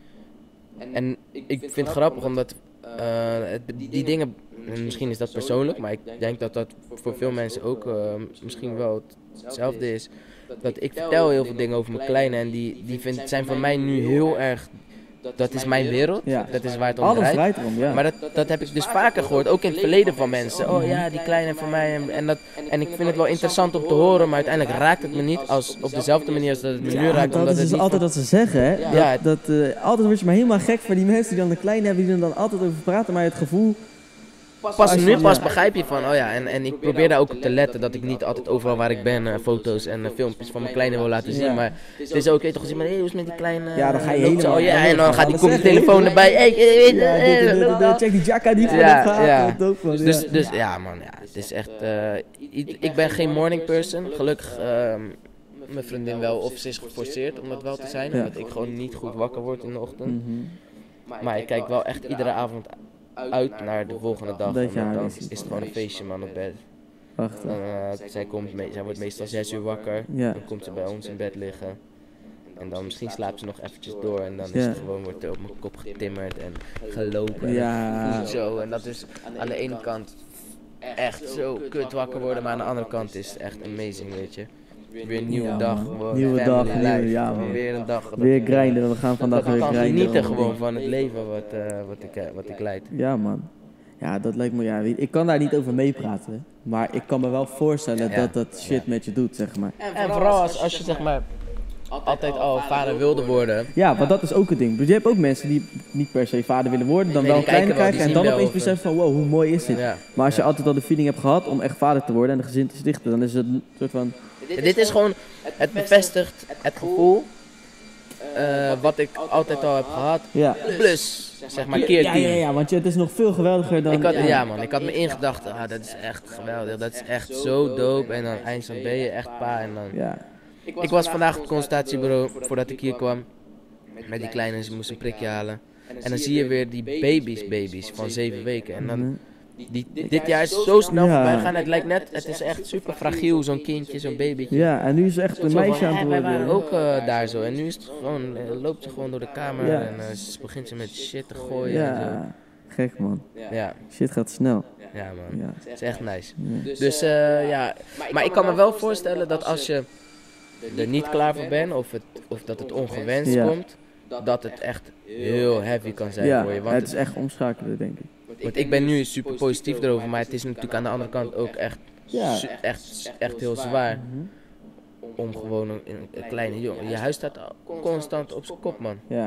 Speaker 2: En ik vind het grappig omdat eh, het- die, die dingen, en misschien is dat persoonlijk, maar ik denk dat dat voor veel mensen ook eh, misschien wel hetzelfde is. Dat ik vertel heel veel dingen over mijn kleine en die, die vind, zijn voor mij nu heel erg, dat is mijn wereld,
Speaker 1: Ja.
Speaker 2: dat is waar het om
Speaker 1: alles
Speaker 2: draait.
Speaker 1: draait erom, ja.
Speaker 2: Maar dat, dat heb ik dus vaker gehoord, ook in het verleden van mensen. Oh ja, die kleine van mij. En, en, dat, en ik vind het wel interessant om te horen, maar uiteindelijk raakt het me niet als, op dezelfde manier als dat het me nu
Speaker 1: Ja,
Speaker 2: raakt.
Speaker 1: dat
Speaker 2: Omdat
Speaker 1: is
Speaker 2: het
Speaker 1: dus
Speaker 2: niet
Speaker 1: altijd
Speaker 2: van-
Speaker 1: wat ze zeggen, hè.
Speaker 2: Ja.
Speaker 1: Dat, dat, eh, altijd word je maar helemaal gek voor die mensen die dan de kleine hebben, die er dan altijd over praten, maar het gevoel...
Speaker 2: Pas nu
Speaker 1: Ja.
Speaker 2: pas begrijp je van, oh ja, en, en ik probeer daar ook op te letten dat ik niet altijd overal waar ik ben eh, foto's en eh, filmpjes van mijn kleine wil laten zien.
Speaker 1: Ja.
Speaker 2: Maar het is ook, weet je toch, als iemand, hé, hoe is het met die kleine...
Speaker 1: Ja, dan ga je
Speaker 2: loopt ze?
Speaker 1: helemaal-
Speaker 2: Oh ja,
Speaker 1: dan
Speaker 2: en dan
Speaker 1: gaan
Speaker 2: gaat die
Speaker 1: we
Speaker 2: komt de
Speaker 1: zeggen.
Speaker 2: telefoon erbij. Hey, hey,
Speaker 1: Ja,
Speaker 2: hey,
Speaker 1: dit, dit, dit,
Speaker 2: hey,
Speaker 1: dit, check die jacka die voor
Speaker 2: Ja,
Speaker 1: het gaat.
Speaker 2: ja.
Speaker 1: Dat ook van,
Speaker 2: Dus,
Speaker 1: ja.
Speaker 2: dus ja man, ja, het is echt, eh, i- ik ben geen morning person. Gelukkig ehm, mijn vriendin wel, of ze is geforceerd om dat wel te zijn.
Speaker 1: Ja.
Speaker 2: Omdat ik gewoon niet goed wakker word in de ochtend.
Speaker 1: Mhm.
Speaker 2: Maar ik kijk wel echt iedere avond uit naar de volgende dag.
Speaker 1: Dat je
Speaker 2: En
Speaker 1: haar
Speaker 2: dan
Speaker 1: weer
Speaker 2: is
Speaker 1: ziet.
Speaker 2: het gewoon een feestje man op bed.
Speaker 1: Wacht,
Speaker 2: Dan, eh, zij, komt me- zij wordt meestal zes uur wakker.
Speaker 1: Ja.
Speaker 2: Dan komt ze bij ons in bed liggen. En dan misschien slaapt ze nog eventjes door. En dan is
Speaker 1: Ja.
Speaker 2: het gewoon, wordt er op mijn kop getimmerd en gelopen.
Speaker 1: Ja.
Speaker 2: En zo. En dat is aan de ene kant echt zo kut wakker worden. Maar aan de andere kant is het echt amazing, weet je. Weer een nieuwe
Speaker 1: Ja,
Speaker 2: dag.
Speaker 1: man.
Speaker 2: Gewoon
Speaker 1: Nieuwe
Speaker 2: family
Speaker 1: dag,
Speaker 2: life,
Speaker 1: nieuwe- ja,
Speaker 2: gewoon
Speaker 1: man.
Speaker 2: weer een dag. dat
Speaker 1: Weer
Speaker 2: we-
Speaker 1: grinden, we gaan vandaag
Speaker 2: dat
Speaker 1: weer
Speaker 2: ik kan
Speaker 1: grinden.
Speaker 2: genieten
Speaker 1: man.
Speaker 2: gewoon van het leven wat, eh, wat, ik, eh, wat ik leid.
Speaker 1: Ja, man. Ja, dat lijkt me, ja, weet- ik kan daar niet over meepraten. hè. Maar ik kan me wel voorstellen
Speaker 2: Ja.
Speaker 1: dat dat shit met je doet, zeg maar.
Speaker 2: En vooral als, als je zeg maar altijd al vader wilde worden.
Speaker 1: Ja, want dat is ook het ding. Dus je hebt ook mensen die niet per se vader willen worden, dan
Speaker 2: Nee,
Speaker 1: wel
Speaker 2: die
Speaker 1: een kleine
Speaker 2: kijken wel,
Speaker 1: krijgen
Speaker 2: die
Speaker 1: en dan
Speaker 2: zien
Speaker 1: opeens
Speaker 2: wel
Speaker 1: beseffen van, wow, hoe mooi is dit.
Speaker 2: Ja.
Speaker 1: Maar als je
Speaker 2: Ja.
Speaker 1: altijd al de feeling hebt gehad om echt vader te worden en een gezin te stichten, dan is het een soort van...
Speaker 2: Dit is gewoon, het bevestigt het gevoel eh, wat ik altijd al heb gehad.
Speaker 1: Ja.
Speaker 2: Plus, zeg maar, keer
Speaker 1: Ja, ja,
Speaker 2: tien.
Speaker 1: ja, want je, het is nog veel geweldiger dan...
Speaker 2: Ik had, ja man, ik had me ingedacht, ah, dat is echt geweldig, dat is echt zo dope. En dan eindstand ben je echt pa en dan...
Speaker 1: Ja.
Speaker 2: Ik was vandaag op het consultatiebureau voordat ik hier kwam. Met die kleine, ze moesten een prikje halen. En dan zie je weer die baby's, baby's van zeven weken. En dan,
Speaker 1: Mhm.
Speaker 2: die, dit jaar is zo snel
Speaker 1: Ja.
Speaker 2: voorbij gaan. Het lijkt net, het is echt super fragiel, zo'n kindje, zo'n babytje.
Speaker 1: Ja, en nu is het echt een
Speaker 2: Zo van,
Speaker 1: meisje aan
Speaker 2: hè,
Speaker 1: het
Speaker 2: wij waren
Speaker 1: worden.
Speaker 2: ook eh, daar zo. En nu is het gewoon, eh, loopt ze gewoon door de kamer
Speaker 1: Ja.
Speaker 2: en eh, ze begint ze met shit te gooien. En
Speaker 1: Ja, gek man.
Speaker 2: zo. Ja,
Speaker 1: Shit gaat snel.
Speaker 2: ja man.
Speaker 1: Ja.
Speaker 2: Het is echt nice.
Speaker 1: Ja.
Speaker 2: Dus eh, ja, maar ik kan me wel voorstellen dat als je er niet klaar voor bent of, het, of dat het ongewenst
Speaker 1: Ja.
Speaker 2: komt, dat het echt heel heavy kan zijn
Speaker 1: Ja,
Speaker 2: voor je. Want,
Speaker 1: het is echt omschakelen, denk ik.
Speaker 2: want ik ben nu super positief erover, maar het is natuurlijk aan de andere kant ook echt,
Speaker 1: Ja.
Speaker 2: su- echt, echt heel zwaar.
Speaker 1: Mhm.
Speaker 2: Om gewoon een, een kleine jongen. Je huis staat al constant op zijn kop, man.
Speaker 1: Ja.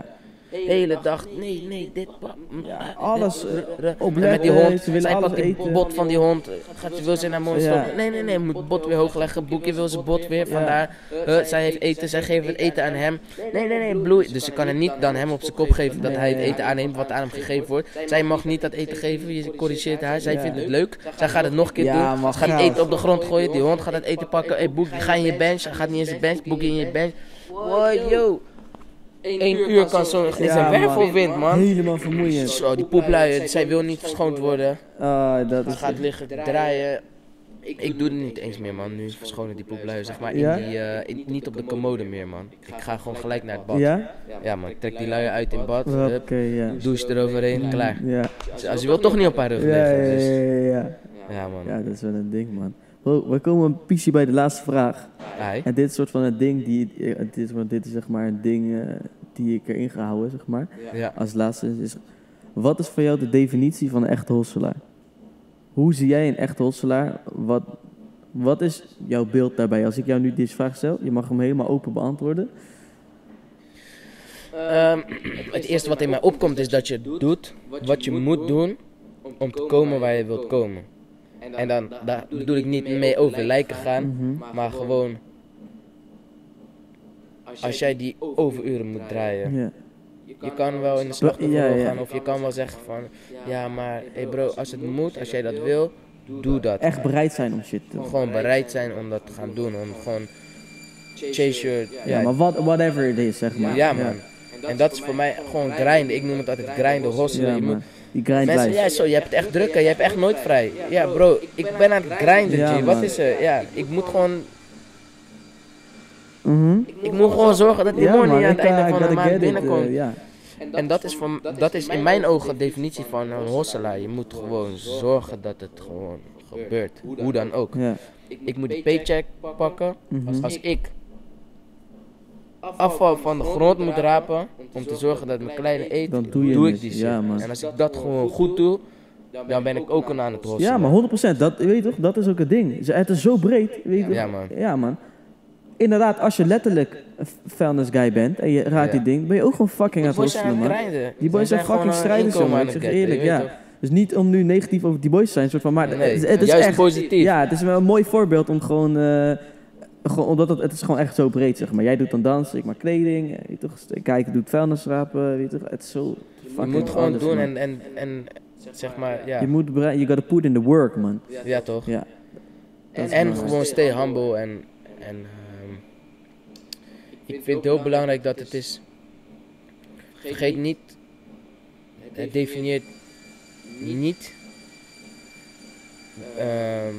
Speaker 2: hele dag, nee, nee, dit, ba-
Speaker 1: Ja, alles
Speaker 2: dit,
Speaker 1: uh,
Speaker 2: r- r-
Speaker 1: opletten,
Speaker 2: en met die hond,
Speaker 1: ze willen
Speaker 2: zij
Speaker 1: alles
Speaker 2: pakt die
Speaker 1: eten.
Speaker 2: bot van die hond, gaat ze wil ze naar mond
Speaker 1: Ja.
Speaker 2: stoppen. Nee, nee, nee, moet het bot weer hoog leggen, Boekie wil zijn bot weer,
Speaker 1: Ja.
Speaker 2: vandaar. Uh, zij heeft eten, zij geven het eten aan hem. Nee, nee, nee, bloei. Dus ze kan er niet dan hem op zijn kop geven dat hij het eten aanneemt wat aan hem gegeven wordt. Zij mag niet dat eten geven, je corrigeert haar, zij
Speaker 1: Ja.
Speaker 2: vindt het leuk. Zij gaat het nog een keer
Speaker 1: Ja,
Speaker 2: doen,
Speaker 1: maar
Speaker 2: ze gaat
Speaker 1: gaaf.
Speaker 2: eten op de grond gooien, die hond gaat het eten pakken. Hey Boekie, ga in je bench, hij gaat niet in zijn bench, Boekie in je bench. Wow, yo. Eén uur kan zo, is
Speaker 1: Ja,
Speaker 2: een wervelwind, man.
Speaker 1: Helemaal vermoeiend.
Speaker 2: Zo, die poepluien, zij wil niet verschoond worden.
Speaker 1: Ah, dat
Speaker 2: Ze
Speaker 1: is...
Speaker 2: gaat liggen draaien. Ik doe het niet eens meer, man. Nu verschonen die poepluien, zeg maar, in
Speaker 1: Ja?
Speaker 2: die, uh, in, niet op de commode meer, man. Ik ga gewoon gelijk naar het bad.
Speaker 1: Ja?
Speaker 2: Ja, man. Ik trek die luien uit in bad.
Speaker 1: Oké,
Speaker 2: Hup,
Speaker 1: ja.
Speaker 2: douche eroverheen, klaar.
Speaker 1: Ja.
Speaker 2: Als je wil toch niet op haar rug
Speaker 1: Ja, ja,
Speaker 2: liggen, dus...
Speaker 1: ja, ja.
Speaker 2: Ja, man.
Speaker 1: Ja, dat is wel een ding, man. Bro, we komen een piece bij de laatste vraag.
Speaker 2: Ai.
Speaker 1: En dit is soort van een ding die... eh, Dit is, want dit is zeg maar een ding uh, die ik erin ga houden, zeg maar.
Speaker 2: Ja.
Speaker 1: Als laatste is... Wat is voor jou de definitie van een echte hosselaar? Hoe zie jij een echte hosselaar? Wat, wat is jouw beeld daarbij? Als ik jou nu deze vraag stel, je mag hem helemaal open beantwoorden.
Speaker 2: Um, het eerste wat in mij opkomt is dat je doet wat je moet doen om te komen waar je wilt komen. En dan daar bedoel ik niet mee over lijken gaan,
Speaker 1: Mhm.
Speaker 2: maar gewoon als jij die overuren moet draaien.
Speaker 1: Ja.
Speaker 2: Je kan wel in de slachtofferrol
Speaker 1: Ja, ja.
Speaker 2: gaan of je kan wel zeggen van ja maar hey bro, als het moet, als jij dat wil, doe dat.
Speaker 1: Echt bereid zijn om shit te doen.
Speaker 2: Gewoon bereid zijn om dat te gaan doen, om gewoon chase your...
Speaker 1: Ja, maar what, whatever it is, zeg maar.
Speaker 2: Ja man. En dat is voor mij gewoon grinden. Ik noem het altijd grinden, hosselen.
Speaker 1: Ja,
Speaker 2: Je
Speaker 1: man.
Speaker 2: moet
Speaker 1: Die grind
Speaker 2: mensen,
Speaker 1: blijft.
Speaker 2: ja zo, je hebt het echt druk en je hebt echt nooit vrij. Ja bro, ik ben aan het grinden
Speaker 1: Ja,
Speaker 2: G. Wat
Speaker 1: man.
Speaker 2: is er? Ja, ik moet gewoon,
Speaker 1: Mhm.
Speaker 2: ik moet gewoon zorgen dat die
Speaker 1: Ja,
Speaker 2: money
Speaker 1: man,
Speaker 2: aan het
Speaker 1: ik, uh,
Speaker 2: einde
Speaker 1: I
Speaker 2: van de
Speaker 1: gotta
Speaker 2: maand
Speaker 1: get it,
Speaker 2: binnenkomt.
Speaker 1: uh, ja.
Speaker 2: En dat is, voor, dat is in mijn ogen de definitie van een hosselaar. Je moet gewoon zorgen dat het gewoon gebeurt. Hoe dan ook.
Speaker 1: Ja.
Speaker 2: Ik moet die paycheck pakken.
Speaker 1: Mhm.
Speaker 2: Als ik afval van de grond moet rapen om te zorgen dat mijn kleine eet,
Speaker 1: Dan doe je
Speaker 2: doe
Speaker 1: het.
Speaker 2: ik die shit.
Speaker 1: Ja, man.
Speaker 2: En als ik dat gewoon goed doe, dan ben ik ook een aan het hosselen.
Speaker 1: Ja, maar honderd procent. Dat, weet je toch, dat is ook het ding. Ze- Het is zo breed. Weet je toch?
Speaker 2: Ja, man.
Speaker 1: Ja, man. Inderdaad, als je letterlijk een vuilnis guy bent en je raakt
Speaker 2: Ja.
Speaker 1: die ding, ben je ook gewoon fucking aan
Speaker 2: Die
Speaker 1: het
Speaker 2: boys zijn
Speaker 1: hosselen,
Speaker 2: aan het
Speaker 1: man.
Speaker 2: grinden.
Speaker 1: Die boys
Speaker 2: Zij
Speaker 1: zijn fucking
Speaker 2: gewoon een
Speaker 1: strijders,
Speaker 2: inkomen
Speaker 1: jongen.
Speaker 2: aan
Speaker 1: Ik
Speaker 2: het
Speaker 1: zeg je
Speaker 2: getten,
Speaker 1: eerlijk,
Speaker 2: je
Speaker 1: ja.
Speaker 2: weet toch?
Speaker 1: Dus niet om nu negatief over die boys te zijn, soort van, maar
Speaker 2: Nee,
Speaker 1: het, het is
Speaker 2: juist
Speaker 1: echt,
Speaker 2: positief.
Speaker 1: Ja, het is wel een mooi voorbeeld om gewoon, eh, gewoon omdat het, het is gewoon echt zo breed, zeg maar. Jij doet dan dansen, ik maak kleding, eh, weet je toch, kijken doet vuilnis rapen, weet je toch, het is zo
Speaker 2: Je
Speaker 1: fucking
Speaker 2: moet gewoon
Speaker 1: anders,
Speaker 2: doen
Speaker 1: man.
Speaker 2: en, en, en zeg maar, ja,
Speaker 1: Je moet, bereid- you gotta put in the work, man.
Speaker 2: ja toch?
Speaker 1: Ja. Dat is
Speaker 2: En
Speaker 1: belangrijk.
Speaker 2: gewoon stay humble en, en ehm, ik vind het heel belangrijk dat het is, vergeet niet, het definieert niet ehm,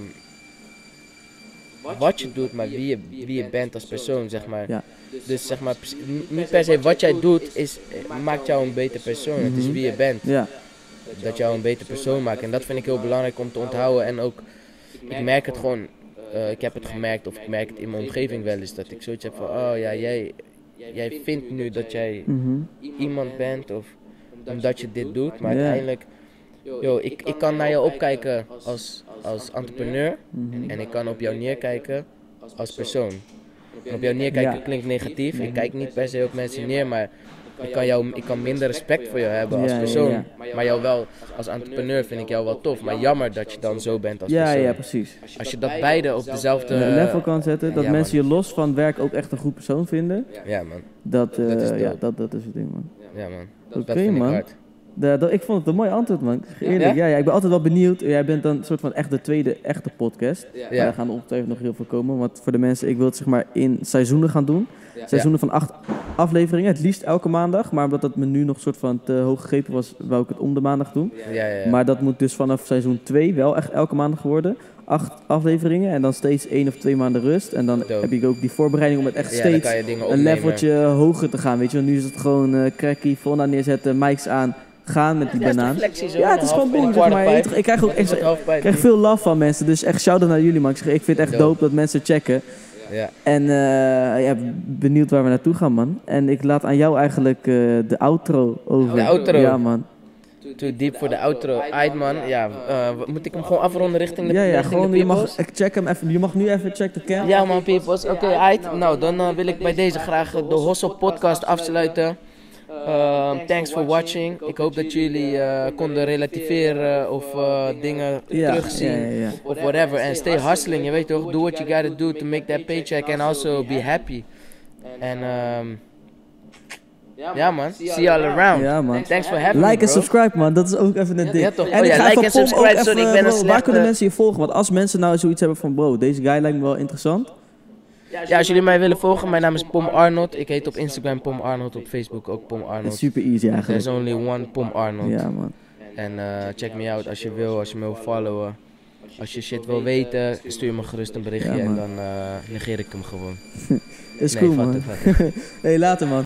Speaker 2: wat je doet, maar wie je, wie je bent als persoon, zeg maar.
Speaker 1: Ja.
Speaker 2: Dus zeg maar, pers- niet per se wat jij doet is, maakt jou een beter persoon. Het is wie je bent,
Speaker 1: Ja.
Speaker 2: dat jou een beter persoon maakt. En dat vind ik heel belangrijk om te onthouden. En ook, ik merk het gewoon, eh, ik heb het gemerkt of ik merk het in mijn omgeving wel eens, dat ik zoiets heb van, oh ja, jij, jij vindt nu dat jij
Speaker 1: Mhm.
Speaker 2: iemand bent of omdat je dit doet, maar
Speaker 1: Ja.
Speaker 2: uiteindelijk, yo, ik, ik kan naar jou opkijken als, als entrepreneur
Speaker 1: Mhm.
Speaker 2: en ik kan op jou neerkijken als persoon. En op jou neerkijken
Speaker 1: Ja.
Speaker 2: klinkt negatief, ik kijk niet per se op mensen neer, maar ik kan, jou, ik kan minder respect voor jou hebben als
Speaker 1: Ja, ja,
Speaker 2: persoon,
Speaker 1: ja.
Speaker 2: maar jou wel, als entrepreneur vind ik jou wel tof, maar jammer dat je dan zo bent als
Speaker 1: Ja,
Speaker 2: persoon.
Speaker 1: ja, precies.
Speaker 2: Als je dat beide op dezelfde
Speaker 1: Een level kan zetten, dat
Speaker 2: ja,
Speaker 1: mensen
Speaker 2: man.
Speaker 1: je los van werk ook echt een goed persoon vinden.
Speaker 2: Ja man,
Speaker 1: Dat, eh,
Speaker 2: Dat is
Speaker 1: ja,
Speaker 2: dope.
Speaker 1: dat, dat is het ding, man.
Speaker 2: ja man,
Speaker 1: Oké,
Speaker 2: dat vind
Speaker 1: man.
Speaker 2: ik hard.
Speaker 1: De, dat- ik vond het een mooi antwoord, man. Ik zeg je eerlijk, ja?
Speaker 2: Ja?
Speaker 1: Ja, ik ben altijd wel benieuwd. Jij bent dan een soort van echt de tweede echte podcast.
Speaker 2: Ja.
Speaker 1: Maar er gaan er ongetwijfeld nog heel veel komen. Want voor de mensen, ik wil het zeg maar in seizoenen gaan doen. Seizoenen van acht afleveringen, het liefst elke maandag. Maar omdat dat me nu nog een soort van te hoog gegrepen was, wou ik het om de maandag doen.
Speaker 2: Ja, ja, ja.
Speaker 1: Maar dat moet dus vanaf seizoen twee wel echt elke maandag worden. Acht afleveringen en dan steeds één of twee maanden rust. En dan
Speaker 2: Dope.
Speaker 1: heb ik ook die voorbereiding om het echt
Speaker 2: Ja, dan
Speaker 1: steeds
Speaker 2: kan je dingen
Speaker 1: een
Speaker 2: opnemen.
Speaker 1: leveltje hoger te gaan. Weet je, want nu is het gewoon eh crackie, Fonda neerzetten, mics aan, gaan met die
Speaker 2: Ja, is toch
Speaker 1: banaan.
Speaker 2: flexie zo?
Speaker 1: Ja, het is
Speaker 2: Een
Speaker 1: gewoon
Speaker 2: half-
Speaker 1: boem,
Speaker 2: een
Speaker 1: zeg maar.
Speaker 2: quarter
Speaker 1: Je weet toch, Ik krijg ook
Speaker 2: Een
Speaker 1: echt,
Speaker 2: half
Speaker 1: ik
Speaker 2: pijp.
Speaker 1: krijg veel love van mensen. Dus echt shout-out naar jullie, man. Ik, zeg, ik vind het echt
Speaker 2: Dope.
Speaker 1: dope dat mensen checken.
Speaker 2: Ja.
Speaker 1: En eh, ja, benieuwd waar we naartoe gaan, man. En ik laat aan jou eigenlijk eh, de outro over.
Speaker 2: De outro?
Speaker 1: Ja, man.
Speaker 2: Too deep voor de outro. Aight man, ja, eh, moet ik hem gewoon afronden richting de
Speaker 1: Ja, ja,
Speaker 2: richting
Speaker 1: gewoon,
Speaker 2: de
Speaker 1: je mag,
Speaker 2: peoples?
Speaker 1: ik check hem even. Je mag nu even check de cam.
Speaker 2: Ja man, peoples. Oké, aight. Nou, dan eh, wil ik bij deze graag eh, de Hossel podcast afsluiten. Um, thanks for watching. Ik hoop dat jullie uh, konden relativeren of uh, dingen
Speaker 1: Ja,
Speaker 2: terugzien.
Speaker 1: ja, ja, ja.
Speaker 2: Of whatever. And stay hustling, je weet toch? Do what you gotta do to make that paycheck and also be happy. En um, ja man, see y'all around.
Speaker 1: Ja, man.
Speaker 2: Thanks for having me,
Speaker 1: Like en
Speaker 2: bro.
Speaker 1: subscribe, man. Dat is ook even een ding.
Speaker 2: Ja, toch?
Speaker 1: En
Speaker 2: Oh
Speaker 1: ik
Speaker 2: ja,
Speaker 1: ga
Speaker 2: like
Speaker 1: even
Speaker 2: en
Speaker 1: Pom ook
Speaker 2: subscribe.
Speaker 1: even,
Speaker 2: Sorry, ik ben een
Speaker 1: bro, waar
Speaker 2: slechte-
Speaker 1: kunnen mensen je volgen? Want als mensen nou zoiets hebben van, bro, deze guy lijkt me wel interessant.
Speaker 2: Ja, als jullie mij willen volgen, mijn naam is Pom Arnold. Ik heet op Instagram Pom Arnold, op Facebook ook Pom
Speaker 1: Dat is
Speaker 2: Arnold.
Speaker 1: super easy eigenlijk.
Speaker 2: There's only one Pom Arnold.
Speaker 1: Ja, man.
Speaker 2: En uh, check me out als je wil, als je me wil followen. Als je shit wil weten, stuur me gerust een berichtje
Speaker 1: Ja,
Speaker 2: en
Speaker 1: man.
Speaker 2: dan uh, negeer ik hem gewoon.
Speaker 1: Is
Speaker 2: Nee,
Speaker 1: cool,
Speaker 2: vat
Speaker 1: man.
Speaker 2: het, vat het.
Speaker 1: Hey, later, man.